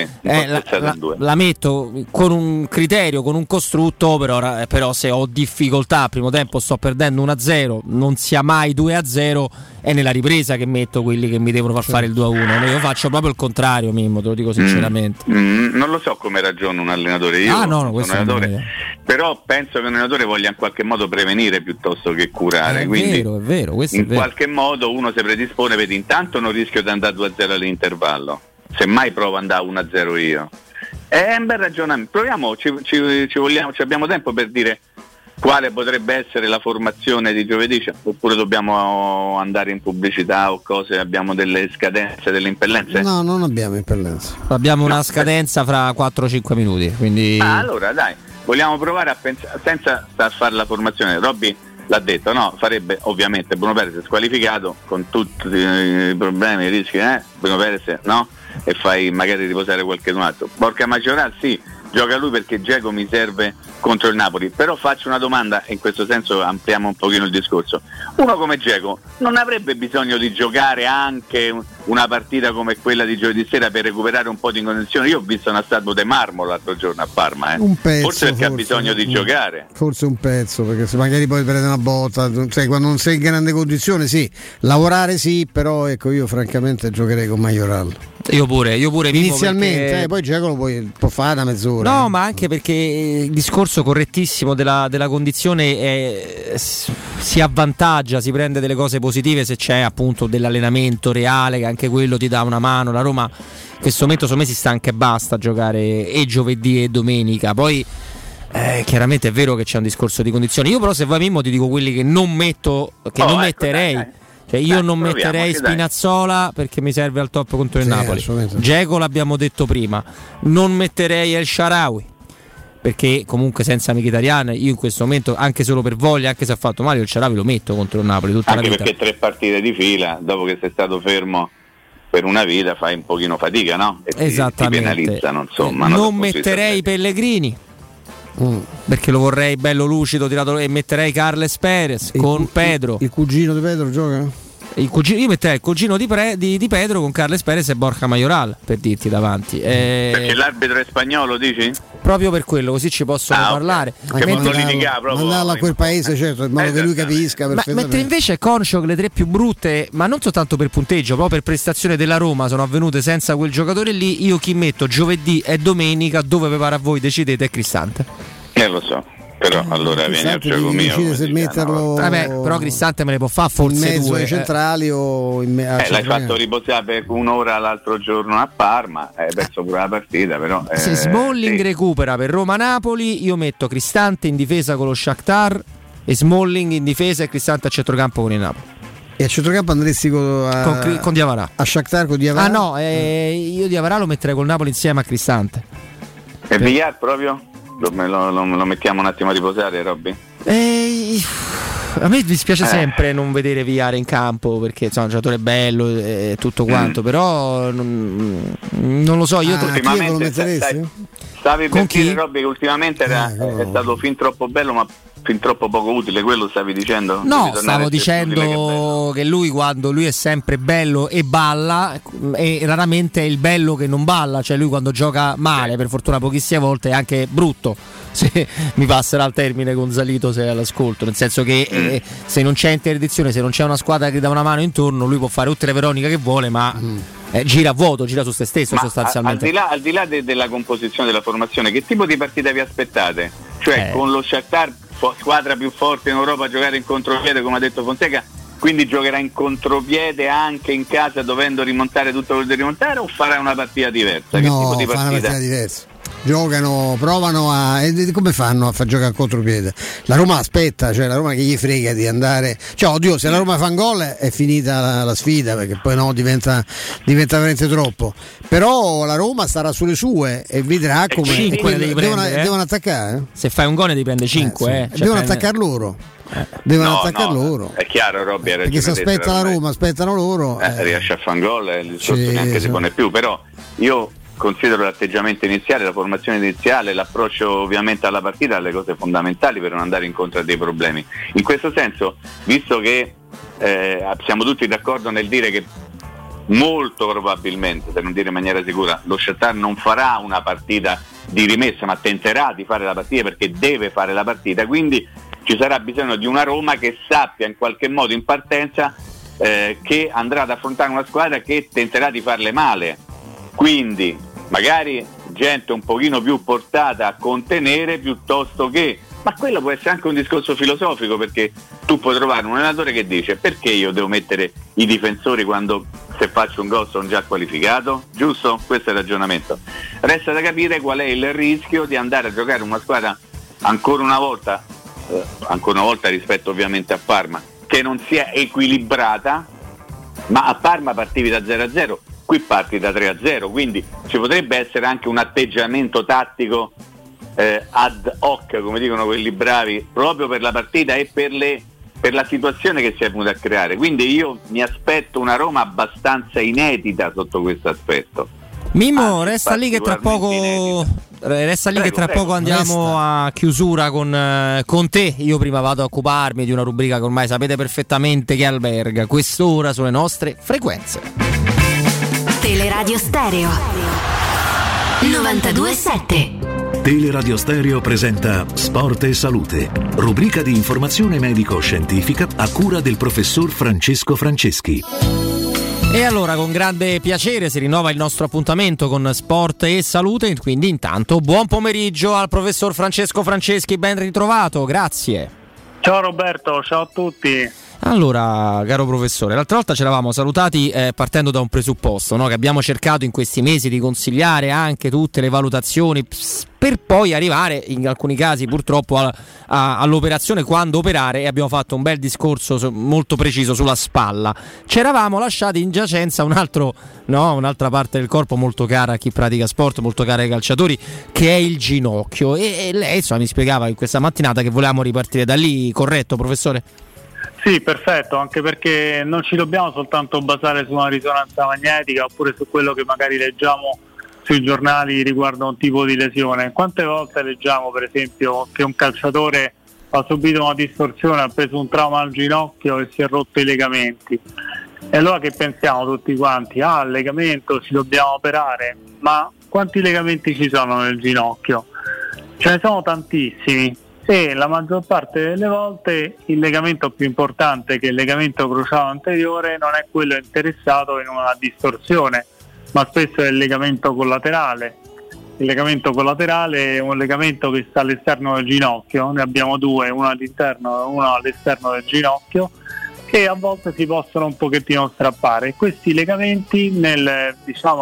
La metto con un criterio, con un costrutto, però se ho difficoltà al primo tempo, sto perdendo 1-0, non sia mai 2-0, è nella ripresa che metto quelli che mi devono far fare il 2-1. Io faccio proprio il contrario, Mimmo, te lo dico sinceramente. Non lo so come ragiona un allenatore. Io no, questo sono un allenatore, però penso che un allenatore voglia in qualche modo prevenire piuttosto che curare. È quindi vero, questo in è vero. qualche modo uno si predispone, vedi, intanto non rischio di andare 2-0 all'intervallo, semmai provo ad andare 1-0 io. È un bel ragionamento. Proviamo, ci abbiamo tempo per dire quale potrebbe essere la formazione di giovedì, oppure dobbiamo andare in pubblicità o cose? Abbiamo delle scadenze, delle impellenze? No, non abbiamo impellenze. Abbiamo una scadenza fra 4-5 minuti, quindi allora dai, vogliamo provare a pensare senza star a fare la formazione. Robby l'ha detto, no? Farebbe ovviamente Bruno Perez squalificato, con tutti i problemi, i rischi, Bruno Perez no? E fai magari riposare qualche altro. Borja Majoral sì, gioca lui perché Dzeko mi serve contro il Napoli. Però faccio una domanda, e in questo senso ampliamo un pochino il discorso. Uno come Dzeko non avrebbe bisogno di giocare anche una partita come quella di giovedì sera per recuperare un po' di condizioni? Io ho visto una statua di marmo l'altro giorno a Parma, un pezzo, forse perché ha bisogno di giocare. Forse un pezzo, perché se magari poi prende una botta, sai, quando non sei in grande condizione sì, lavorare sì, però ecco, io francamente giocherei con Majoral. Io pure inizialmente, perché poi Dzeko può fare una mezz'ora. No, ma anche perché il discorso correttissimo della condizione si avvantaggia, si prende delle cose positive se c'è appunto dell'allenamento reale, che anche quello ti dà una mano. La Roma in questo momento secondo me si sta anche basta a giocare e giovedì e domenica. Poi chiaramente è vero che c'è un discorso di condizioni. Io però, se vai Mimmo, ti dico quelli che non metto, non metterei. Dai. Cioè, io non metterei Spinazzola perché mi serve al top contro il Napoli. Dzeko l'abbiamo detto prima. Non metterei El Shaarawy perché comunque senza Mkhitaryan io in questo momento, anche solo per voglia, anche se ha fatto male, El Shaarawy lo metto contro il Napoli tutta anche la vita. Perché 3 partite di fila, dopo che sei stato fermo per una vita, fai un pochino fatica, no? E esattamente. ti penalizzano, insomma. Non metterei Pellegrini perché lo vorrei bello lucido tirato, e metterei Carles Perez con Pedro. Il cugino di Pedro gioca? Io metterei il cugino di Pedro con Carles Perez e Borja Majoral, per dirti davanti. Perché l'arbitro è spagnolo, dici? Proprio per quello, così ci possono parlare. Mandarlo a quel paese, certo, in modo che lui capisca perfettamente. Mentre invece Concio, che le 3 più brutte, ma non soltanto per punteggio, proprio per prestazione della Roma, sono avvenute senza quel giocatore lì. Io chi metto giovedì e domenica, dove vi pare a voi, decidete, è Cristante. Lo so. Però allora vieni al gioco mio. Se metterlo però Cristante me ne può fare forse in mezzo 2 ai centrali o in l'hai fatto riposare per un'ora l'altro giorno a Parma, hai perso pure la partita, però se Smalling recupera per Roma-Napoli, io metto Cristante in difesa con lo Shakhtar e Smalling in difesa e Cristante a centrocampo con il Napoli. E a centrocampo andresti con Diawara. A Shakhtar con Diawara? Io Diawara lo metterei col Napoli insieme a Cristante. E Villar proprio? Lo mettiamo un attimo a riposare, Robby? A me dispiace sempre non vedere Villar in campo, perché insomma, un giocatore bello e tutto quanto, però non lo so, io ultimamente stavi per dire, Robby, che ultimamente è stato fin troppo bello ma fin troppo poco utile, quello stavi dicendo? No, stavo dicendo che lui, quando lui è sempre bello e balla, e raramente è il bello che non balla, cioè lui quando gioca male, per fortuna pochissime volte, è anche brutto, se mi passerà il termine Gonzalito se è all'ascolto, nel senso che se non c'è interdizione, se non c'è una squadra che dà una mano intorno, lui può fare tutte le Veronica che vuole, ma gira a vuoto, gira su se stesso, ma sostanzialmente. Al di là della composizione della formazione, che tipo di partita vi aspettate? Cioè con lo Shakhtar, squadra più forte in Europa, a giocare in contropiede, come ha detto Fonseca, quindi giocherà in contropiede anche in casa, dovendo rimontare tutto quello da rimontare, o farà una partita diversa? Che tipo di partita? Fa una partita diversa. Giocano, provano come fanno a far giocare a contropiede? La Roma aspetta, cioè la Roma che gli frega di andare, cioè oddio, se la Roma fa un gol è finita la sfida, perché poi no, diventa veramente troppo. Però la Roma starà sulle sue e vedrà come devono attaccare. Se fai un gol ne devi prendere 5, sì. Devono attaccare loro. Devono attaccare loro. È chiaro, Robby, perché se aspetta la Roma, aspettano loro. Riesce a fare un gol e il discorso neanche si pone più. Però io considero l'atteggiamento iniziale, la formazione iniziale, l'approccio ovviamente alla partita, le cose fondamentali per non andare incontro a dei problemi. In questo senso, visto che siamo tutti d'accordo nel dire che molto probabilmente, per non dire in maniera sicura, lo Shakhtar non farà una partita di rimessa, ma tenterà di fare la partita, perché deve fare la partita, quindi ci sarà bisogno di una Roma che sappia in qualche modo in partenza che andrà ad affrontare una squadra che tenterà di farle male. Quindi magari gente un pochino più portata a contenere piuttosto che, ma quello può essere anche un discorso filosofico, perché tu puoi trovare un allenatore che dice: perché io devo mettere i difensori quando se faccio un gol sono già qualificato? Giusto? Questo è il ragionamento. Resta da capire qual è il rischio di andare a giocare una squadra ancora una volta rispetto ovviamente a Parma, che non sia equilibrata, ma a Parma partivi da 0-0, qui parti da 3-0, quindi ci potrebbe essere anche un atteggiamento tattico ad hoc, come dicono quelli bravi, proprio per la partita e per la situazione che si è venuta a creare. Quindi io mi aspetto una Roma abbastanza inedita sotto questo aspetto. Mimmo, resta lì che tra poco andiamo a chiusura con te. Io prima vado a occuparmi di una rubrica che ormai sapete perfettamente che alberga quest'ora sulle nostre frequenze. Teleradio Stereo 92.7. Teleradio Stereo presenta Sport e Salute, rubrica di informazione medico-scientifica a cura del professor Francesco Franceschi. E allora con grande piacere si rinnova il nostro appuntamento con Sport e Salute, quindi intanto buon pomeriggio al professor Francesco Franceschi, ben ritrovato, grazie. Ciao Roberto, ciao a tutti. Allora, caro professore, l'altra volta ci eravamo salutati partendo da un presupposto, no? Che abbiamo cercato in questi mesi di consigliare anche tutte le valutazioni per poi arrivare in alcuni casi purtroppo all'operazione, quando operare, e abbiamo fatto un bel discorso molto preciso sulla spalla. Ci eravamo lasciati in giacenza un'altra parte del corpo molto cara a chi pratica sport, molto cara ai calciatori, che è il ginocchio, e lei insomma mi spiegava in questa mattinata che volevamo ripartire da lì, corretto professore? Sì, perfetto, anche perché non ci dobbiamo soltanto basare su una risonanza magnetica oppure su quello che magari leggiamo sui giornali riguardo a un tipo di lesione. Quante volte leggiamo per esempio che un calciatore ha subito una distorsione, ha preso un trauma al ginocchio e si è rotto i legamenti, e allora che pensiamo tutti quanti? Il legamento, ci dobbiamo operare, ma quanti legamenti ci sono nel ginocchio? Ce ne sono tantissimi, e la maggior parte delle volte il legamento più importante, che è il legamento crociato anteriore, non è quello interessato in una distorsione, ma spesso è il legamento collaterale. Il legamento collaterale è un legamento che sta all'esterno del ginocchio, ne abbiamo due, uno all'interno e uno all'esterno del ginocchio, che a volte si possono un pochettino strappare. Questi legamenti nel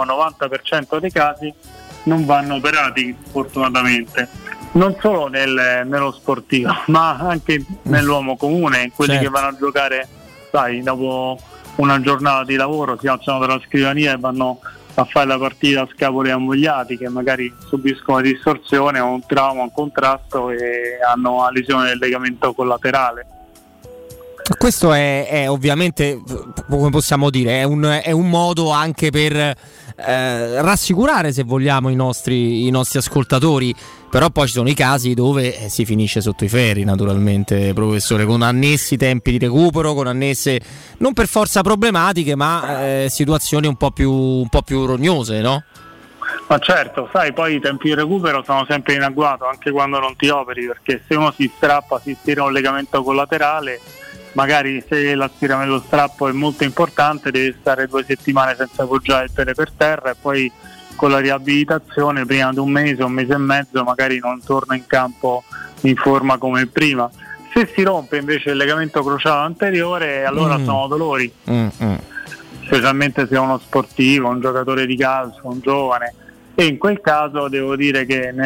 90% dei casi non vanno operati, fortunatamente. Non solo nello sportivo, ma anche nell'uomo comune, quelli che vanno a giocare, dopo una giornata di lavoro si alzano dalla scrivania e vanno a fare la partita a scapoli ammogliati, che magari subiscono distorsione o un trauma, un contrasto, e hanno una lesione del legamento collaterale. Questo è ovviamente, come possiamo dire, è un modo anche per rassicurare, se vogliamo, i nostri ascoltatori. Però poi ci sono i casi dove si finisce sotto i ferri, naturalmente, professore, con annessi tempi di recupero, con annesse non per forza problematiche, ma situazioni un po' più rognose, no? Ma certo, sai, poi i tempi di recupero sono sempre in agguato, anche quando non ti operi, perché se uno si strappa, si stira un legamento collaterale, magari se lo strappo è molto importante, deve stare 2 settimane senza appoggiare il piede per terra, e poi con la riabilitazione prima di un mese e mezzo magari non torna in campo in forma come prima. Se si rompe invece il legamento crociato anteriore, allora sono dolori, specialmente se è uno sportivo, un giocatore di calcio, un giovane, e in quel caso devo dire che nel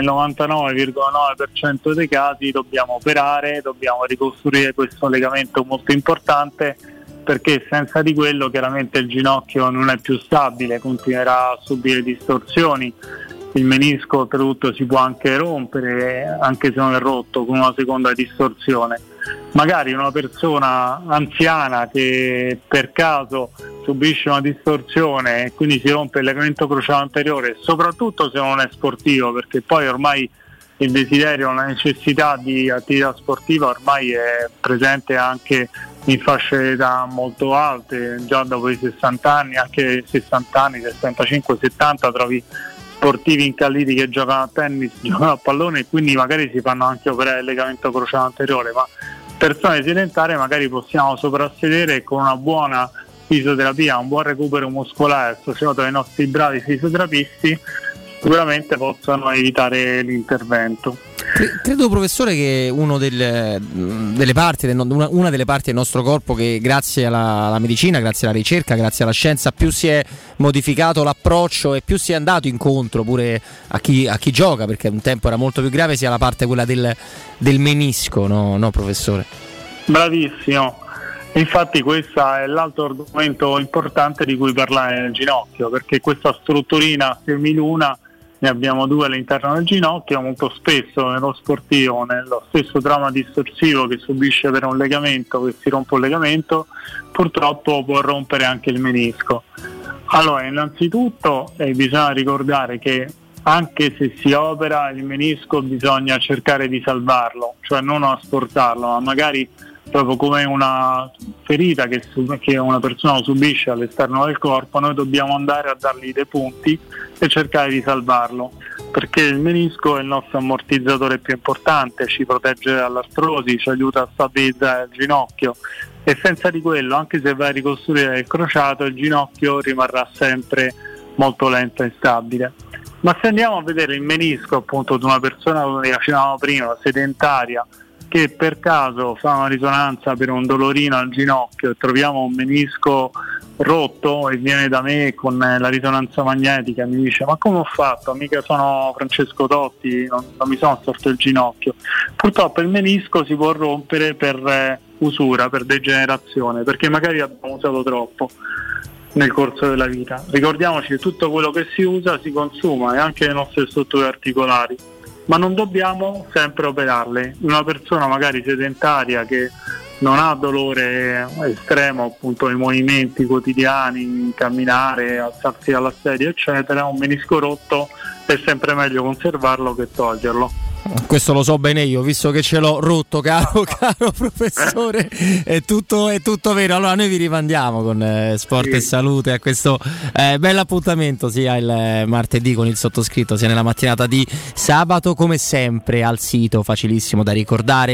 99,9% dei casi dobbiamo operare, dobbiamo ricostruire questo legamento molto importante, perché senza di quello chiaramente il ginocchio non è più stabile, continuerà a subire distorsioni, il menisco oltretutto si può anche rompere, anche se non è rotto, con una seconda distorsione. Magari una persona anziana che per caso subisce una distorsione e quindi si rompe il legamento crociato anteriore, soprattutto se non è sportivo, perché poi ormai il desiderio, la necessità di attività sportiva ormai è presente anche in fasce d'età molto alte, già dopo i 60 anni, anche 60 anni, 65, 70 trovi sportivi incalliti che giocano a tennis, giocano a pallone, e quindi magari si fanno anche operare il legamento crociato anteriore, ma persone sedentarie magari possiamo soprassedere con una buona fisioterapia, un buon recupero muscolare associato ai nostri bravi fisioterapisti, sicuramente possono evitare l'intervento. Credo, professore, che una delle parti del nostro corpo che grazie alla medicina, grazie alla ricerca, grazie alla scienza più si è modificato l'approccio e più si è andato incontro pure a chi gioca, perché un tempo era molto più grave, sia la parte quella del menisco, no professore? Bravissimo. Infatti questo è l'altro argomento importante di cui parlare nel ginocchio, perché questa strutturina semiluna, ne abbiamo 2 all'interno del ginocchio, molto spesso nello sportivo, nello stesso trauma distorsivo che subisce per un legamento, che si rompe un legamento, purtroppo può rompere anche il menisco. Allora, innanzitutto bisogna ricordare che anche se si opera il menisco bisogna cercare di salvarlo, cioè non asportarlo, ma magari proprio come una ferita che una persona subisce all'esterno del corpo, noi dobbiamo andare a dargli dei punti e cercare di salvarlo, perché il menisco è il nostro ammortizzatore più importante, ci protegge dall'artrosi, ci aiuta a stabilizzare il ginocchio, e senza di quello, anche se vai a ricostruire il crociato, il ginocchio rimarrà sempre molto lento e instabile. Ma se andiamo a vedere il menisco appunto di una persona, come dicevamo prima, sedentaria, che per caso fa una risonanza per un dolorino al ginocchio e troviamo un menisco rotto e viene da me con la risonanza magnetica, mi dice: ma come ho fatto? Mica sono Francesco Totti, non mi sono storto il ginocchio. Purtroppo il menisco si può rompere per usura, per degenerazione, perché magari abbiamo usato troppo nel corso della vita. Ricordiamoci che tutto quello che si usa si consuma, e anche le nostre strutture articolari, ma non dobbiamo sempre operarle. Una persona magari sedentaria che non ha dolore estremo, appunto nei movimenti quotidiani, camminare, alzarsi dalla sedia eccetera, un menisco rotto è sempre meglio conservarlo che toglierlo. Questo lo so bene io, visto che ce l'ho rotto, caro professore, è tutto vero. Allora noi vi rimandiamo con Sport e Salute a questo bell'appuntamento sia il martedì con il sottoscritto sia nella mattinata di sabato, come sempre al sito facilissimo da ricordare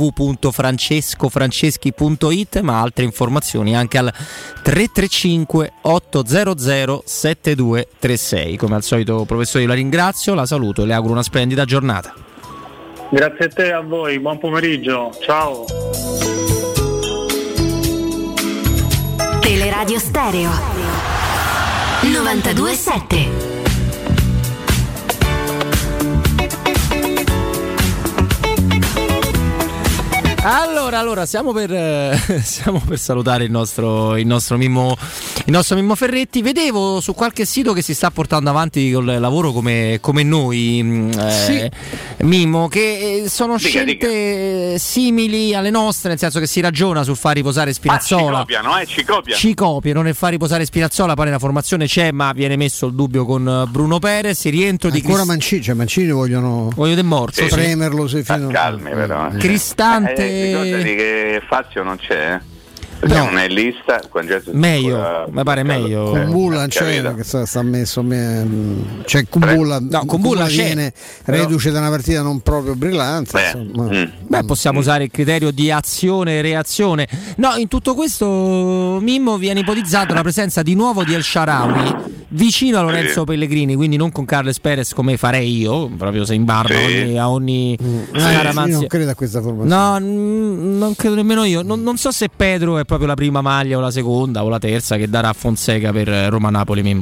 www.francescofranceschi.it, ma altre informazioni anche al 335 800 7236. Come al solito, professore, io la ringrazio, la saluto e le auguro una splendida giornata. Grazie a te e a voi, buon pomeriggio, ciao. Teleradio Stereo 92.7. Allora stiamo per salutare il nostro Mimmo Ferretti. Vedevo su qualche sito che si sta portando avanti col lavoro come noi, sì. Mimmo, che sono scelte simili alle nostre, nel senso che si ragiona sul far riposare Spinazzola. Ci copiano nel far riposare Spinazzola, poi nella formazione c'è, ma viene messo il dubbio con Bruno Perez, il rientro di Mancini vogliono del morto, premerlo calmi però. Cristante, ricordati che Fazio non c'è, perché non è in lista. Meglio, mi pare meglio. Kumbulla c'è, che sta messo. C'è Kumbulla. No, Kumbulla viene reduce da una partita non proprio brillante. Possiamo usare il criterio di azione e reazione. No, in tutto questo, Mimmo, viene ipotizzato la presenza di nuovo di El Shaarawy vicino a Lorenzo Pellegrini, quindi non con Carles Perez come farei io, proprio se in barba a ogni non credo a questa formazione. No, non credo nemmeno io. Non so se Pedro è proprio la prima maglia o la seconda o la terza che darà Fonseca per Roma-Napoli, Mimmo.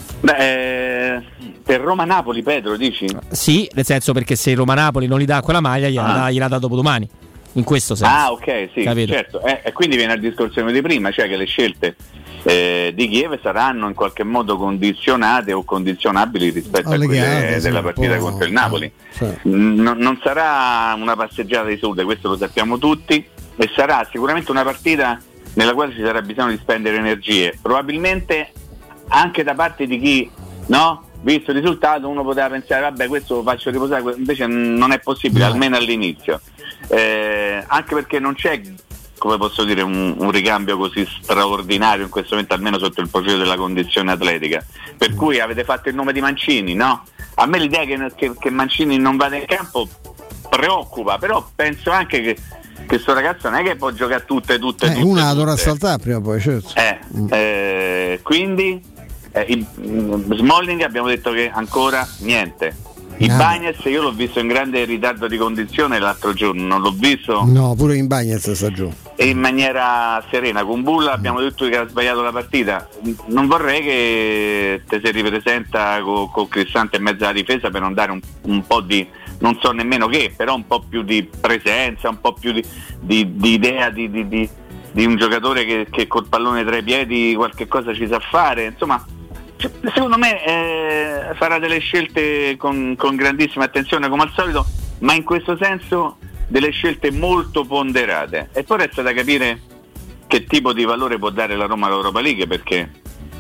Per Roma-Napoli Pedro dici? Sì, nel senso, perché se Roma-Napoli non gli dà quella maglia gliela dà dopodomani, in questo senso. Ok, sì, capito? Certo. E quindi viene al discorso di prima, cioè che le scelte di Kiev saranno in qualche modo condizionate o condizionabili rispetto a quelle della partita contro il Napoli. Non sarà una passeggiata di salute, questo lo sappiamo tutti, e sarà sicuramente una partita nella quale ci sarà bisogno di spendere energie, probabilmente anche da parte di chi, visto il risultato, uno poteva pensare vabbè, questo lo faccio riposare, invece non è possibile, almeno all'inizio, anche perché non c'è, come posso dire, un ricambio così straordinario in questo momento, almeno sotto il profilo della condizione atletica, per cui avete fatto il nome di Mancini, no? A me l'idea che Mancini non vada in campo preoccupa, però penso anche che questo ragazzo non è che può giocare tutte una dovrà saltare prima o poi, certo. Quindi Smalling abbiamo detto che ancora niente. Ibañez io l'ho visto in grande ritardo di condizione l'altro giorno, non l'ho visto. No, pure Ibañez sta giù. E in maniera serena. Con Bulla abbiamo detto che ha sbagliato la partita. Non vorrei che te si ripresenta con Cristante in mezzo alla difesa per non dare un po' di, non so nemmeno che, però un po' più di presenza, un po' più di idea di un giocatore che col pallone tra i piedi qualche cosa ci sa fare, insomma. Secondo me farà delle scelte con grandissima attenzione come al solito, ma in questo senso delle scelte molto ponderate, e poi resta da capire che tipo di valore può dare la Roma all'Europa League, perché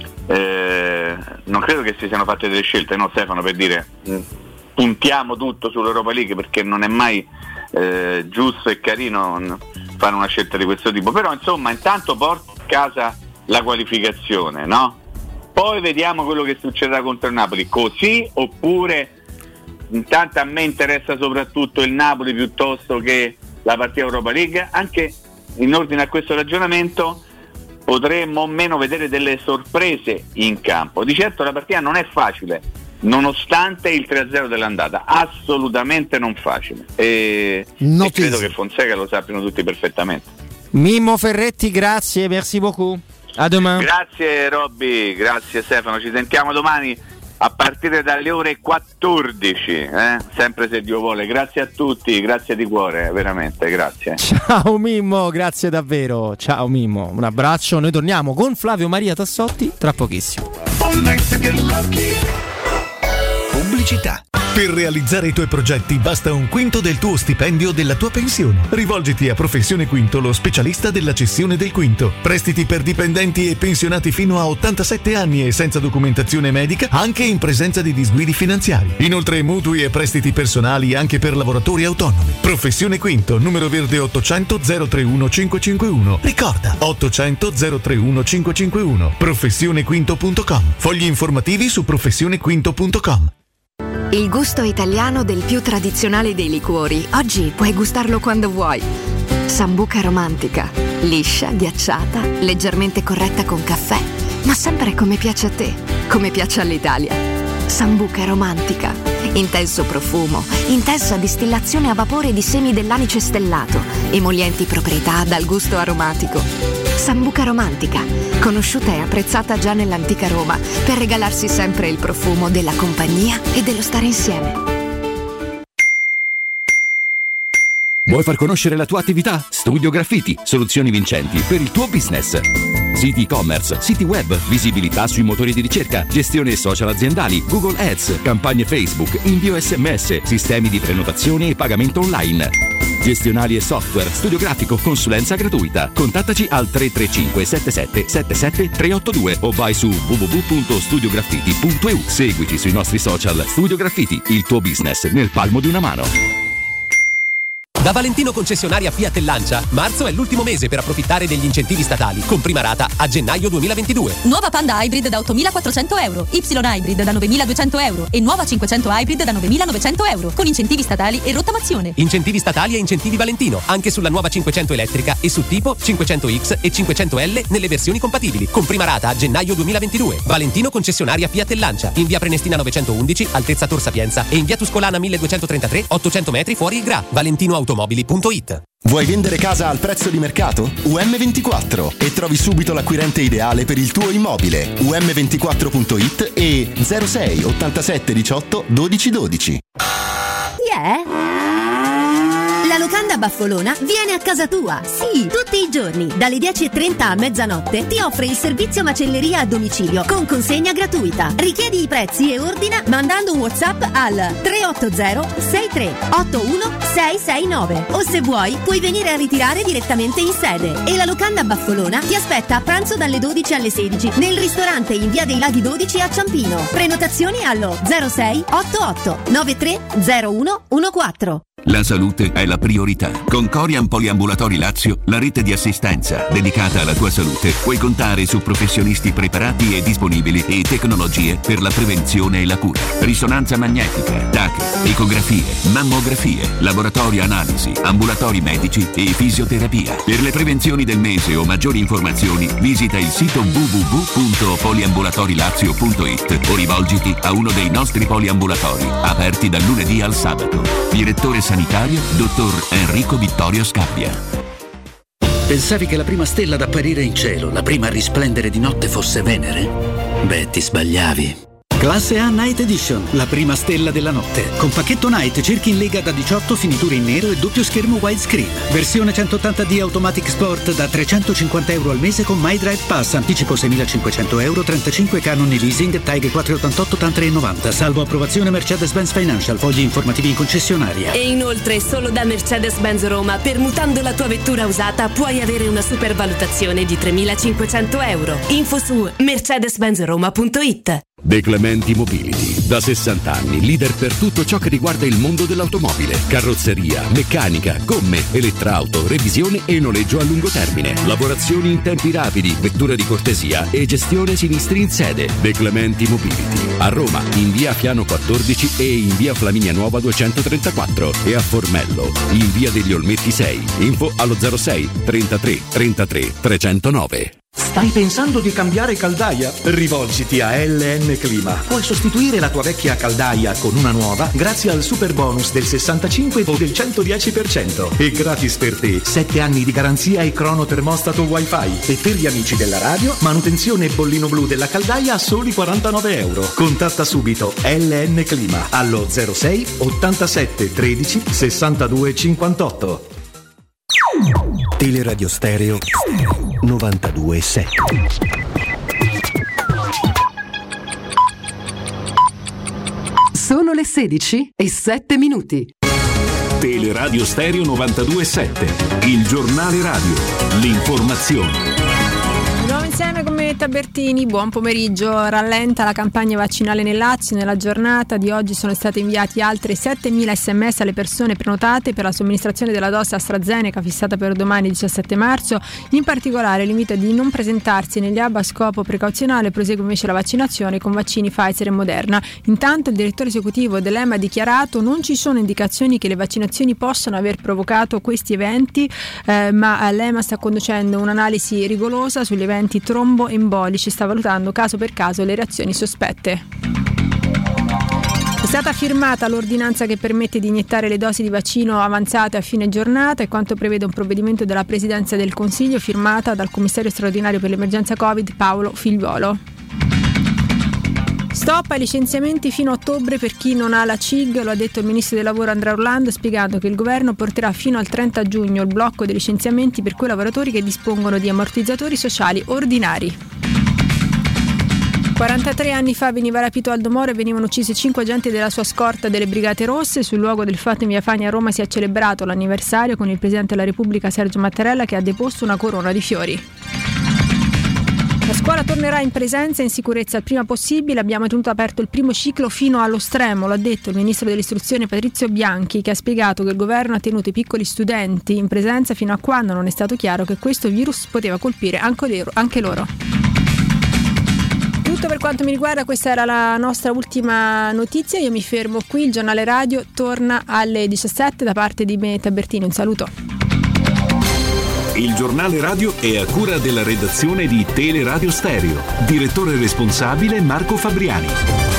non credo che si siano fatte delle scelte, no Stefano, per dire puntiamo tutto sull'Europa League, perché non è mai giusto e carino fare una scelta di questo tipo, però insomma intanto porta a casa la qualificazione, no? Poi vediamo quello che succederà contro il Napoli, così oppure intanto a me interessa soprattutto il Napoli piuttosto che la partita Europa League. Anche in ordine a questo ragionamento potremmo o meno vedere delle sorprese in campo. Di certo la partita non è facile, nonostante il 3-0 dell'andata, assolutamente non facile, e credo che Fonseca lo sappiano tutti perfettamente. Mimmo Ferretti, grazie, merci beaucoup. A domani. Grazie Robby, grazie Stefano, ci sentiamo domani a partire dalle ore 14, sempre se Dio vuole. Grazie a tutti, grazie di cuore, veramente, grazie. Ciao Mimmo, grazie davvero. Ciao Mimmo, un abbraccio. Noi torniamo con Flavio Maria Tassotti tra pochissimo. Pubblicità. Per realizzare i tuoi progetti basta un quinto del tuo stipendio della tua pensione. Rivolgiti a Professione Quinto, lo specialista della cessione del quinto. Prestiti per dipendenti e pensionati fino a 87 anni e senza documentazione medica, anche in presenza di disguidi finanziari. Inoltre mutui e prestiti personali anche per lavoratori autonomi. Professione Quinto, numero verde 800 031 551. Ricorda, 800 031 551. Professionequinto.com. Fogli informativi su professionequinto.com. Il gusto italiano del più tradizionale dei liquori. Oggi puoi gustarlo quando vuoi. Sambuca romantica. Liscia, ghiacciata, leggermente corretta con caffè. Ma sempre come piace a te, come piace all'Italia. Sambuca romantica. Intenso profumo, intensa distillazione a vapore di semi dell'anice stellato, emolienti proprietà dal gusto aromatico. Sambuca romantica, conosciuta e apprezzata già nell'antica Roma per regalarsi sempre il profumo della compagnia e dello stare insieme. Vuoi far conoscere la tua attività? Studio Graffiti, soluzioni vincenti per il tuo business. Siti e-commerce, siti web, visibilità sui motori di ricerca, gestione social aziendali, Google Ads, campagne Facebook, invio SMS, sistemi di prenotazione e pagamento online. Gestionali e software, studio grafico, consulenza gratuita. Contattaci al 335 77 77 382 o vai su www.studiograffiti.eu. Seguici sui nostri social. Studio Graffiti, il tuo business nel palmo di una mano. Da Valentino concessionaria Fiat e Lancia, marzo è l'ultimo mese per approfittare degli incentivi statali, con prima rata a gennaio 2022. Nuova Panda Hybrid da 8.400 euro, Y Hybrid da 9.200 euro e nuova 500 Hybrid da 9.900 euro, con incentivi statali e rottamazione. Incentivi statali e incentivi Valentino, anche sulla nuova 500 elettrica e su tipo 500X e 500L nelle versioni compatibili, con prima rata a gennaio 2022. Valentino concessionaria Fiat e Lancia, in via Prenestina 911, altezza Tor Sapienza, e in via Tuscolana 1233, 800 metri fuori il Gra. ValentinoAutomobili.it. Vuoi vendere casa al prezzo di mercato? UM24 e trovi subito l'acquirente ideale per il tuo immobile. UM24.it e 06 87 18 12 12. La locanda Baffolona viene a casa tua, sì, tutti i giorni, dalle 10:30 a mezzanotte ti offre il servizio macelleria a domicilio con consegna gratuita. Richiedi i prezzi e ordina mandando un WhatsApp al 380 63 81 669 o se vuoi puoi venire a ritirare direttamente in sede. E la locanda Baffolona ti aspetta a pranzo dalle 12 alle 16 nel ristorante in via dei Laghi 12 a Ciampino. Prenotazioni allo 06 88 93 01 14. La salute è la priorità. Con Corian Poliambulatori Lazio, la rete di assistenza dedicata alla tua salute, puoi contare su professionisti preparati e disponibili e tecnologie per la prevenzione e la cura. Risonanza magnetica, TAC, ecografie, mammografie, laboratorio analisi, ambulatori medici e fisioterapia. Per le prevenzioni del mese o maggiori informazioni, visita il sito www.poliambulatorilazio.it o rivolgiti a uno dei nostri poliambulatori, aperti dal lunedì al sabato. Direttore sanitario, dottor Enrico Vittorio Scabbia. Pensavi che la prima stella ad apparire in cielo, la prima a risplendere di notte fosse Venere? Beh, ti sbagliavi. Classe A Night Edition, la prima stella della notte. Con pacchetto Night cerchi in lega da 18, finiture in nero e doppio schermo widescreen. Versione 180D Automatic Sport da 350 euro al mese con My Drive Pass, anticipo 6.500 euro, 35 canoni leasing, TAG 488 83,90, salvo approvazione Mercedes-Benz Financial, fogli informativi in concessionaria. E inoltre solo da Mercedes-Benz Roma, permutando la tua vettura usata, puoi avere una supervalutazione di 3.500 euro. Info su mercedes-benzroma.it. De Clementi Mobility, da 60 anni, leader per tutto ciò che riguarda il mondo dell'automobile, carrozzeria, meccanica, gomme, elettrauto, revisione e noleggio a lungo termine, lavorazioni in tempi rapidi, vettura di cortesia e gestione sinistri in sede. De Clementi Mobility, a Roma in via Fiano 14 e in via Flaminia Nuova 234 e a Formello in via degli Olmetti 6. Info allo 06 33 33 309. Stai pensando di cambiare caldaia? Rivolgiti a LN Clima. Puoi sostituire la tua vecchia caldaia con una nuova grazie al super bonus del 65 o del 110% e gratis per te 7 anni di garanzia e cronotermostato wifi. E per gli amici della radio, manutenzione e bollino blu della caldaia a soli 49 euro. Contatta subito LN Clima allo 06 87 13 62 58. Teleradio Stereo 92.7. Sono le 16:07. Teleradio Stereo 92.7, il giornale radio, l'informazione. Insieme con me Tabertini, buon pomeriggio. Rallenta la campagna vaccinale nel Lazio. Nella giornata di oggi sono stati inviati altri 7.000 sms alle persone prenotate per la somministrazione della dose AstraZeneca fissata per domani 17 marzo. In particolare l'invito è di non presentarsi negli hub a scopo precauzionale. Prosegue invece la vaccinazione con vaccini Pfizer e Moderna. Intanto il direttore esecutivo dell'EMA ha dichiarato: non ci sono indicazioni che le vaccinazioni possano aver provocato questi eventi, ma l'EMA sta conducendo un'analisi rigorosa sugli eventi tromboembolici, sta valutando caso per caso le reazioni sospette. È stata firmata l'ordinanza che permette di iniettare le dosi di vaccino avanzate a fine giornata e quanto prevede un provvedimento della Presidenza del Consiglio firmata dal commissario straordinario per l'emergenza Covid Paolo Figliuolo. Stop ai licenziamenti fino a ottobre per chi non ha la CIG, lo ha detto il ministro del lavoro Andrea Orlando, spiegando che il governo porterà fino al 30 giugno il blocco dei licenziamenti per quei lavoratori che dispongono di ammortizzatori sociali ordinari. 43 anni fa veniva rapito Aldo Moro e venivano uccisi 5 agenti della sua scorta delle Brigate Rosse. Sul luogo del fatto in via Fani a Roma si è celebrato l'anniversario con il Presidente della Repubblica Sergio Mattarella che ha deposto una corona di fiori. La scuola tornerà in presenza e in sicurezza il prima possibile. Abbiamo tenuto aperto il primo ciclo fino allo stremo, lo ha detto il ministro dell'istruzione Patrizio Bianchi, che ha spiegato che il governo ha tenuto i piccoli studenti in presenza fino a quando non è stato chiaro che questo virus poteva colpire anche loro. Tutto per quanto mi riguarda, questa era la nostra ultima notizia. Io mi fermo qui, il giornale radio torna alle 17 da parte di me Tabertini. Un saluto. Il giornale radio è a cura della redazione di Teleradio Stereo. Direttore responsabile Marco Fabriani.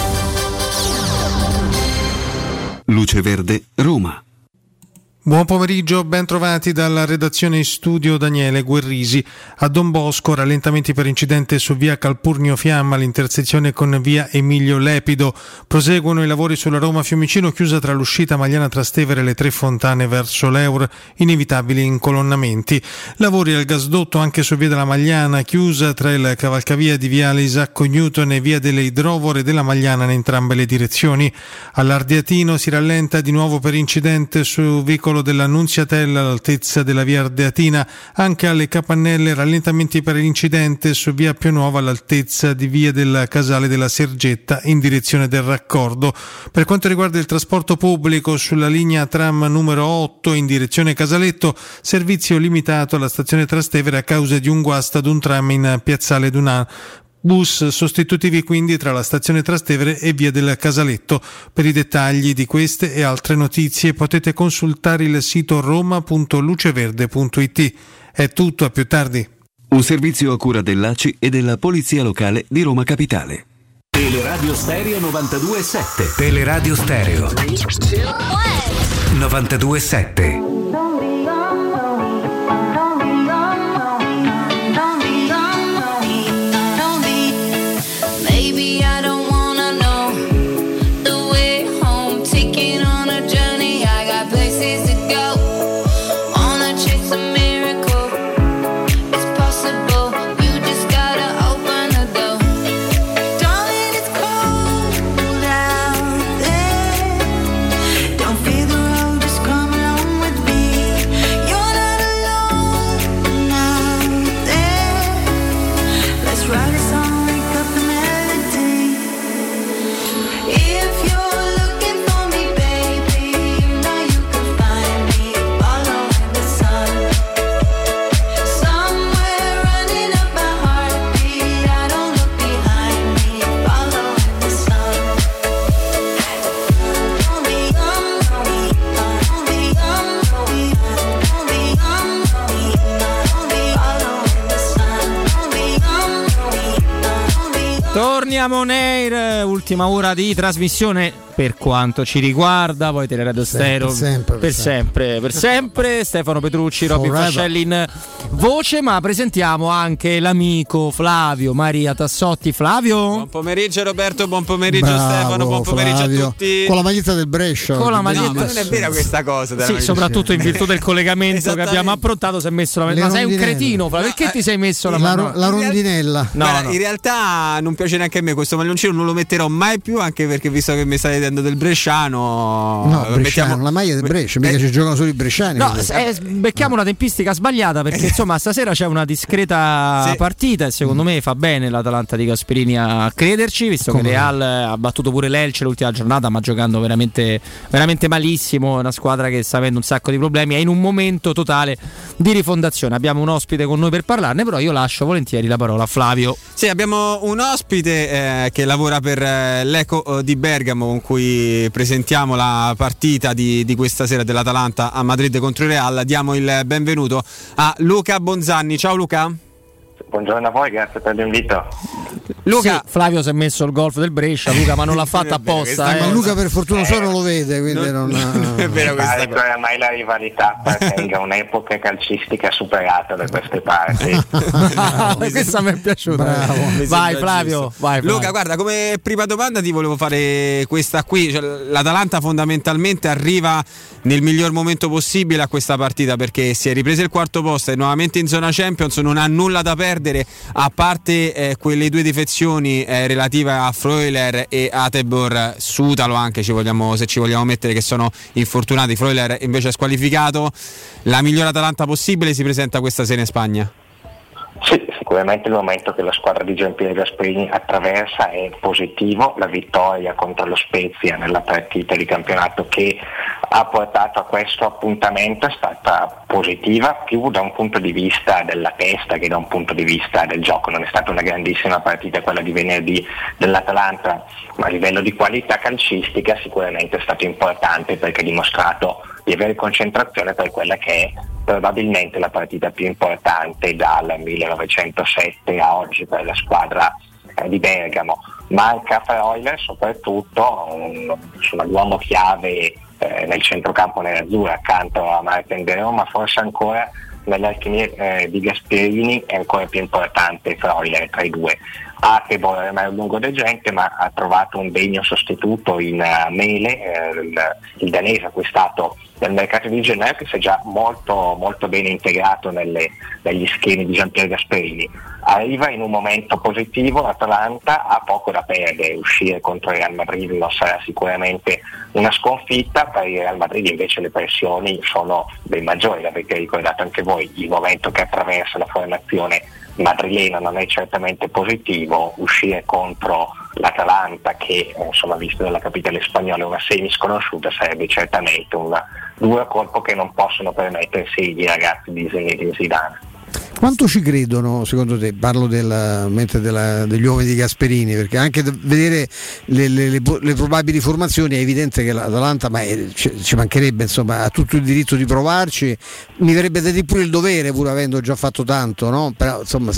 Luce Verde, Roma. Buon pomeriggio, ben trovati dalla redazione in studio Daniele Guerrisi. A Don Bosco, rallentamenti per incidente su via Calpurnio Fiamma, l'intersezione con via Emilio Lepido. Proseguono i lavori sulla Roma Fiumicino, chiusa tra l'uscita Magliana Trastevere e le Tre Fontane verso l'Eur, inevitabili incolonnamenti. Lavori al gasdotto anche su via della Magliana, chiusa tra il cavalcavia di viale Isacco Newton e via delle Idrovore della Magliana in entrambe le direzioni. All'Ardeatino si rallenta di nuovo per incidente su vicolo dell'Annunziatella all'altezza della via Ardeatina. Anche alle Capannelle rallentamenti per l'incidente su via Pio Nuova all'altezza di via del Casale della Sergetta in direzione del raccordo. Per quanto riguarda il trasporto pubblico, sulla linea tram numero 8 in direzione Casaletto, servizio limitato alla stazione Trastevere a causa di un guasto ad un tram in piazzale Dunà. Bus sostitutivi quindi tra la stazione Trastevere e via del Casaletto. Per i dettagli di queste e altre notizie potete consultare il sito roma.luceverde.it. È tutto, a più tardi. Un servizio a cura dell'ACI e della Polizia Locale di Roma Capitale. Teleradio Stereo 92.7. Teleradio Stereo 92.7. Torniamo on air, ultima ora di trasmissione per quanto ci riguarda, poi Teleradio Stereo per sempre. Stefano Petrucci, Robin Fascelli in voce, ma presentiamo anche l'amico Flavio Maria Tassotti. Flavio, buon pomeriggio Roberto, buon pomeriggio Stefano, buon pomeriggio Flavio. A tutti. Con la maglietta del Brescia. Con la maglietta. No, ma non è vera questa cosa. Sì, soprattutto in virtù del collegamento che abbiamo approntato, si è messo la ma sei un cretino, Flavio, perché ti sei messo la rondinella? No. In realtà non piace neanche a me questo maglioncino, non lo metterò mai più, anche perché visto che mi state dicendo del bresciano, mettiamo la maglia del Brescia, mica ci giocano solo i bresciani. No, becchiamo una tempistica sbagliata, perché insomma stasera c'è una discreta partita e secondo me fa bene l'Atalanta di Gasperini a crederci, visto che Real ha battuto pure l'Elche l'ultima giornata, ma giocando veramente, veramente malissimo. È una squadra che sta avendo un sacco di problemi, è in un momento totale di rifondazione. Abbiamo un ospite con noi per parlarne, però io lascio volentieri la parola a Flavio. Sì, abbiamo un ospite che lavora per l'Eco di Bergamo, con cui presentiamo la partita di questa sera dell'Atalanta a Madrid contro il Real. Diamo il benvenuto a Luca Bonzanni. Ciao Luca. Buongiorno a voi, grazie per l'invito. Luca, sì, Flavio si è messo il golf del Brescia, Luca, ma non l'ha fatto apposta. Ma Luca per fortuna solo lo vede, quindi non è vero questa cosa. Oramai la rivalità appartenga a un'epoca calcistica superata da queste parti. Questa mi è piaciuta. Bravo. Vai Flavio, vai Flavio. Luca, guarda, come prima domanda ti volevo fare questa qui, cioè, l'Atalanta fondamentalmente arriva nel miglior momento possibile a questa partita perché si è ripresa il quarto posto, è nuovamente in zona Champions, non ha nulla da perdere a parte quelle due defezioni relative a Freuler e Atebor, Sutalo anche se ci vogliamo mettere, che sono infortunati. Freuler invece è squalificato. La migliore Atalanta possibile si presenta questa sera in Spagna? Sì, sicuramente il momento che la squadra di Giampiero Gasperini attraversa è positivo. La vittoria contro lo Spezia nella partita di campionato che ha portato a questo appuntamento è stata positiva, più da un punto di vista della testa che da un punto di vista del gioco. Non è stata una grandissima partita quella di venerdì dell'Atalanta, ma a livello di qualità calcistica sicuramente è stato importante perché ha dimostrato di avere concentrazione per quella che è probabilmente la partita più importante dal 1907 a oggi per la squadra di Bergamo. Manca Freuler soprattutto, l'uomo chiave nel centrocampo nerazzurro accanto a Martin De Roma, forse ancora nell'alchimia di Gasperini è ancora più importante Freuler tra i due. Atebor è un lungo degente, ma ha trovato un degno sostituto in Mele, il danese acquistato nel mercato di gennaio, che si è già molto, molto bene integrato negli schemi di Giampiero Gasperini. Arriva in un momento positivo, l'Atalanta ha poco da perdere, uscire contro il Real Madrid non sarà sicuramente una sconfitta, per il Real Madrid invece le pressioni sono ben maggiori, l'avete ricordato anche voi, il momento che attraversa la formazione madrilena non è certamente positivo, uscire contro l'Atalanta che visto dalla capitale spagnola è una semi sconosciuta sarebbe certamente un duro colpo che non possono permettersi i ragazzi di Zinedine Zidane. Quanto ci credono secondo te? Parlo degli uomini di Gasperini, perché anche vedere le probabili formazioni è evidente che l'Atalanta, ma ci mancherebbe, insomma, ha tutto il diritto di provarci, mi verrebbe da dire pure il dovere, pur avendo già fatto tanto, no? Però insomma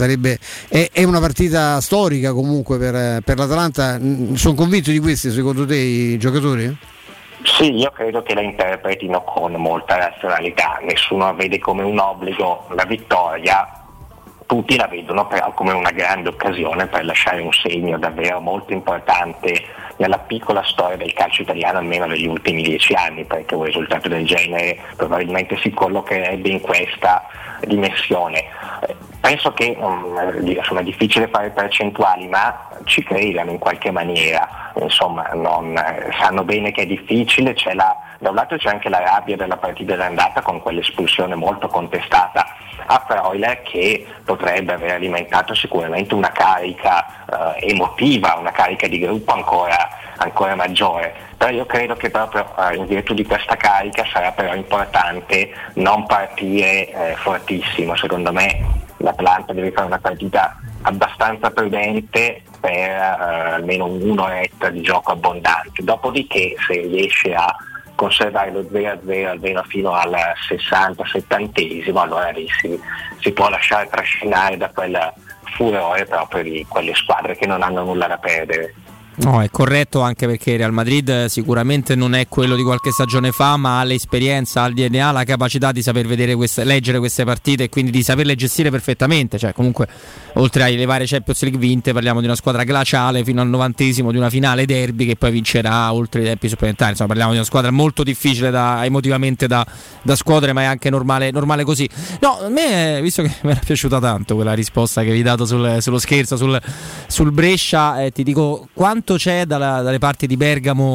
è una partita storica comunque per l'Atalanta. Sono convinto di questi secondo te i giocatori? Sì, io credo che la interpretino con molta razionalità, nessuno la vede come un obbligo la vittoria, tutti la vedono però come una grande occasione per lasciare un segno davvero molto importante nella piccola storia del calcio italiano, almeno negli ultimi 10 anni, perché un risultato del genere probabilmente si collocherebbe in questa dimensione. Penso che è difficile fare percentuali, ma ci credano in qualche maniera, insomma, sanno bene che è difficile, da un lato c'è anche la rabbia della partita d'andata con quell'espulsione molto contestata a Freuler che potrebbe aver alimentato sicuramente una carica emotiva, una carica di gruppo ancora maggiore, però io credo che proprio in virtù di questa carica sarà però importante non partire fortissimo. Secondo me l'Atalanta deve fare una partita abbastanza prudente per almeno un'oretta di gioco abbondante, dopodiché se riesce a conservare lo 0-0 almeno fino al 60-70esimo, allora si può lasciare trascinare da quel furore proprio di quelle squadre che non hanno nulla da perdere. No, è corretto, anche perché Real Madrid sicuramente non è quello di qualche stagione fa, ma ha l'esperienza, ha il DNA, la capacità di saper vedere leggere queste partite e quindi di saperle gestire perfettamente. Cioè, comunque, oltre alle varie Champions League vinte, parliamo di una squadra glaciale fino al 90esimo, di una finale derby che poi vincerà oltre i tempi supplementari. Insomma, parliamo di una squadra molto difficile emotivamente da scuotere, ma è anche normale così. No, a me, visto che mi era piaciuta tanto quella risposta che vi dato sullo scherzo, sul Brescia, ti dico quanto c'è dalle parti di Bergamo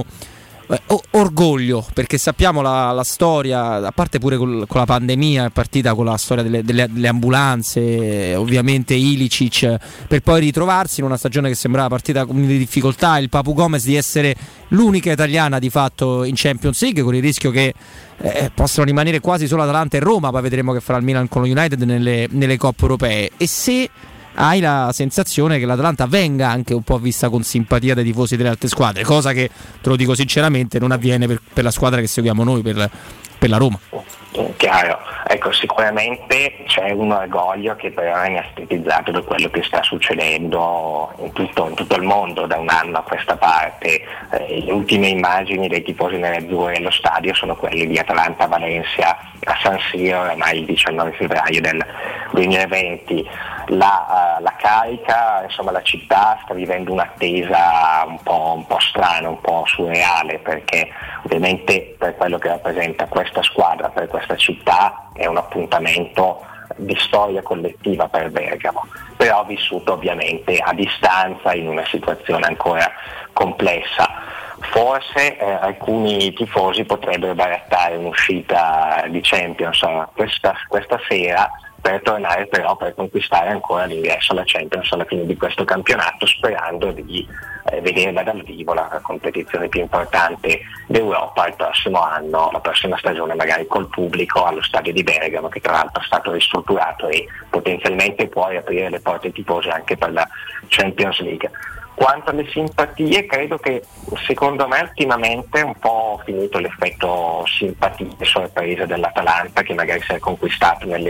orgoglio, perché sappiamo la storia, a parte pure con la pandemia, è partita con la storia delle ambulanze, ovviamente Ilicic, per poi ritrovarsi in una stagione che sembrava partita con delle difficoltà, il Papu Gomez di essere l'unica italiana di fatto in Champions League, con il rischio che possono rimanere quasi solo Atalanta e Roma, poi vedremo che farà il Milan con lo United nelle coppe europee. E se hai la sensazione che l'Atalanta venga anche un po' vista con simpatia dai tifosi delle altre squadre, cosa che, te lo dico sinceramente, non avviene per la squadra che seguiamo noi, per la Roma. Chiaro, ecco, sicuramente c'è un orgoglio che però è inestetizzato da quello che sta succedendo in tutto il mondo da un anno a questa parte. Le ultime immagini dei tifosi nerazzurri allo stadio sono quelle di Atalanta-Valencia a San Siro, ormai il 19 febbraio del 2020. La carica, insomma la città sta vivendo un'attesa un po' strana, un po' surreale, perché ovviamente per quello che rappresenta questa squadra, per questa città, è un appuntamento di storia collettiva per Bergamo, però vissuto ovviamente a distanza in una situazione ancora complessa. Forse alcuni tifosi potrebbero barattare un'uscita di Champions questa sera, per tornare però per conquistare ancora l'ingresso alla Champions alla fine di questo campionato, sperando di vederla dal vivo, la competizione più importante d'Europa il prossimo anno, la prossima stagione, magari col pubblico allo stadio di Bergamo, che tra l'altro è stato ristrutturato e potenzialmente può riaprire le porte tifose anche per la Champions League. Quanto alle simpatie, credo che secondo me ultimamente è un po' finito l'effetto simpatia e sorpresa dell'Atalanta, che magari si è conquistato nelle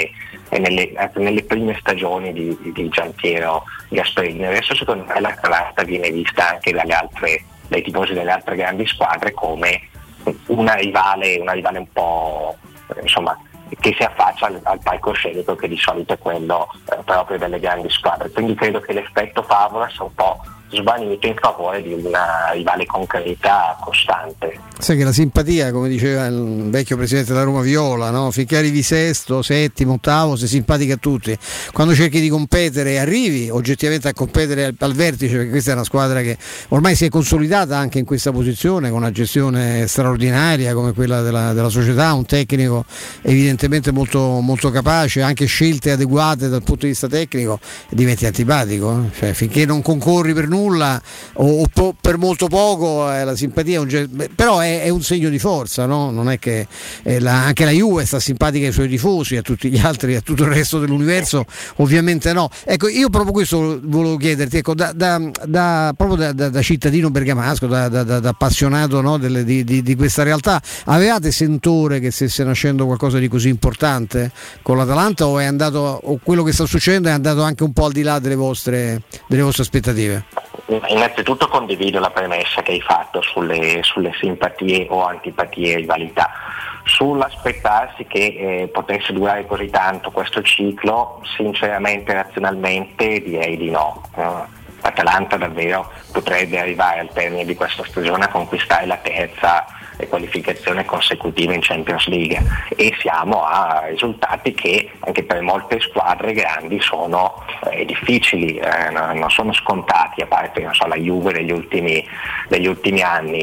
prime stagioni di Giampiero Gasperini. Adesso secondo me l'Atalanta viene vista anche dai tifosi delle altre grandi squadre come una rivale un po', insomma, che si affaccia al palcoscenico, che di solito è quello proprio delle grandi squadre. Quindi credo che l'effetto favola sia un po' svanito in favore di una rivale concreta costante. Sai che la simpatia, come diceva il vecchio presidente della Roma Viola, no? Finché arrivi sesto, settimo, ottavo, sei simpatico a tutti. Quando cerchi di competere e arrivi oggettivamente a competere al vertice, perché questa è una squadra che ormai si è consolidata anche in questa posizione, con una gestione straordinaria come quella della società, un tecnico evidentemente molto, molto capace, anche scelte adeguate dal punto di vista tecnico, diventi antipatico. Cioè, finché non concorri per nulla o per molto poco, la simpatia però è un segno di forza, no? Non è che anche la Juve sta simpatica ai suoi tifosi, a tutti gli altri, a tutto il resto dell'universo ovviamente no. Ecco, io proprio questo volevo chiederti, ecco, proprio da cittadino bergamasco, da appassionato, no, di questa realtà, avevate sentore che stesse nascendo qualcosa di così importante con l'Atalanta, o quello che sta succedendo è andato anche un po' al di là delle vostre aspettative? Innanzitutto condivido la premessa che hai fatto sulle simpatie o antipatie e rivalità. Sull'aspettarsi che potesse durare così tanto questo ciclo, sinceramente, razionalmente direi di no. L'Atalanta davvero potrebbe arrivare al termine di questa stagione a conquistare la terza qualificazione consecutiva in Champions League, e siamo a risultati che anche per molte squadre grandi sono difficili, non sono scontati, a parte la Juve degli ultimi anni.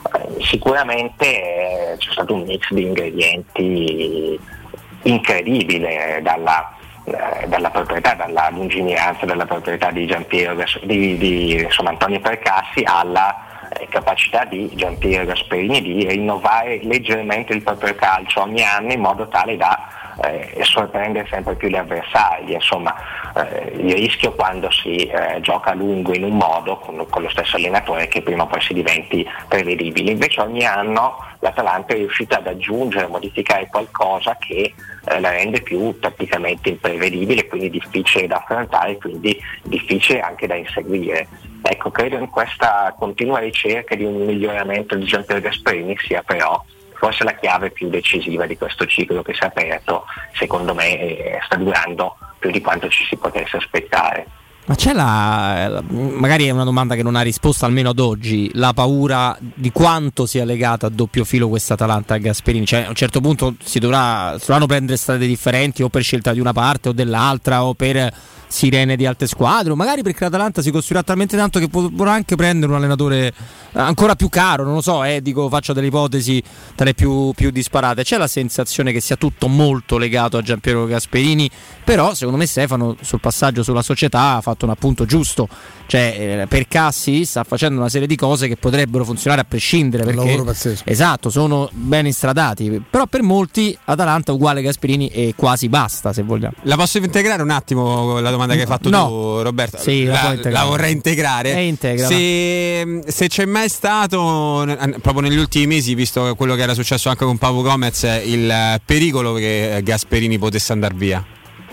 Sicuramente c'è stato un mix di ingredienti incredibile, dalla proprietà, dalla lungimiranza della proprietà di Giampiero di Antonio Percassi alla capacità di Giampiero Gasperini di rinnovare leggermente il proprio calcio ogni anno in modo tale da sorprendere sempre più gli avversari. Insomma, il rischio quando si gioca a lungo in un modo con lo stesso allenatore è che prima o poi si diventi prevedibili. Invece ogni anno l'Atalanta è riuscita ad aggiungere, a modificare qualcosa che la rende più tatticamente imprevedibile, quindi difficile da affrontare, quindi difficile anche da inseguire. Ecco, credo in questa continua ricerca di un miglioramento di Giampiero Gasperini sia però forse la chiave più decisiva di questo ciclo che si è aperto, secondo me sta durando più di quanto ci si potesse aspettare. Ma c'è magari è una domanda che non ha risposto almeno ad oggi, la paura di quanto sia legata a doppio filo questa Atalanta a Gasperini? Cioè a un certo punto si dovranno prendere strade differenti, o per scelta di una parte o dell'altra, o per sirene di altre squadre, o magari perché l'Atalanta si costruirà talmente tanto che potrà anche prendere un allenatore ancora più caro, non lo so, faccio delle ipotesi tra le più disparate. C'è la sensazione che sia tutto molto legato a Giampiero Gasperini, però secondo me Stefano sul passaggio sulla società ha fatto fatto un appunto giusto, cioè per Cassi sta facendo una serie di cose che potrebbero funzionare a prescindere, perché un lavoro pazzesco. Esatto, sono ben instradati, però per molti Atalanta uguale Gasperini e quasi basta, se vogliamo. La posso integrare un attimo la domanda che hai fatto tu, Roberto? Sì, la vorrei integrare. Se c'è mai stato proprio negli ultimi mesi, visto quello che era successo anche con Papu Gomez, il pericolo che Gasperini potesse andare via?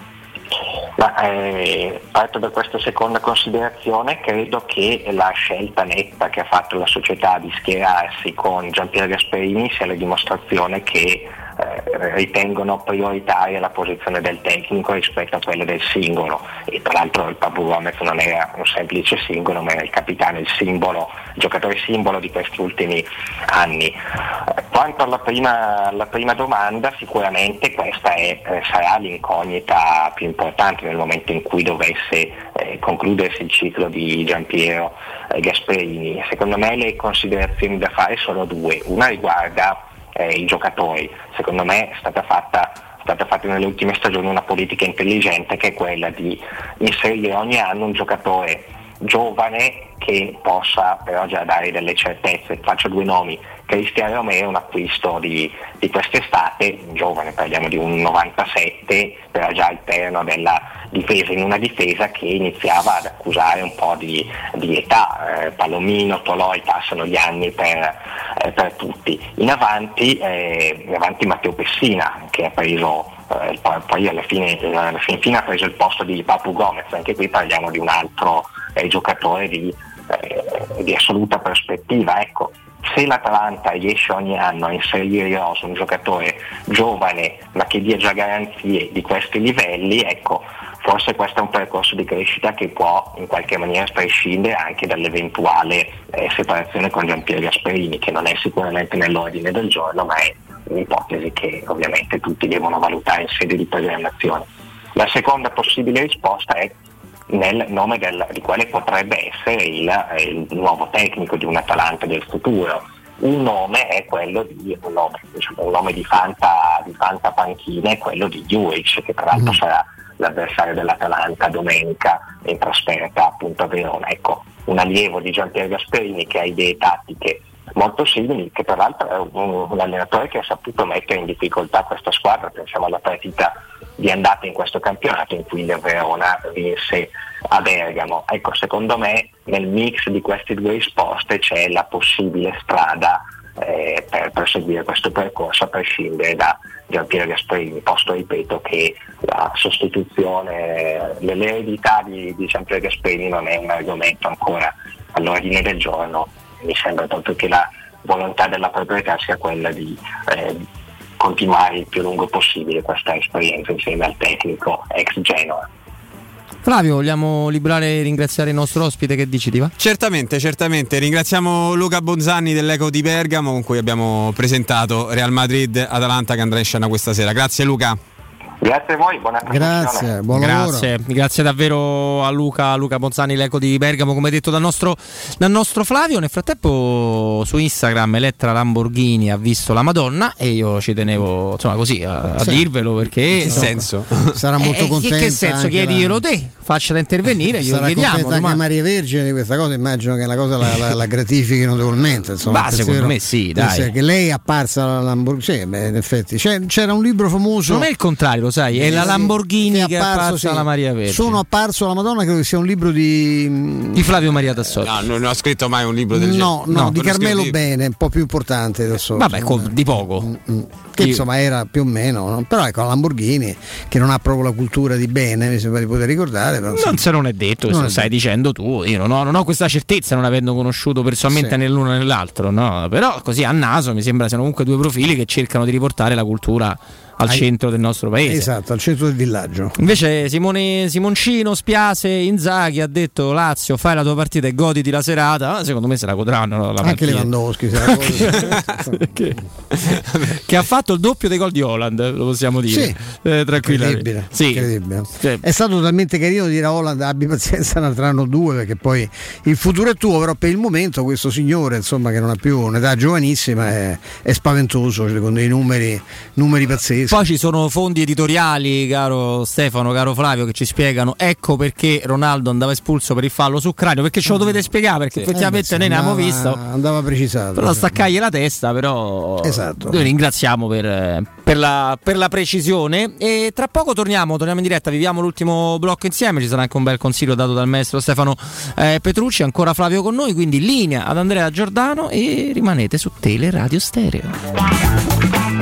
Parto da questa seconda considerazione. Credo che la scelta netta che ha fatto la società di schierarsi con Giampiero Gasperini sia la dimostrazione che ritengono prioritaria la posizione del tecnico rispetto a quella del singolo, e tra l'altro il Papu Gomez non era un semplice singolo, ma era il capitano, il giocatore simbolo di questi ultimi anni. Quanto alla prima domanda, sicuramente questa sarà l'incognita più importante nel momento in cui dovesse concludersi il ciclo di Giampiero Gasperini. Secondo me le considerazioni da fare sono due. Una riguarda i giocatori. Secondo me è stata fatta nelle ultime stagioni una politica intelligente, che è quella di inserire ogni anno un giocatore giovane che possa però già dare delle certezze. Faccio due nomi: Cristian Romero, un acquisto di quest'estate, giovane, parliamo di un 97, però già al terno della difesa, in una difesa che iniziava ad accusare un po' di età. Palomino, Toloi, passano gli anni per tutti. In avanti Matteo Pessina, che ha preso poi alla fine ha preso il posto di Papu Gomez. Anche qui parliamo di un altro giocatore di assoluta prospettiva. Ecco, se l'Atalanta riesce ogni anno a inserire in rosa un giocatore giovane ma che dia già garanzie di questi livelli, ecco, forse questo è un percorso di crescita che può in qualche maniera prescindere anche dall'eventuale separazione con Giampiero Gasperini, che non è sicuramente nell'ordine del giorno, ma è un'ipotesi che ovviamente tutti devono valutare in sede di programmazione. La seconda possibile risposta è nel nome di quale potrebbe essere il nuovo tecnico di un Atalanta del futuro. Un nome è quello di un nome di fanta panchina, è quello di Juric, che tra l'altro sarà l'avversario dell'Atalanta domenica in trasferta appunto a Verona. Ecco, un allievo di Giampiero Gasperini che ha idee tattiche molto simili, che tra l'altro è un allenatore che ha saputo mettere in difficoltà questa squadra. Pensiamo alla partita di andata in questo campionato in cui il Verona vinse a Bergamo. Ecco, secondo me nel mix di queste due risposte c'è la possibile strada per proseguire questo percorso a prescindere da Giampiero Gasperini, posto ripeto che la sostituzione, l'eredità di Giampiero Gasperini non è un argomento ancora all'ordine del giorno. Mi sembra proprio che la volontà della proprietà sia quella di continuare il più lungo possibile questa esperienza insieme al tecnico ex Genoa. Flavio, vogliamo liberare e ringraziare il nostro ospite, che dici, ti va? Certamente, ringraziamo Luca Bonzanni dell'Eco di Bergamo, con cui abbiamo presentato Real Madrid-Atalanta, che andrà in scena questa sera. Grazie Luca. Grazie a voi, buona Grazie, buon lavoro. Grazie davvero a Luca Bonzani, l'Eco di Bergamo, come detto dal nostro Flavio. Nel frattempo su Instagram Elettra Lamborghini ha visto la Madonna, e io ci tenevo così a dirvelo, perché in che senso? Sarà molto contenta. In che senso? Chiediglielo te, faccela intervenire, glielo chiediamo. Anche Maria Vergine di questa cosa, immagino che la cosa la gratifichi notevolmente, insomma. Secondo me sì, dai. Che lei è apparsa la Lamborghini, in effetti c'era un libro famoso. Non è il contrario, lo sai, è la Lamborghini che è apparsa alla Maria Vergine. Sono apparso alla Madonna, credo che sia un libro di Flavio Maria Tassotti. No, non ho scritto mai un libro del genere. No, di Carmelo Bene, un po' più importante adesso. Vabbè, di poco. Che insomma era più o meno, no? Però ecco, la Lamborghini, che non ha proprio la cultura di bene, mi sembra di poter ricordare. Però, non è detto, lo stai dicendo tu. Io non ho questa certezza, non avendo conosciuto personalmente né l'uno né l'altro, no? Però così a naso mi sembra siano comunque due profili che cercano di riportare la cultura al centro del nostro paese. Esatto, al centro del villaggio. Invece Simoncino, Spiase, Inzaghi ha detto: Lazio, fai la tua partita e goditi la serata. Secondo me se la godranno la anche Lewandowski che ha fatto il doppio dei gol di Haaland, lo possiamo dire, tranquillamente. Incredibile. È stato talmente carino dire a Haaland: abbi pazienza, ne andranno due, perché poi il futuro è tuo. Però per il momento questo signore, insomma, che non ha più un'età giovanissima, è spaventoso, secondo i numeri pazzeschi. poi ci sono fondi editoriali, caro Stefano, caro Flavio, che ci spiegano ecco perché Ronaldo andava espulso per il fallo su Cranio, perché ce lo dovete spiegare, perché effettivamente noi ne abbiamo visto, andava precisato, però staccargli la testa, però esatto. Noi ringraziamo per la precisione, e tra poco torniamo in diretta, viviamo l'ultimo blocco insieme, ci sarà anche un bel consiglio dato dal maestro Stefano Petrucci, ancora Flavio con noi, quindi linea ad Andrea Giordano e rimanete su Teleradio Stereo.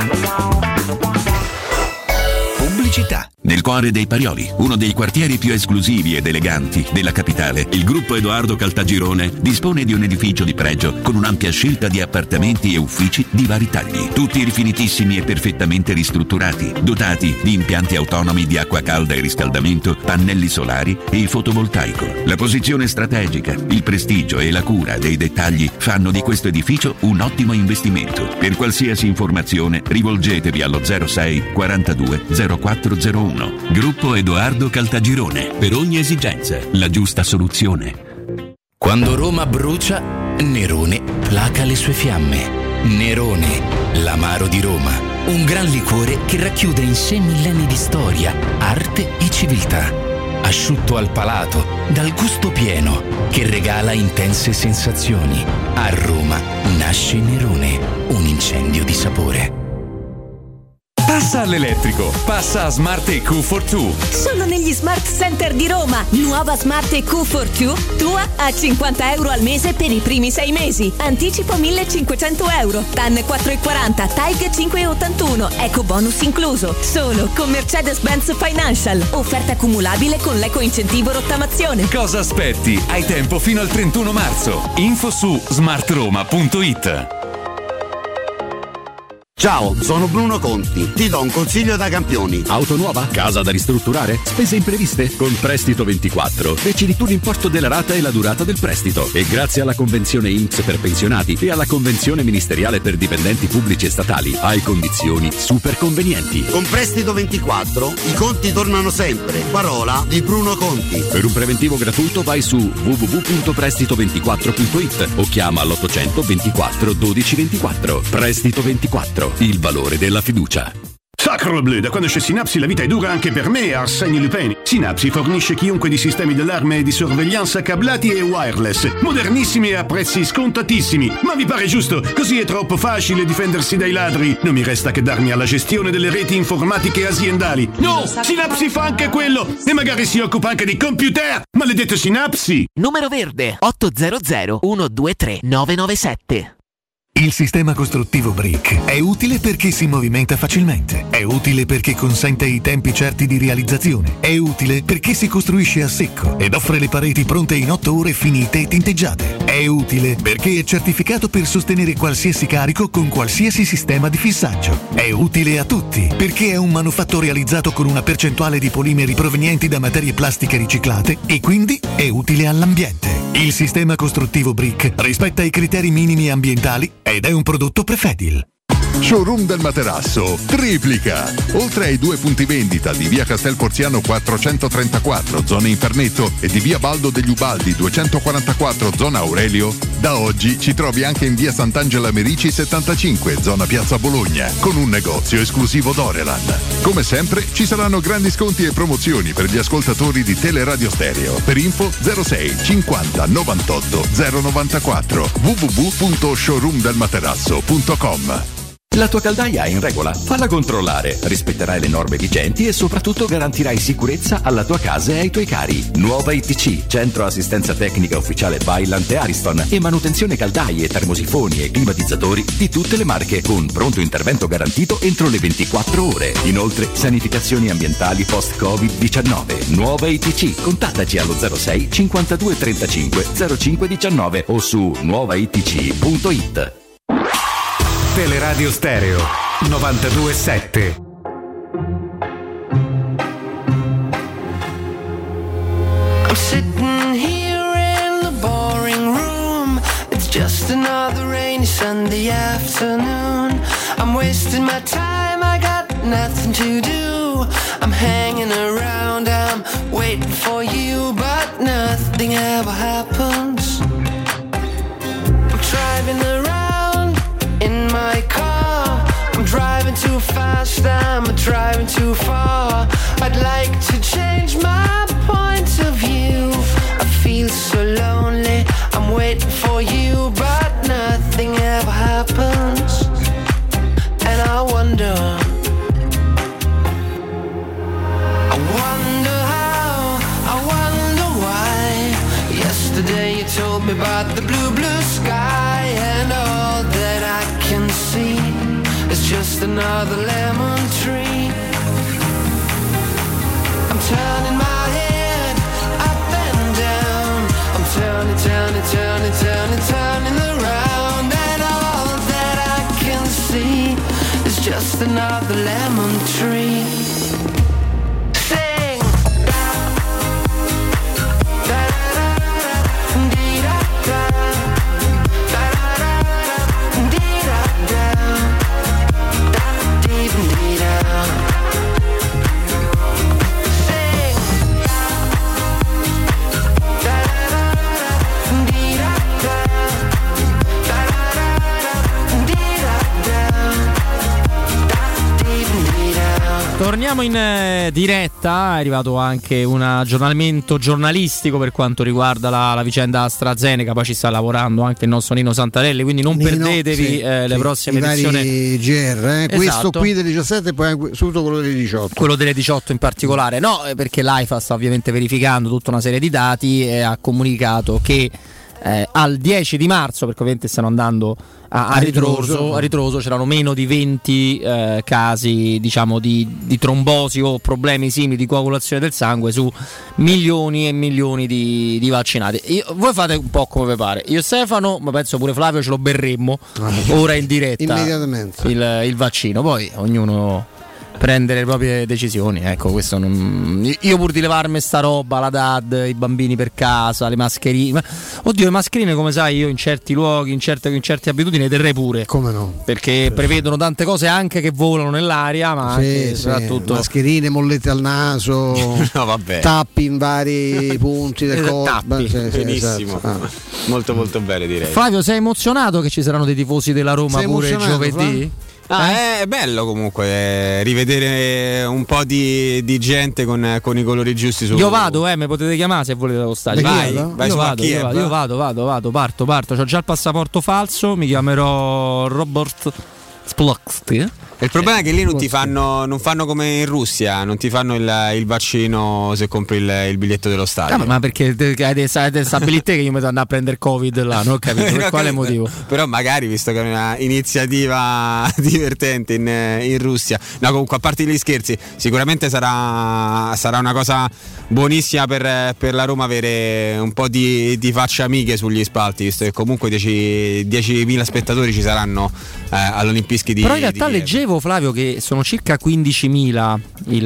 Pubblicità. Nel cuore dei Parioli, uno dei quartieri più esclusivi ed eleganti della capitale, il gruppo Edoardo Caltagirone dispone di un edificio di pregio con un'ampia scelta di appartamenti e uffici di vari tagli, tutti rifinitissimi e perfettamente ristrutturati, dotati di impianti autonomi di acqua calda e riscaldamento, pannelli solari e il fotovoltaico. La posizione strategica, il prestigio e la cura dei dettagli fanno di questo edificio un ottimo investimento. Per qualsiasi informazione rivolgetevi allo 06 42 0401. Gruppo Edoardo Caltagirone. Per ogni esigenza, la giusta soluzione. Quando Roma brucia, Nerone placa le sue fiamme. Nerone, l'amaro di Roma. Un gran liquore che racchiude in sé millenni di storia, arte e civiltà. Asciutto al palato, dal gusto pieno, che regala intense sensazioni. A Roma nasce Nerone, un incendio di sapore. Passa all'elettrico, passa a Smart EQ For2. Sono negli Smart Center di Roma. Nuova Smart EQ For2, tua a €50 al mese per i primi 6 mesi. Anticipo €1.500. TAN 4,40, TAIG 5,81, eco bonus incluso. Solo con Mercedes-Benz Financial. Offerta accumulabile con l'eco incentivo rottamazione. Cosa aspetti? Hai tempo fino al 31 marzo. Info su smartroma.it. Ciao, sono Bruno Conti. Ti do un consiglio da campioni. Auto nuova? Casa da ristrutturare? Spese impreviste? Con Prestito 24 decidi tu l'importo della rata e la durata del prestito. E grazie alla convenzione INPS per pensionati e alla convenzione ministeriale per dipendenti pubblici e statali hai condizioni super convenienti. Con Prestito 24 i conti tornano sempre. Parola di Bruno Conti. Per un preventivo gratuito vai su www.prestito24.it o chiama all'800 24 12 24. Prestito 24. Il valore della fiducia. Sacre bleu, da quando c'è Synapsi la vita è dura anche per me, Arsène Lupin. Synapsi fornisce chiunque di sistemi d'allarme e di sorveglianza cablati e wireless, modernissimi e a prezzi scontatissimi. Ma vi pare giusto? Così è troppo facile difendersi dai ladri. Non mi resta che darmi alla gestione delle reti informatiche aziendali. No, Synapsi fa anche quello e magari si occupa anche di computer. Maledetto Synapsi. Numero verde 800 123 997. Il sistema costruttivo Brick è utile perché si movimenta facilmente, è utile perché consente i tempi certi di realizzazione, è utile perché si costruisce a secco ed offre le pareti pronte in 8 ore finite e tinteggiate, è utile perché è certificato per sostenere qualsiasi carico con qualsiasi sistema di fissaggio, è utile a tutti perché è un manufatto realizzato con una percentuale di polimeri provenienti da materie plastiche riciclate e quindi è utile all'ambiente. Il sistema costruttivo Brick rispetta i criteri minimi ambientali ed è un prodotto Prefedil. Showroom del Materasso triplica. Oltre ai 2 punti vendita di via Castel Porziano 434 zona Infernetto e di via Baldo degli Ubaldi 244 zona Aurelio, da oggi ci trovi anche in via Sant'Angela Merici 75 zona Piazza Bologna con un negozio esclusivo Dorelan. Come sempre ci saranno grandi sconti e promozioni per gli ascoltatori di Teleradio Stereo. Per info 06 50 98 094 www.showroomdelmaterasso.com. La tua caldaia è in regola? Falla controllare, rispetterai le norme vigenti e soprattutto garantirai sicurezza alla tua casa e ai tuoi cari. Nuova ITC, centro assistenza tecnica ufficiale Vaillant e Ariston e manutenzione caldaie, termosifoni e climatizzatori di tutte le marche con pronto intervento garantito entro le 24 ore. Inoltre sanificazioni ambientali post-Covid-19. Nuova ITC, contattaci allo 06 52 35 05 19 o su nuovaitc.it. Teleradio Stereo 92.7. I'm sitting here in the boring room. It's just another rainy Sunday afternoon. I'm wasting my time, I got nothing to do. I'm hanging around, I'm waiting for you, but nothing ever happens. I'm driving around in my car, I'm driving too fast, I'm a gone too far. I'd like to change my point of view. I feel so lonely, I'm waiting for you, but nothing ever happens. And I wonder how, I wonder why. Yesterday you told me about the blue, blue sky, and all that I can see is just another lemon tree. I'm turning my head up and down, I'm turning, turning, turning, turning, turning around, and all that I can see is just another lemon tree. Sing! Torniamo in diretta, è arrivato anche un aggiornamento giornalistico per quanto riguarda la vicenda AstraZeneca, poi ci sta lavorando anche il nostro Nino Santarelli, quindi non perdetevi le prossime edizioni GR, esatto. Questo qui del 17 e poi anche subito quello delle 18. Quello delle 18 in particolare, no, perché l'AIFA sta ovviamente verificando tutta una serie di dati e ha comunicato che al 10 di marzo, perché ovviamente stanno andando a ritroso, c'erano meno di 20 casi, diciamo, di trombosi o problemi simili di coagulazione del sangue su milioni e milioni di vaccinati. Voi fate un po' come vi pare. Io, Stefano, ma penso pure Flavio, ce lo berremmo ora in diretta immediatamente il vaccino, poi ognuno prendere le proprie decisioni, ecco, questo io pur di levarmi sta roba, la DAD, i bambini per casa, le mascherine, oddio, le mascherine, come sai, io in certi luoghi, in certe abitudini le terrei pure, come no, perché prevedono tante cose anche che volano nell'aria, ma anche soprattutto mascherine, mollette al naso, no, vabbè, tappi in vari punti del corpo, benissimo, esatto. Molto molto bene, direi. Flavio, sei emozionato che ci saranno dei tifosi della Roma pure giovedì? È bello comunque rivedere un po' di gente con i colori giusti. Io vado, mi potete chiamare se volete allo stadio. Io vado, parto. C'ho già il passaporto falso, mi chiamerò Robert Sploksty. Il problema è che lì non fanno come in Russia, non ti fanno il vaccino se compri il biglietto dello stadio. Ma perché stabilite te che io mi devo andare a prendere Covid là, non ho capito per quale motivo. Però magari, visto che è una iniziativa divertente in Russia. No, comunque, a parte gli scherzi, sicuramente sarà una cosa buonissima per la Roma avere un po' di facce amiche sugli spalti, visto che comunque 10.000 spettatori ci saranno all'Olimpischi di. Però in realtà leggevo, Flavio, che sono circa 15.000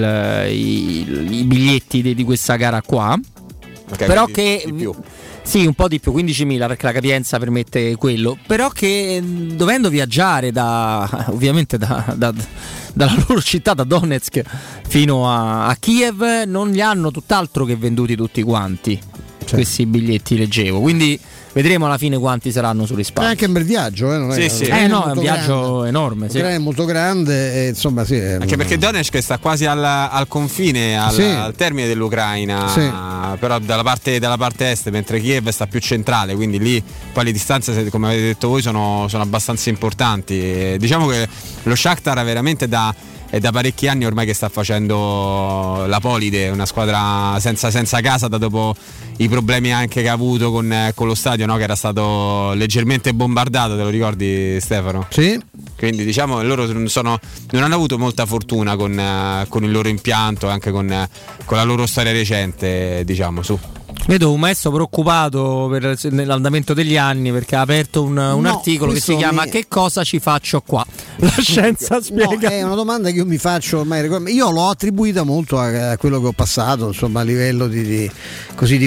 i biglietti di questa gara qua, okay, però che di più. Sì, un po' di più, 15.000 perché la capienza permette quello, però che dovendo viaggiare ovviamente dalla loro città, da Donetsk fino a Kiev, non li hanno tutt'altro che venduti tutti quanti, questi biglietti, leggevo, quindi vedremo alla fine quanti saranno sugli spalti. È anche un bel viaggio, non è? Sì. È un viaggio enorme. È molto grande, insomma, sì. Anche perché Donetsk sta quasi al confine, al termine dell'Ucraina, però dalla parte est, mentre Kiev sta più centrale, quindi lì poi le distanze, come avete detto voi, sono abbastanza importanti. E diciamo che lo Shakhtar veramente è da parecchi anni ormai che sta facendo la Polide, una squadra senza casa dopo i problemi anche che ha avuto con lo stadio, no? Che era stato leggermente bombardato, te lo ricordi, Stefano? Sì. Quindi diciamo loro non hanno avuto molta fortuna con il loro impianto, anche con la loro storia recente, diciamo, su. Vedo un maestro preoccupato nell'andamento degli anni, perché ha aperto un articolo che si chiama Che cosa ci faccio qua? La scienza spiega. È una domanda che io mi faccio ormai. Io l'ho attribuita molto a quello che ho passato, insomma, a livello di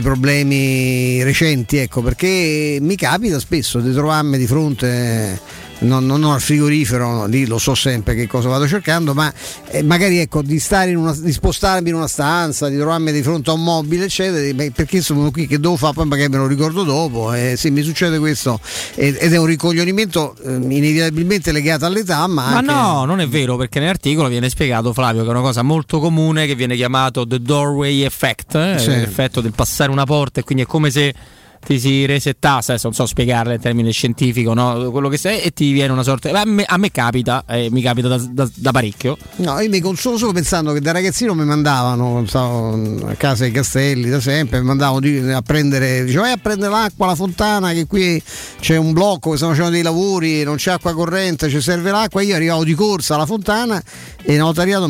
problemi recenti, ecco, perché mi capita spesso di trovarmi di fronte non al frigorifero, no, lì lo so sempre che cosa vado cercando, ma magari ecco di spostarmi in una stanza, di trovarmi di fronte a un mobile eccetera, perché sono qui che devo fare, poi magari me lo ricordo dopo, sì, mi succede questo ed è un ricoglionimento inevitabilmente legato all'età, ma anche... no, non è vero, perché nell'articolo viene spiegato, Flavio, che è una cosa molto comune che viene chiamato the doorway effect, l'effetto del passare una porta, e quindi è come se ti si resettasse, adesso non so spiegarle in termine scientifico, no? Quello che sei, e ti viene una sorta. A me capita, mi capita da parecchio. No, io mi consolo solo pensando che da ragazzino mi mandavano, stavo a casa ai Castelli da sempre, mi mandavano a prendere, diceva vai a prendere l'acqua alla fontana, che qui c'è un blocco che stanno facendo dei lavori, non c'è acqua corrente, ci serve l'acqua. Io arrivavo di corsa alla fontana e notariato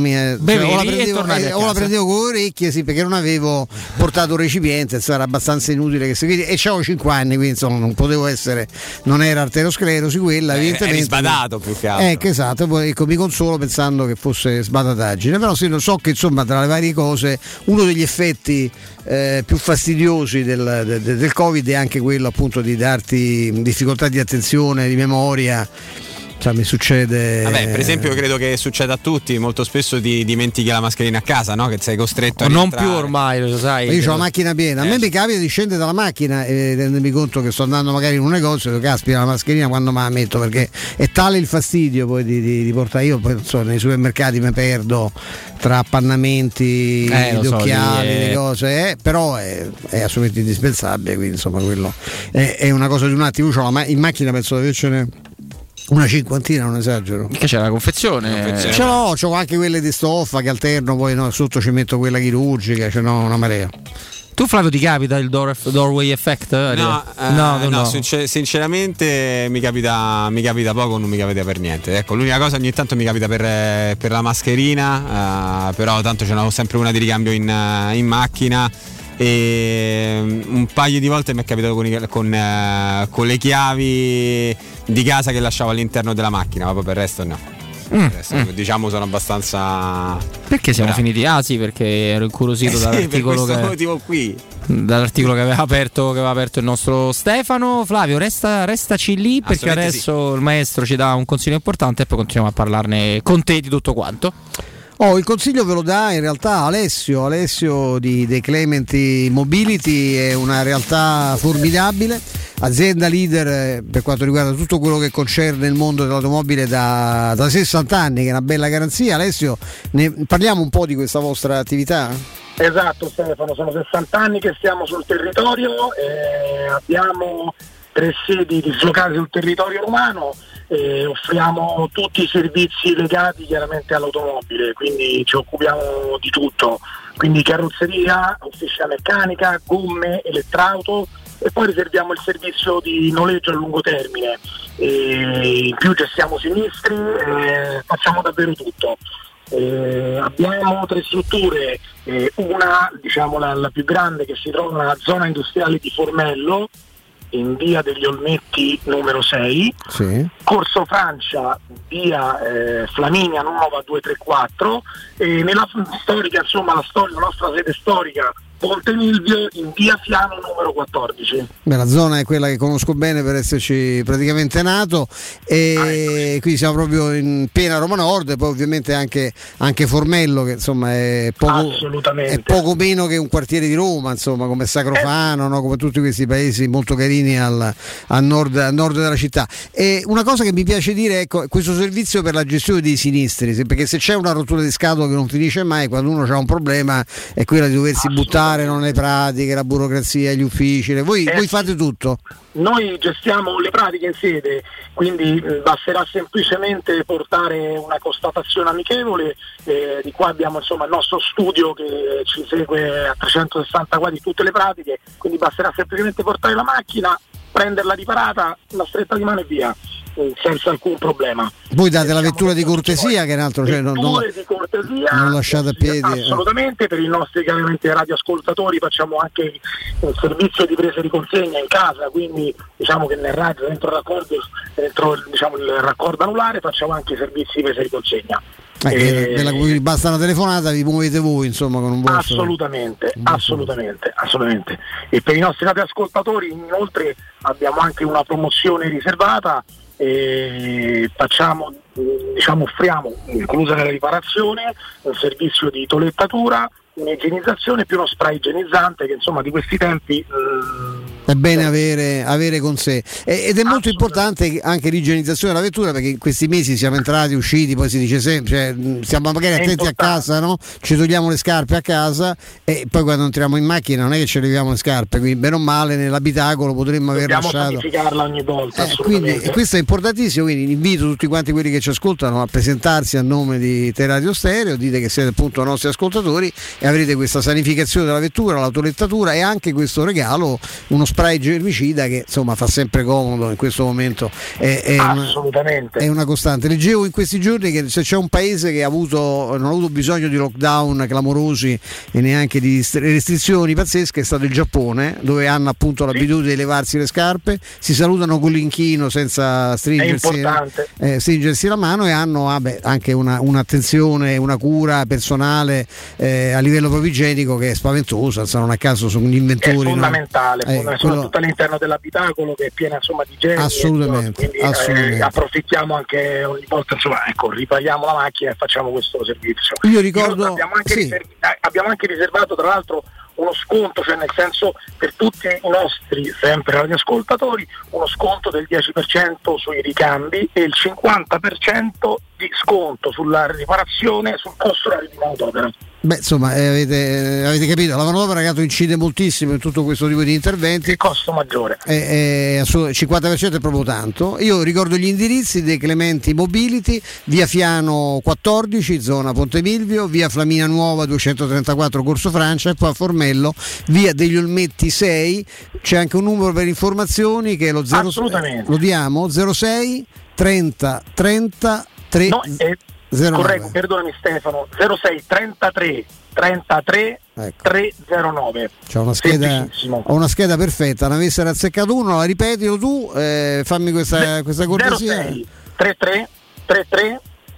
la prendevo con le orecchie, sì, perché non avevo portato un recipiente, era abbastanza inutile che seguire, e c'avevo 5 anni, quindi insomma non potevo essere, non era arteriosclerosi quella, evidentemente. Eri sbadato più che altro. Esatto, poi ecco, mi consolo pensando che fosse sbadataggine, però sì, so che insomma tra le varie cose uno degli effetti più fastidiosi del Covid è anche quello appunto di darti difficoltà di attenzione, di memoria. Cioè, mi succede. Vabbè, per esempio, io credo che succeda a tutti. Molto spesso ti dimentichi la mascherina a casa, no? Che sei costretto a non rientrare. più ormai, lo sai. Io ho la macchina piena. A me mi capita di scendere dalla macchina e rendermi conto che sto andando magari in un negozio e dico, caspita, la mascherina quando me la metto, perché è tale il fastidio poi di portare. Io poi nei supermercati mi perdo tra appannamenti, di occhiali, di cose, però è assolutamente indispensabile. Quindi insomma quello è una cosa di un attimo. Io in macchina penso di avercene una cinquantina, non esagero. Che c'è la confezione? C'ho anche quelle di stoffa che alterno, poi sotto ci metto quella chirurgica, una marea. Tu, Flavio, ti capita il doorway effect? No, sinceramente mi capita poco, non mi capita per niente. Ecco, l'unica cosa ogni tanto mi capita per la mascherina, però tanto ce n'ho sempre una di ricambio in macchina. E un paio di volte mi è capitato con le chiavi di casa che lasciavo all'interno della macchina, ma poi per il resto no. Diciamo sono abbastanza. Perché siamo finiti? Ah sì, perché ero incuriosito dall'articolo per questo motivo qui. Dall'articolo che aveva aperto il nostro Stefano. Flavio, restaci lì, perché adesso il maestro ci dà un consiglio importante e poi continuiamo a parlarne con te di tutto quanto. Il consiglio ve lo dà in realtà Alessio di De Clementi Mobility, è una realtà formidabile, azienda leader per quanto riguarda tutto quello che concerne il mondo dell'automobile da 60 anni, che è una bella garanzia. Alessio, parliamo un po' di questa vostra attività? Esatto Stefano, sono 60 anni che siamo sul territorio, abbiamo 3 sedi dislocate sul territorio romano. Offriamo tutti i servizi legati chiaramente all'automobile, quindi ci occupiamo di tutto, quindi carrozzeria, officina meccanica, gomme, elettrauto, e poi riserviamo il servizio di noleggio a lungo termine, in più gestiamo sinistri, facciamo davvero tutto. Abbiamo 3 strutture, una diciamo la più grande che si trova nella zona industriale di Formello, in via degli Olmetti numero 6, sì. Corso Francia, via Flaminia Nuova 234, e nella storica, insomma la nostra sede storica Ponte Milvio, in via Fiano numero 14. La zona è quella che conosco bene per esserci praticamente nato, e qui siamo proprio in piena Roma Nord, e poi ovviamente anche Formello, che insomma è poco meno che un quartiere di Roma, insomma, come Sacrofano, no? Come tutti questi paesi molto carini a nord della città. E una cosa che mi piace dire, ecco, questo servizio per la gestione dei sinistri, perché se c'è una rottura di scatola che non finisce mai, quando uno ha un problema è quella di doversi buttare le pratiche, la burocrazia, gli uffici. Voi fate tutto? Noi gestiamo le pratiche in sede, quindi basterà semplicemente portare una constatazione amichevole. Di qua abbiamo insomma il nostro studio che ci segue a 360 gradi tutte le pratiche, quindi basterà semplicemente portare la macchina, prenderla riparata, una stretta di mano e via, senza alcun problema. Voi date la vettura di cortesia, che è un altro, cioè non lasciate a piedi. Assolutamente, per i nostri chiaramente radioascoltatori facciamo anche il servizio di presa di consegna in casa, quindi diciamo che nel radio, dentro il raccordo anulare, facciamo anche i servizi di presa di consegna. Della cui basta una telefonata, vi muovete voi, insomma, con un vostro. Assolutamente. E per i nostri radioascoltatori inoltre abbiamo anche una promozione riservata, e offriamo, inclusa nella riparazione, un servizio di toilettatura, un'igienizzazione più uno spray igienizzante che insomma di questi tempi è bene avere con sé, ed è molto importante anche l'igienizzazione della vettura, perché in questi mesi siamo entrati, usciti, poi si dice sempre, stiamo magari attenti a casa, no? Ci togliamo le scarpe a casa e poi quando entriamo in macchina non è che ci leviamo le scarpe, quindi bene o male nell'abitacolo potremmo aver lasciato, sanificarla ogni volta, quindi questo è importantissimo, quindi invito tutti quanti quelli che ci ascoltano a presentarsi a nome di Teleradio Stereo, dite che siete appunto nostri ascoltatori e avrete questa sanificazione della vettura, la toilettatura e anche questo regalo, uno spray germicida che insomma fa sempre comodo in questo momento, assolutamente è una costante. Leggevo in questi giorni che se c'è un paese che non ha avuto bisogno di lockdown clamorosi e neanche di restrizioni pazzesche è stato il Giappone, dove hanno appunto l'abitudine di levarsi le scarpe, si salutano con l'inchino senza stringersi la mano e hanno anche un'attenzione, una cura personale a livello proprio igienico che è spaventosa, non a caso sono gli inventori, è fondamentale, soprattutto all'interno dell'abitacolo che è piena insomma di geni, assolutamente. Approfittiamo anche ogni volta, ripariamo la macchina e facciamo questo servizio. Io ricordo abbiamo anche riservato tra l'altro uno sconto, cioè nel senso per tutti i nostri sempre radioascoltatori uno sconto del 10% sui ricambi e il 50% di sconto sulla riparazione sul costo della manodopera. Insomma, avete capito, la manodopera incide moltissimo in tutto questo tipo di interventi. Il costo maggiore. Il 50% è proprio tanto. Io ricordo gli indirizzi dei Clementi Mobility, via Fiano 14, zona Ponte Milvio, via Flaminia Nuova 234 Corso Francia e poi a Formello, via degli Olmetti 6. C'è anche un numero per informazioni che è lo 06, lo diamo, 06 30 30 3 corretto, perdonami Stefano, 06 33 33 309. C'è una scheda perfetta, ne avessero azzeccato uno, la ripetilo tu, fammi questa cortesia. 06 33 33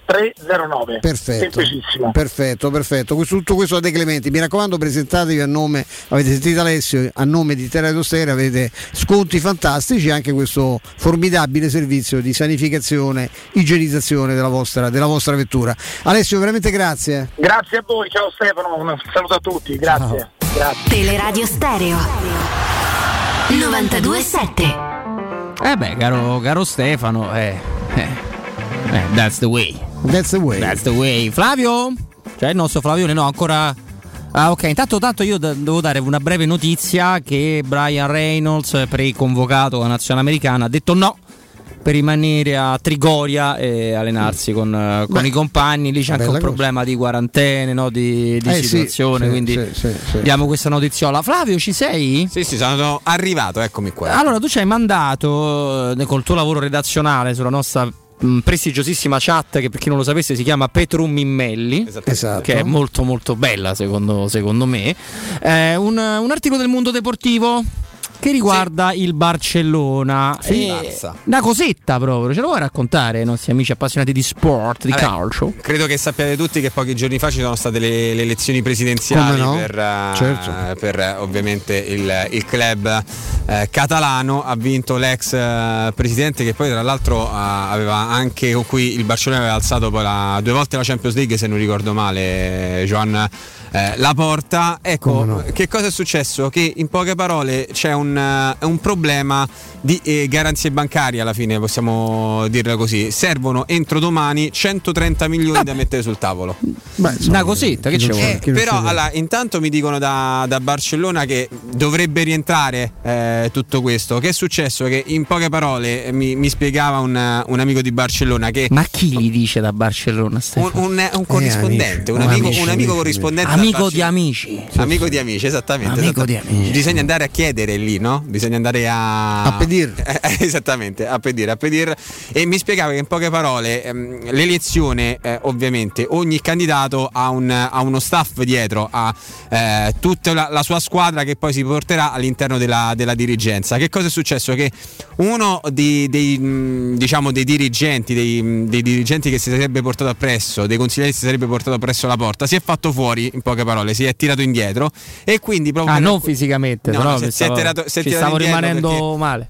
309. Perfetto. Tutto questo De Clementi. Mi raccomando, presentatevi a nome, avete sentito Alessio, a nome di Teleradio Stereo, avete sconti fantastici, anche questo formidabile servizio di sanificazione, igienizzazione della vostra vettura. Alessio, veramente grazie. Grazie a voi, ciao Stefano, un saluto a tutti, grazie. Grazie. Teleradio Stereo 92.7. Caro Stefano, that's the way. Flavio? Cioè il nostro Flavio no, ancora. Ok, intanto io devo dare una breve notizia che Brian Reynolds, preconvocato alla nazionale americana, ha detto no per rimanere a Trigoria e allenarsi con i compagni. Lì c'è anche un problema di quarantene, no? di situazione, quindi diamo questa notiziola. Flavio, ci sei? Sì, sono arrivato, eccomi qua. Allora, tu ci hai mandato col tuo lavoro redazionale sulla nostra prestigiosissima chat, che per chi non lo sapesse si chiama Petrum Mimmelli, esatto, che è molto molto bella secondo me, un articolo del Mondo Deportivo che riguarda il Barcellona. Una cosetta proprio, ce lo vuoi raccontare ai nostri amici appassionati di sport, di calcio? Credo che sappiate tutti che pochi giorni fa ci sono state le elezioni presidenziali per ovviamente il club catalano. Ha vinto l'ex presidente, che poi tra l'altro aveva anche con cui il Barcellona aveva alzato poi 2 volte la Champions League, se non ricordo male, Joan Laporta. Ecco, che cosa è successo? Che in poche parole c'è un problema di garanzie bancarie, alla fine possiamo dirla così. Servono entro domani 130 milioni da mettere sul tavolo. Una cosetta, che ci vuole? Però allora, intanto mi dicono da Barcellona che dovrebbe rientrare tutto questo. Che è successo? Che in poche parole mi spiegava un amico di Barcellona che... Ma chi gli dice da Barcellona? Un corrispondente, un amico corrispondente. Amico di amici. Amico di amici, esattamente. Di amici. Bisogna andare a chiedere lì, no? Bisogna andare a pedir. Esattamente, a pedir. E mi spiegava che in poche parole l'elezione, ovviamente ogni candidato ha uno staff dietro, ha tutta la sua squadra che poi si porterà all'interno della dirigenza. Che cosa è successo? Che uno dei dirigenti che si sarebbe portato appresso, dei consiglieri che si sarebbe portato appresso la porta, si è fatto fuori, in poche parole, si è tirato indietro, e quindi proprio non fisicamente, no, però si è tirato rimanendo perché... male.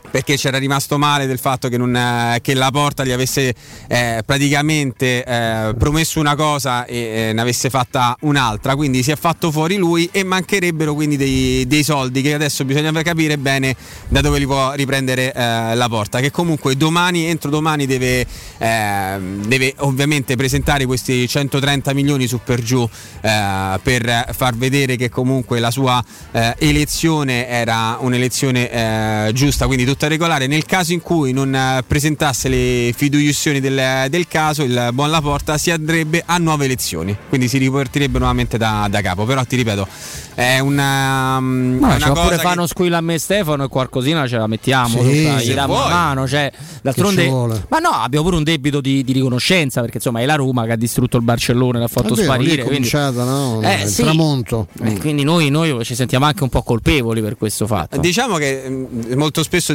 perché c'era rimasto male del fatto che Laporta gli avesse praticamente promesso una cosa e ne avesse fatta un'altra, quindi si è fatto fuori lui e mancherebbero quindi dei soldi che adesso bisogna capire bene da dove li può riprendere Laporta, che comunque entro domani deve ovviamente presentare questi 130 milioni su per giù per far vedere che comunque la sua elezione era un'elezione giusta, quindi tutta regolare. Nel caso in cui non presentasse le fiduciazioni del caso, il buon Laporta si andrebbe a nuove elezioni, quindi si ripartirebbe nuovamente da capo. Però ti ripeto, è una cosa pure fanno squilla a me Stefano e qualcosina ce la mettiamo, gli diamo una mano, cioè, d'altronde, ma no, abbiamo pure un debito di riconoscenza, perché insomma è la Roma che ha distrutto il Barcellona, l'ha fatto sparire, quindi il tramonto, quindi noi ci sentiamo anche un po' colpevoli per questo fatto. Diciamo che molto spesso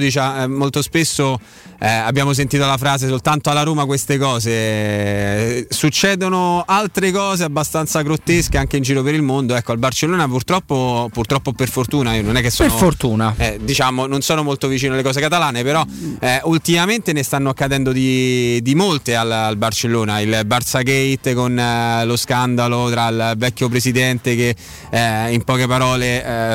abbiamo sentito la frase soltanto alla Roma queste cose, succedono altre cose abbastanza grottesche anche in giro per il mondo. Ecco, al Barcellona purtroppo per fortuna, io non è che sono, per fortuna diciamo, non sono molto vicino alle cose catalane, però ultimamente ne stanno accadendo di molte al Barcellona. Il Barça Gate con lo scandalo tra il vecchio presidente che in poche parole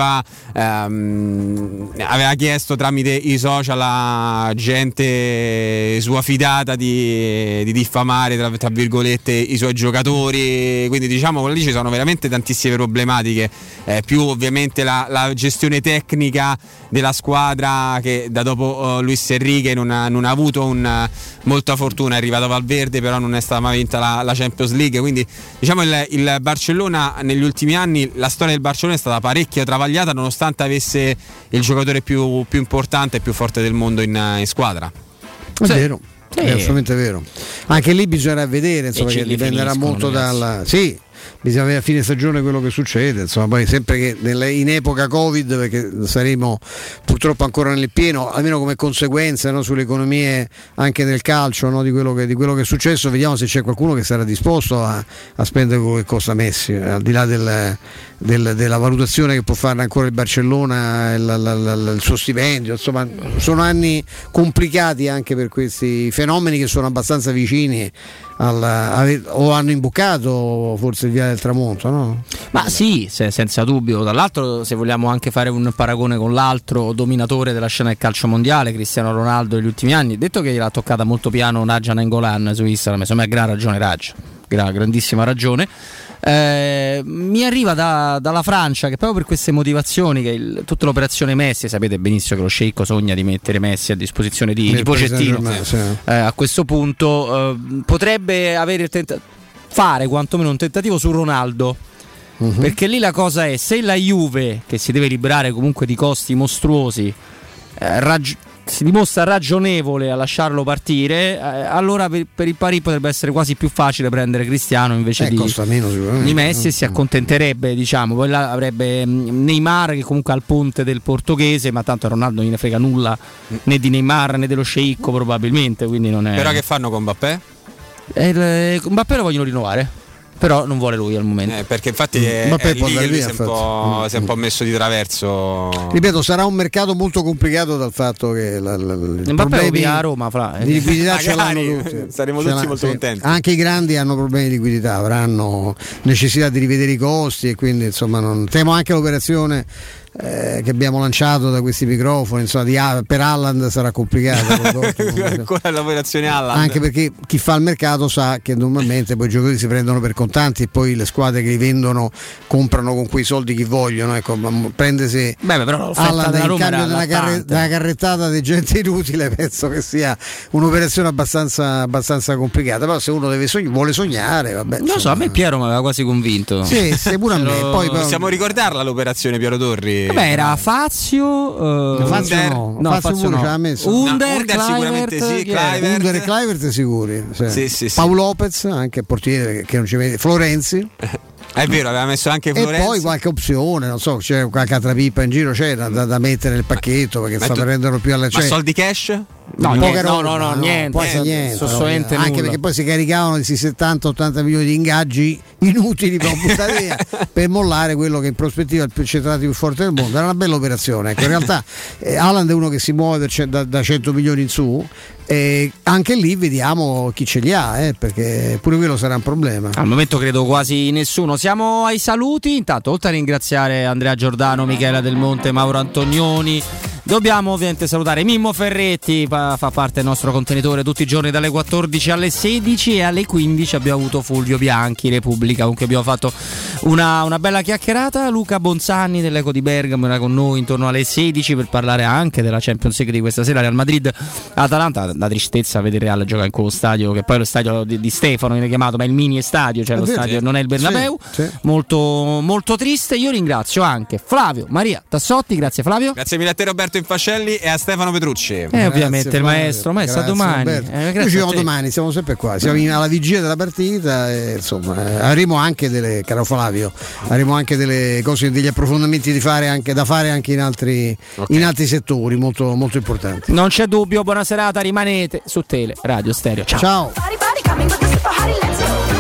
aveva chiesto tramite i social a gente sua fidata di diffamare tra virgolette i suoi giocatori, quindi diciamo che lì ci sono veramente tantissime problematiche, più ovviamente la gestione tecnica della squadra, che da dopo Luis Enrique non ha avuto molta fortuna. È arrivato Valverde, però non è stata mai vinta la Champions League, quindi diciamo il Barcellona negli ultimi anni, la storia del Barcellona è stata parecchio travagliata, nonostante avesse il giocatore più importante e più forte del mondo in squadra. È vero, è assolutamente vero. Anche lì bisognerà vedere, insomma, che dipenderà molto dalla bisogna vedere a fine stagione quello che succede, insomma, poi sempre che in epoca Covid, perché saremo purtroppo ancora nel pieno, almeno come conseguenza, no, sulle economie anche del calcio, no, di quello che è successo. Vediamo se c'è qualcuno che sarà disposto a spendere quello che costa Messi, al di là della valutazione che può fare ancora il Barcellona, il suo stipendio. Insomma, sono anni complicati anche per questi fenomeni che sono abbastanza vicini o hanno imboccato forse il via del tramonto, no? Ma sì, senza dubbio. Dall'altro, se vogliamo anche fare un paragone con l'altro dominatore della scena del calcio mondiale, Cristiano Ronaldo, negli ultimi anni, detto che l'ha toccata molto piano Naja Nainggolan su Instagram, insomma, gran ragione Raj, grandissima ragione. Mi arriva dalla Francia, che proprio per queste motivazioni, che tutta l'operazione Messi, sapete benissimo che lo sceicco sogna di mettere Messi a disposizione di Pochettino, a questo punto potrebbe fare quantomeno un tentativo su Ronaldo, perché lì la cosa è, se la Juve, che si deve liberare comunque di costi mostruosi, si dimostra ragionevole a lasciarlo partire, allora per il Paris potrebbe essere quasi più facile prendere Cristiano invece di Messi, e si accontenterebbe, diciamo. Poi là avrebbe Neymar, che comunque ha il ponte del portoghese, ma tanto a Ronaldo non gliene frega nulla né di Neymar né dello sceicco probabilmente, quindi non è. Però che fanno con Mbappé? Mbappé lo vogliono rinnovare, però non vuole lui al momento, perché infatti è lì che lui si è un po' messo di traverso. Ripeto, sarà un mercato molto complicato dal fatto che Mbappé via a Roma di liquidità ce l'hanno tutti. Saremo tutti molto contenti. Anche i grandi hanno problemi di liquidità, avranno necessità di rivedere i costi, e quindi insomma temo anche l'operazione che abbiamo lanciato da questi microfoni, insomma, per Haaland sarà complicato. Ancora l'operazione Haaland, anche perché chi fa il mercato sa che normalmente poi i giocatori si prendono per contanti e poi le squadre che li vendono comprano con quei soldi chi vogliono. Ecco, prendersi Haaland in cambio della carrettata di gente inutile, penso che sia un'operazione abbastanza complicata. Però se uno vuole sognare, vabbè, non so, a me Piero mi aveva quasi convinto. Sì, pure a me. Poi possiamo ricordarla l'operazione Piero Torri? Era Fazio, Fazio pure ce l'ha messo. Under sicuramente sì, Under e Kluivert sicuri. Sì. Paolo Lopez, anche portiere che non ci vede, Florenzi. È vero, aveva messo anche Florenzi. E poi qualche opzione, non so, c'è qualche altra pippa in giro, c'era da mettere nel pacchetto, perché sta prendendo più alla Ma soldi cash? No, niente, niente, quasi niente, assolutamente anche nulla. perché poi si caricavano questi 70-80 milioni di ingaggi inutili per buttare via per mollare quello che in prospettiva è il più centrato più forte del mondo. Era una bella operazione, ecco. In realtà Haaland è uno che si muove da 100 milioni in su. E anche lì vediamo chi ce li ha, perché pure quello sarà un problema. Al momento credo quasi nessuno. Siamo ai saluti. Intanto, oltre a ringraziare Andrea Giordano, Michela Del Monte, Mauro Antonioni, dobbiamo ovviamente salutare Mimmo Ferretti, fa parte del nostro contenitore tutti i giorni dalle 14 alle 16 e alle 15 abbiamo avuto Fulvio Bianchi, Repubblica, comunque abbiamo fatto una bella chiacchierata. Luca Bonzanni dell'Eco di Bergamo era con noi intorno alle 16 per parlare anche della Champions League di questa sera, Real Madrid-Atalanta. La tristezza vedere Real giocare in quello stadio, che poi è lo stadio di Stefano viene chiamato, ma è il mini stadio, cioè lo stadio non è il Bernabeu. Sì. Molto, molto triste. Io ringrazio anche Flavio Maria Tassotti, grazie Flavio. Grazie mille a te Roberto Infascelli e a Stefano Petrucci. Ovviamente il maestro domani. Noi ci vediamo domani, siamo sempre qua, siamo alla vigilia della partita e, insomma, avremo anche caro Flavio, avremo anche delle cose, degli approfondimenti da fare anche in altri settori molto, molto importanti. Non c'è dubbio, buona serata, rimanete su Tele Radio Stereo. Ciao. Ciao.